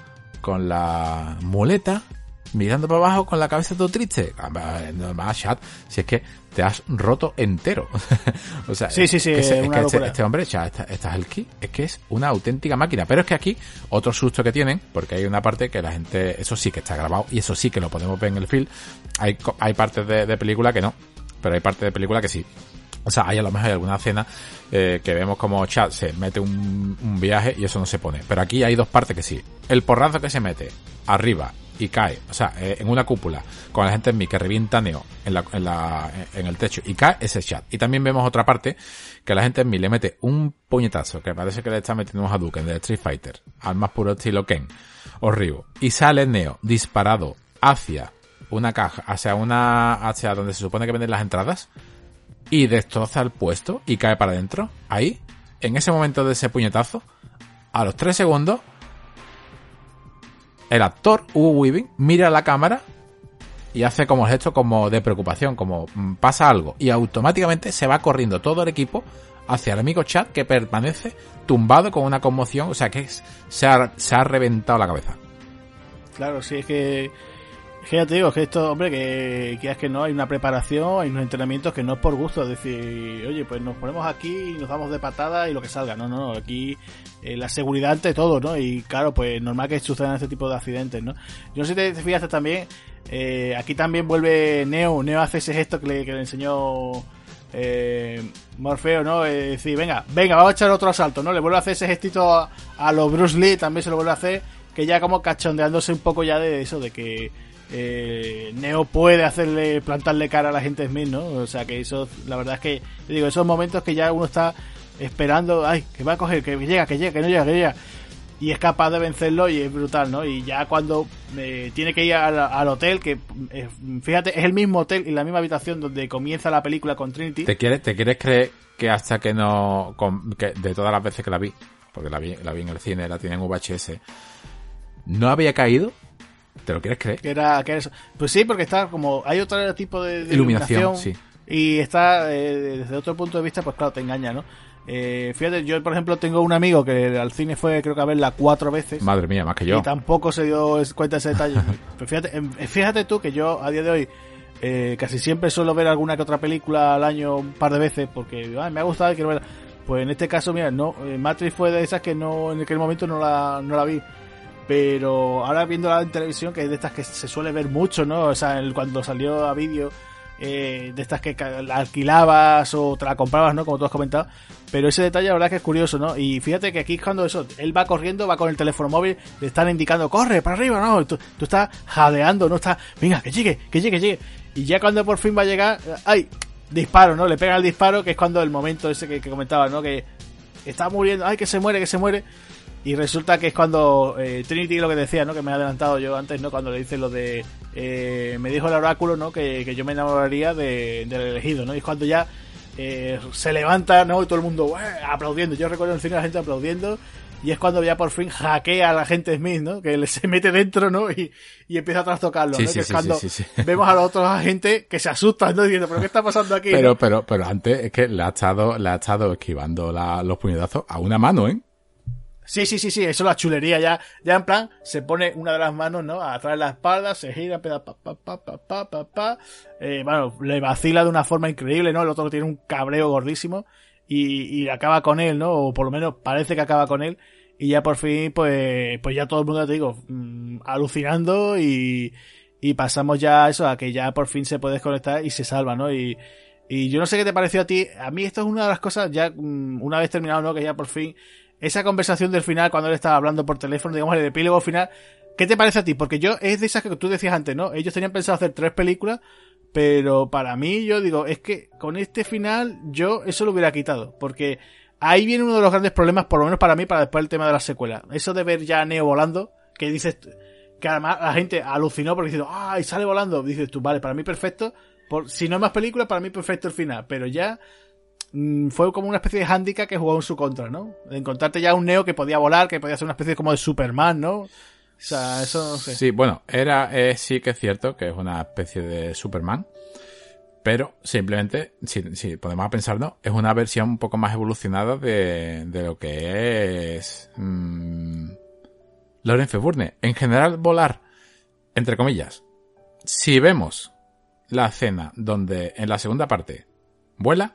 muleta mirando para abajo con la cabeza todo triste. Normal, Chad, si es que te has roto entero. O sea, sí, este hombre, Chad Stahelski, es que es una auténtica máquina. Pero es que aquí, otro susto que tienen, porque hay una parte que la gente, eso sí que está grabado y eso sí que lo podemos ver en el film. Hay partes de película que no, pero hay partes de película que sí. O sea, a lo mejor hay alguna escena que vemos como Chad se mete un viaje y eso no se pone. Pero aquí hay dos partes que sí. El porrazo que se mete arriba y cae, o sea, en una cúpula con la gente en mí que revienta Neo en el techo y cae ese Chad. Y también vemos otra parte que la gente en mí le mete un puñetazo que parece que le está metiendo un Hadouken de Street Fighter al más puro estilo Ken o Ryu, y sale Neo disparado hacia una caja, hacia donde se supone que venden las entradas, y destroza el puesto y cae para adentro. Ahí, en ese momento de ese puñetazo, a los 3 segundos, el actor Hugo Weaving mira a la cámara y hace como el gesto como de preocupación, como pasa algo, y automáticamente se va corriendo todo el equipo hacia el amigo Chad, que permanece tumbado con una conmoción, o sea que se ha reventado la cabeza. Claro, sí, es que ya te digo, que esto, hombre, que es que no, hay una preparación, hay unos entrenamientos que no es por gusto, es decir, oye, pues nos ponemos aquí y nos damos de patada y lo que salga, no, aquí la seguridad ante todo, ¿no? Y claro, pues normal que sucedan este tipo de accidentes, ¿no? Yo no sé si te fijaste también, aquí también vuelve Neo hace ese gesto que le enseñó Morfeo, ¿no? Es decir, venga, vamos a echar otro asalto, ¿no? Le vuelve a hacer ese gestito a los Bruce Lee, también se lo vuelve a hacer, que ya como cachondeándose un poco ya de eso, de que Neo puede plantarle cara a la gente Smith, ¿no? O sea que eso, la verdad es que, digo, esos momentos que ya uno está esperando, ay, que va a coger, que llega, que no llega, y es capaz de vencerlo y es brutal, ¿no? Y ya cuando tiene que ir al hotel, que fíjate, es el mismo hotel y la misma habitación donde comienza la película con Trinity. ¿Te quieres creer que hasta que no, que de todas las veces que la vi, porque la vi en el cine, la tenía en VHS, no había caído? ¿Te lo quieres creer? Que era eso. Pues sí, porque está como, hay otro tipo de iluminación, sí. Y está, desde otro punto de vista, pues claro, te engaña, ¿no? Fíjate, yo por ejemplo tengo un amigo que al cine fue, creo que a verla 4 veces. Madre mía, más que yo. Y tampoco se dio cuenta de ese detalle. Pero fíjate tú que yo a día de hoy casi siempre suelo ver alguna que otra película al año un par de veces porque me ha gustado y quiero verla. Pues en este caso, mira, no, Matrix fue de esas que no, en aquel momento no la vi. Pero ahora viéndola en televisión, que es de estas que se suele ver mucho, ¿no? O sea, cuando salió a vídeo, de estas que la alquilabas o te la comprabas, ¿no? Como tú has comentado. Pero ese detalle la verdad que es curioso, ¿no? Y fíjate que aquí cuando eso, él va corriendo, va con el teléfono móvil, le están indicando, corre, para arriba, ¿no? Tú estás jadeando, ¿no? Estás, venga, que llegue. Y ya cuando por fin va a llegar, ¡ay! Disparo, ¿no? Le pegan el disparo, que es cuando el momento ese que comentaba, ¿no? Que está muriendo, ¡ay, que se muere! Y resulta que es cuando Trinity, lo que decía, ¿no? Que me he adelantado yo antes, ¿no? Cuando le dice lo de me dijo el oráculo, ¿no? Que yo me enamoraría del elegido, ¿no? Y es cuando ya se levanta, ¿no? Y todo el mundo aplaudiendo. Yo recuerdo en el cine a la gente aplaudiendo. Y es cuando ya por fin hackea a la gente Smith, ¿no? Que se mete dentro, ¿no? Y empieza a trastocarlo, ¿no? Que es cuando vemos a los otros agentes que se asustan, ¿no? Diciendo, ¿pero qué está pasando aquí? Pero antes es que le ha estado esquivando los puñetazos a una mano, ¿eh? Sí, eso es la chulería, ya en plan, se pone una de las manos, ¿no? Atrás de la espalda, se gira, bueno, le vacila de una forma increíble, ¿no? El otro tiene un cabreo gordísimo y acaba con él, ¿no? O por lo menos parece que acaba con él y ya por fin, pues ya todo el mundo, te digo, alucinando y pasamos ya a eso, a que ya por fin se puede desconectar y se salva, ¿no? Y yo no sé qué te pareció a ti, a mí esto es una de las cosas, ya una vez terminado, ¿no? Que ya por fin esa conversación del final, cuando él estaba hablando por teléfono, digamos, el epílogo final, ¿qué te parece a ti? Porque yo, es de esas que tú decías antes, ¿no? Ellos tenían pensado hacer 3 películas, pero para mí, yo digo, es que con este final, yo eso lo hubiera quitado, porque ahí viene uno de los grandes problemas, por lo menos para mí, para después el tema de la secuela. Eso de ver ya a Neo volando, que dices, que además la gente alucinó porque diciendo, ¡ay, sale volando! Dices tú, vale, para mí perfecto, si no hay más películas, para mí perfecto el final, pero ya fue como una especie de hándicap que jugó en su contra, ¿no? De encontrarte ya un Neo que podía volar, que podía ser una especie como de Superman, ¿no? O sea, eso no sé. Sí, bueno, sí que es cierto que es una especie de Superman, pero simplemente, si podemos pensarnos, es una versión un poco más evolucionada de lo que es Lawrence Fishburne. En general, volar, entre comillas, si vemos la escena donde en la segunda parte vuela,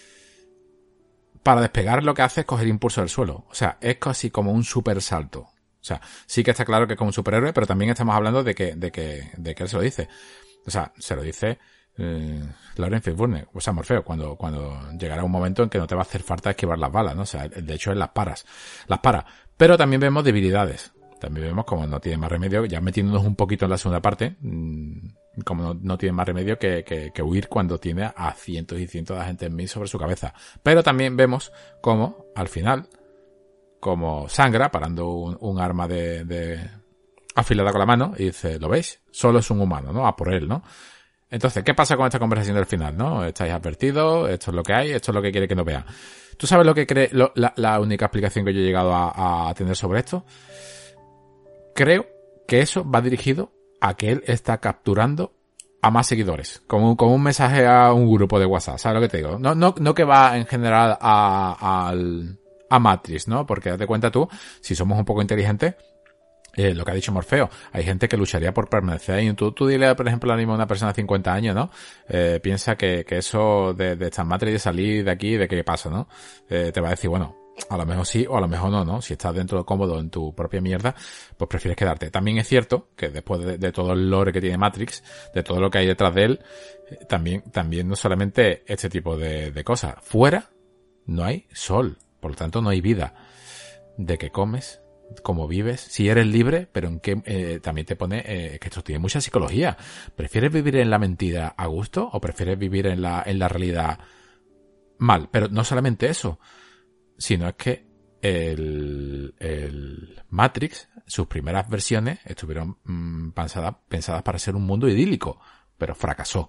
para despegar lo que hace es coger impulso del suelo. O sea, es casi como un super salto. O sea, sí que está claro que es como un superhéroe, pero también estamos hablando de que él se lo dice. O sea, se lo dice Lawrence Fishburne, o sea, Morfeo, cuando llegará un momento en que no te va a hacer falta esquivar las balas, ¿no? O sea, de hecho él las para. Pero también vemos debilidades. También vemos como no tiene más remedio, ya metiéndonos un poquito en la segunda parte, como no tiene más remedio que huir cuando tiene a cientos y cientos de agentes Smith sobre su cabeza. Pero también vemos como, al final, como sangra, parando un arma de afilada con la mano, y dice, ¿lo veis? Solo es un humano, ¿no? A por él, ¿no? Entonces, ¿qué pasa con esta conversación del final, no? Estáis advertidos, esto es lo que hay, esto es lo que quiere que nos vean. ¿Tú sabes lo que cree, la única explicación que yo he llegado a tener sobre esto? Creo que eso va dirigido a que él está capturando a más seguidores, como un mensaje a un grupo de WhatsApp, ¿sabes lo que te digo? No que va en general a Matrix, ¿no? Porque date cuenta tú, si somos un poco inteligentes, lo que ha dicho Morfeo, hay gente que lucharía por permanecer ahí. Tú dile, por ejemplo, ahora mismo a una persona de 50 años, ¿no? Piensa que eso de estas Matrix, de salir de aquí, de qué pasa, ¿no? Te va a decir, bueno, a lo mejor sí o a lo mejor no, ¿no? Si estás dentro cómodo en tu propia mierda, pues prefieres quedarte. También es cierto que después de todo el lore que tiene Matrix, de todo lo que hay detrás de él, también no solamente este tipo de cosas. Fuera no hay sol, por lo tanto no hay vida. ¿De qué comes? ¿Cómo vives? Si eres libre, pero en qué también te pone que esto tiene mucha psicología. ¿Prefieres vivir en la mentira a gusto o prefieres vivir en la realidad mal? Pero no solamente eso, sino es que el Matrix, sus primeras versiones estuvieron pensadas para ser un mundo idílico, pero fracasó.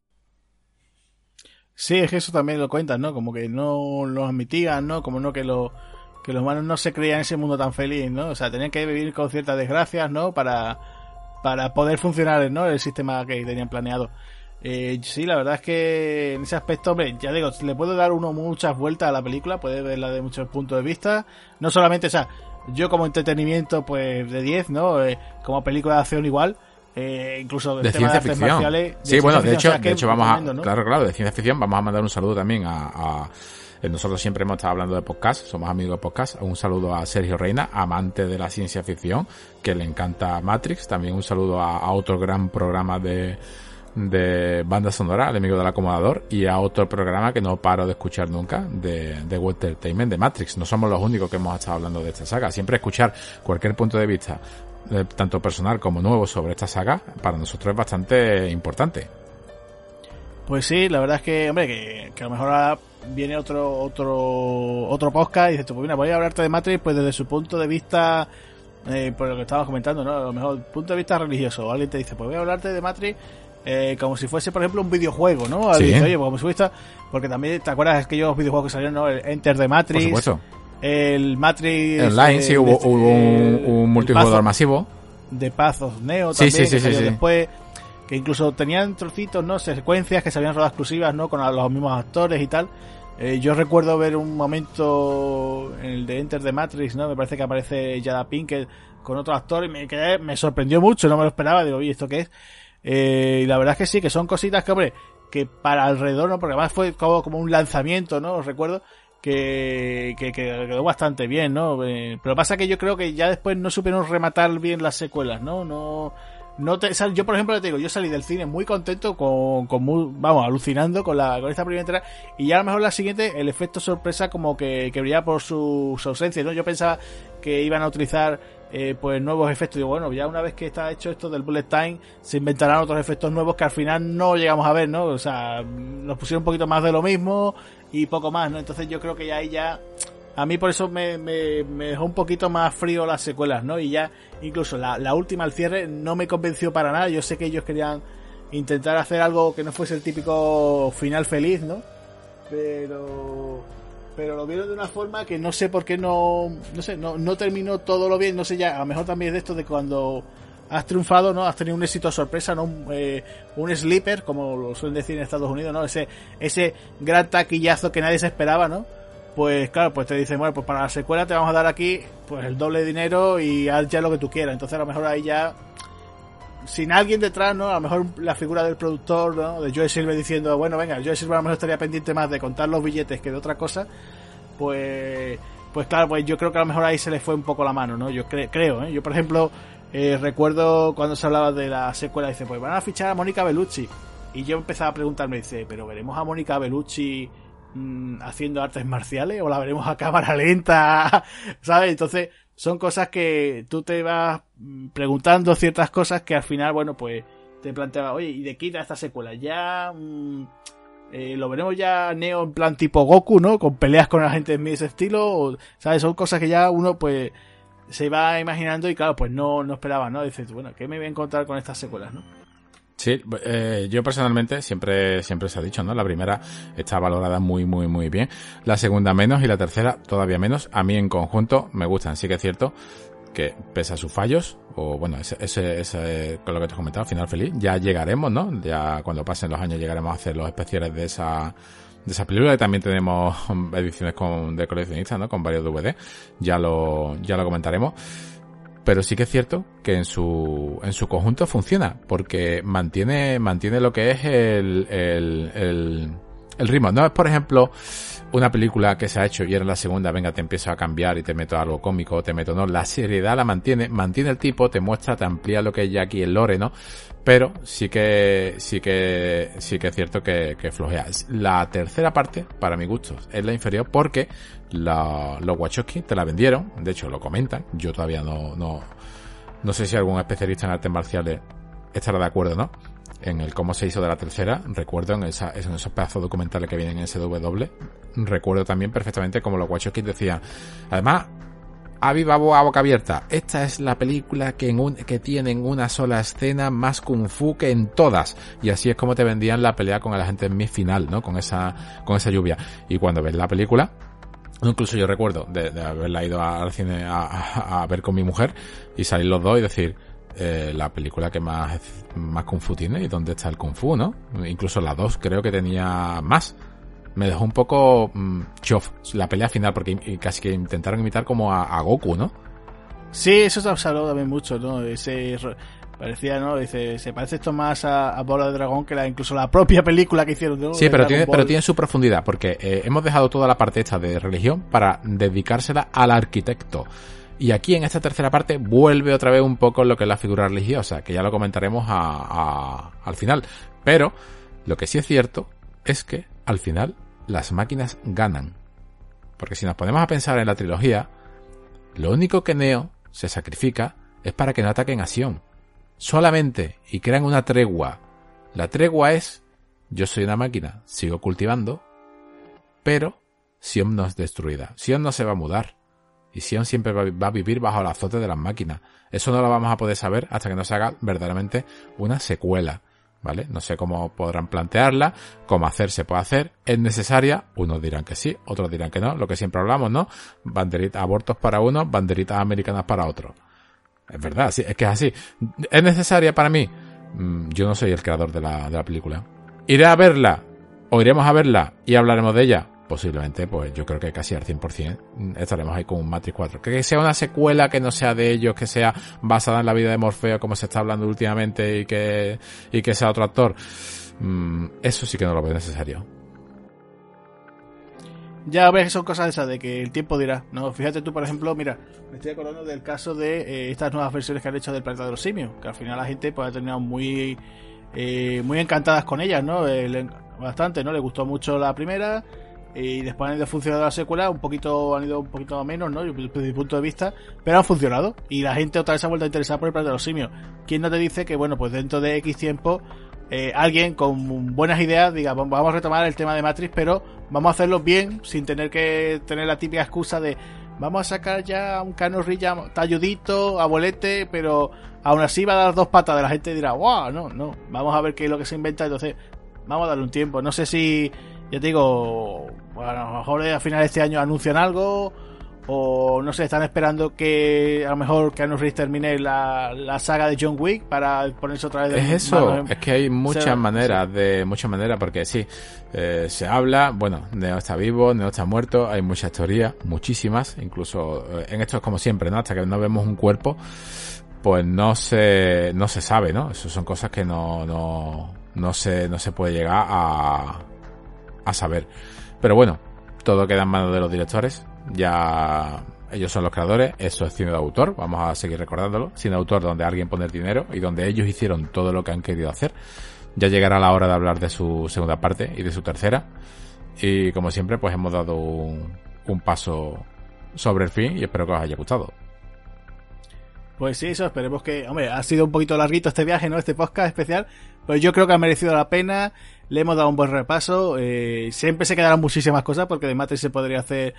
Sí, es que eso también lo cuentan, ¿no? Como que no lo admitían, ¿no? Como no que los humanos no se creían ese mundo tan feliz, ¿no? O sea, tenían que vivir con ciertas desgracias, ¿no? Para poder funcionar, ¿no? El sistema que tenían planeado. Sí, la verdad es que en ese aspecto, hombre, ya digo, le puedo dar muchas vueltas a la película, puede verla de muchos puntos de vista. No solamente, o sea, yo como entretenimiento, pues de 10, ¿no? Como película de acción igual. Incluso de ciencia ficción. Marciales, sí, bueno, de hecho vamos a, ¿no? claro, de ciencia ficción vamos a mandar un saludo también a nosotros siempre hemos estado hablando de podcast, somos amigos de podcast. Un saludo a Sergio Reina, amante de la ciencia ficción, que le encanta Matrix. También un saludo a otro gran programa de banda sonora, el amigo del acomodador, y a otro programa que no paro de escuchar nunca, de Entertainment, de Matrix. No somos los únicos que hemos estado hablando de esta saga. Siempre escuchar cualquier punto de vista, tanto personal como nuevo, sobre esta saga, para nosotros es bastante importante. Pues sí, la verdad es que, hombre, que a lo mejor ahora viene otro podcast y dices, pues mira, voy a hablarte de Matrix pues desde su punto de vista, por lo que estabas comentando, ¿no? A lo mejor punto de vista religioso. O alguien te dice, pues voy a hablarte de Matrix como si fuese, por ejemplo, un videojuego, ¿no? Sí. Dice, oye, pues como si fuese, porque también te acuerdas aquellos videojuegos que salieron, ¿no? El Enter the Matrix. Por supuesto. El Matrix Online, sí, hubo un multijugador masivo. De Path of Neo también, sí, que salió sí. después, que incluso tenían trocitos, ¿no? Secuencias que se habían rodado exclusivas, ¿no? Con los mismos actores y tal. Yo recuerdo ver un momento en el de Enter the Matrix, ¿no? Me parece que aparece Jada Pinkett con otro actor y me sorprendió mucho, no me lo esperaba. Digo, oye, ¿esto qué es? Y la verdad es que sí, que son cositas que, hombre, que para alrededor, ¿no? Porque además fue como un lanzamiento, ¿no? Os recuerdo que quedó bastante bien, ¿no? Pero pasa que yo creo que ya después no supieron rematar bien las secuelas, ¿no? Yo, por ejemplo, te digo, yo salí del cine muy contento vamos, alucinando con esta primera entrega, y ya a lo mejor la siguiente, el efecto sorpresa como que brillaba por su ausencia, ¿no? Yo pensaba que iban a utilizar pues nuevos efectos. Digo, bueno, ya una vez que está hecho esto del bullet time, se inventarán otros efectos nuevos que al final no llegamos a ver, ¿no? O sea, nos pusieron un poquito más de lo mismo y poco más, ¿no? Entonces yo creo que ya ahí ya, a mí por eso me dejó un poquito más frío las secuelas, ¿no? Y ya incluso la última, al cierre, no me convenció para nada. Yo sé que ellos querían intentar hacer algo que no fuese el típico final feliz, ¿no? Pero lo vieron de una forma que no sé por qué no terminó todo lo bien. No sé, ya a lo mejor también es de esto de cuando has triunfado, ¿no? Has tenido un éxito sorpresa, ¿no? Un sleeper, como lo suelen decir en Estados Unidos, ¿no? Ese gran taquillazo que nadie se esperaba, ¿no? Pues claro, pues te dicen, bueno, pues para la secuela te vamos a dar aquí pues el doble de dinero y haz ya lo que tú quieras. Entonces a lo mejor ahí ya, sin alguien detrás, ¿no? A lo mejor la figura del productor, ¿no? De Joe Silver diciendo, bueno, venga, Joe Silver a lo mejor estaría pendiente más de contar los billetes que de otra cosa. Pues claro, pues yo creo que a lo mejor ahí se le fue un poco la mano, ¿no? Yo creo, ¿eh? Yo, por ejemplo, recuerdo cuando se hablaba de la secuela, dice, pues van a fichar a Mónica Bellucci. Y yo empezaba a preguntarme, dice, ¿pero veremos a Mónica Bellucci haciendo artes marciales o la veremos a cámara lenta? ¿Sabes? Entonces son cosas que tú te vas preguntando, ciertas cosas que al final, bueno, pues te planteaba, oye, ¿y de qué irá esta secuela? Ya lo veremos ya Neo en plan tipo Goku, ¿no? Con peleas con la gente de ese estilo, ¿sabes? Son cosas que ya uno pues se va imaginando y claro, pues no esperaba, ¿no? Dices, bueno, ¿qué me voy a encontrar con estas secuelas, no? Sí, yo personalmente siempre se ha dicho, ¿no? La primera está valorada muy, muy, muy bien. La segunda menos y la tercera todavía menos. A mí en conjunto me gustan, sí que es cierto que pese a sus fallos, o bueno, ese con lo que te he comentado, final feliz, ya llegaremos, ¿no? Ya cuando pasen los años llegaremos a hacer los especiales de esa película, y también tenemos ediciones de coleccionistas, ¿no? Con varios DVD, ya lo comentaremos. Pero sí que es cierto que en su conjunto funciona, porque mantiene lo que es el ritmo. No es, por ejemplo, una película que se ha hecho y en la segunda, venga, te empiezo a cambiar y te meto algo cómico, no, la seriedad la mantiene el tipo, te muestra, te amplía lo que es ya aquí el lore, ¿no? Pero sí que es cierto que flojea. La tercera parte, para mi gusto, es la inferior, porque los Wachowski te la vendieron, de hecho lo comentan, yo todavía no sé si algún especialista en artes marciales estará de acuerdo, ¿no? En el cómo se hizo de la tercera, recuerdo en esos pedazos documentales que vienen en SW, recuerdo también perfectamente como los Wachowski decían, además, a viva voz, a boca abierta, esta es la película que tiene en una sola escena más kung fu que en todas, y así es como te vendían la pelea con el agente Smith final, ¿no? Con esa lluvia, y cuando ves la película, incluso yo recuerdo de haberla ido al cine a ver con mi mujer y salir los dos y decir, la película que más kung fu tiene, y dónde está el kung fu, ¿no? Incluso la 2 creo que tenía más. Me dejó un poco chof la pelea final, porque casi que intentaron imitar como a Goku, ¿no? Sí, eso se ha hablado también mucho, ¿no? Parecía, ¿no? Dice, se parece esto más a Bola de Dragón que incluso la propia película que hicieron, ¿no? Sí, pero tiene su profundidad, porque hemos dejado toda la parte esta de religión para dedicársela al arquitecto. Y aquí en esta tercera parte vuelve otra vez un poco lo que es la figura religiosa, que ya lo comentaremos al final. Pero lo que sí es cierto es que al final las máquinas ganan. Porque si nos ponemos a pensar en la trilogía, lo único que Neo se sacrifica es para que no ataquen a Sion. Solamente, y crean una tregua. La tregua es, yo soy una máquina, sigo cultivando, pero Sion no es destruida. Sion no se va a mudar. Y Sion siempre va a vivir bajo el azote de las máquinas. Eso no lo vamos a poder saber hasta que no se haga verdaderamente una secuela, ¿vale? No sé cómo podrán plantearla, cómo se puede hacer. ¿Es necesaria? Unos dirán que sí, otros dirán que no. Lo que siempre hablamos, ¿no? Banderitas, abortos para unos, banderitas americanas para otros. Es verdad, sí, es que es así. ¿Es necesaria para mí? Yo no soy el creador de la película. ¿Iré a verla? ¿O iremos a verla y hablaremos de ella? Posiblemente, pues yo creo que casi al 100% estaremos ahí con un Matrix 4. Que sea una secuela que no sea de ellos, que sea basada en la vida de Morfeo, como se está hablando últimamente, y que sea otro actor, eso sí que no lo veo necesario. Ya ves que son cosas esas de que el tiempo dirá, ¿no? Fíjate tú, por ejemplo, mira, me estoy acordando del caso de estas nuevas versiones que han hecho del Planeta de los Simios, que al final la gente pues ha terminado muy encantadas con ellas, ¿no? Bastante, ¿no? Le gustó mucho la primera, y después han ido funcionando la secuela, han ido un poquito menos, ¿no? Desde mi punto de vista, pero han funcionado, y la gente otra vez se ha vuelto a interesar por el Planeta de los Simios. ¿Quién no te dice que, bueno, pues dentro de X tiempo alguien con buenas ideas diga, vamos a retomar el tema de Matrix, pero vamos a hacerlo bien, sin tener que tener la típica excusa de vamos a sacar ya un Keanu Reeves ya talludito, abuelete, pero aún así va a dar dos patas, de la gente dirá, wow, no, vamos a ver qué es lo que se inventa. Entonces vamos a darle un tiempo. No sé si, ya te digo, bueno, a lo mejor a finales de este año anuncian algo, o no sé, están esperando que a lo mejor Keanu Reeves termine la saga de John Wick para ponerse otra vez es eso, es que hay muchas maneras, porque sí, se habla, bueno, Neo está vivo, Neo está muerto, hay muchas teorías, muchísimas, incluso en esto es como siempre, ¿no? Hasta que no vemos un cuerpo, pues no se sabe, ¿no? Eso son cosas que no se puede llegar a saber. Pero bueno, todo queda en manos de los directores. Ya ellos son los creadores, eso es cine de autor, vamos a seguir recordándolo, cine de autor donde alguien pone el dinero y donde ellos hicieron todo lo que han querido hacer. Ya llegará la hora de hablar de su segunda parte y de su tercera, y como siempre pues hemos dado un paso sobre el fin y espero que os haya gustado. Pues sí, eso, esperemos que... Hombre, ha sido un poquito larguito este viaje, ¿no? Este podcast especial, pero yo creo que ha merecido la pena, le hemos dado un buen repaso, siempre se quedarán muchísimas cosas, porque de Matrix se podría hacer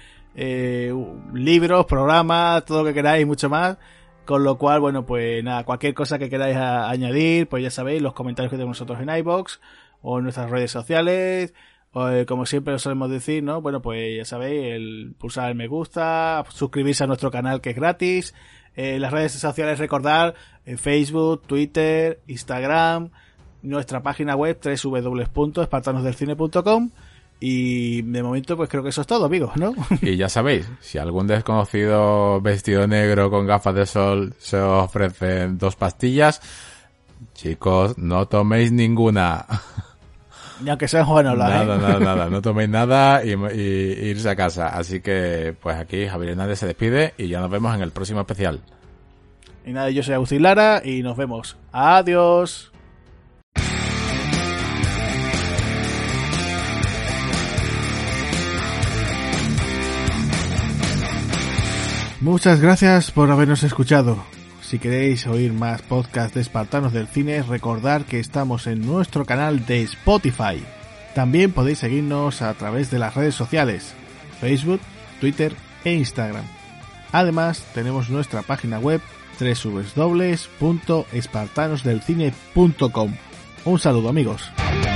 libros, programas, todo lo que queráis y mucho más, con lo cual, bueno, pues nada, cualquier cosa que queráis añadir, pues ya sabéis, los comentarios que tenemos nosotros en iVoox, o en nuestras redes sociales, o, como siempre os solemos decir, ¿no? Bueno, pues ya sabéis, el pulsar el me gusta, suscribirse a nuestro canal que es gratis, las redes sociales, recordar Facebook, Twitter, Instagram, nuestra página web www.espartanosdelcine.com. Y de momento pues creo que eso es todo, amigos, ¿no? Y ya sabéis, si algún desconocido vestido negro con gafas de sol se os ofrecen 2 pastillas, chicos, no toméis ninguna. Ni aunque sean Juanola, Nada, no toméis nada y irse a casa. Así que pues aquí Javier Hernández se despide y ya nos vemos en el próximo especial. Y nada, yo soy Agustín Lara y nos vemos. Adiós. Muchas gracias por habernos escuchado. Si queréis oír más podcasts de Espartanos del Cine, recordad que estamos en nuestro canal de Spotify. También podéis seguirnos a través de las redes sociales, Facebook, Twitter e Instagram. Además, tenemos nuestra página web www.espartanosdelcine.com. Un saludo, amigos.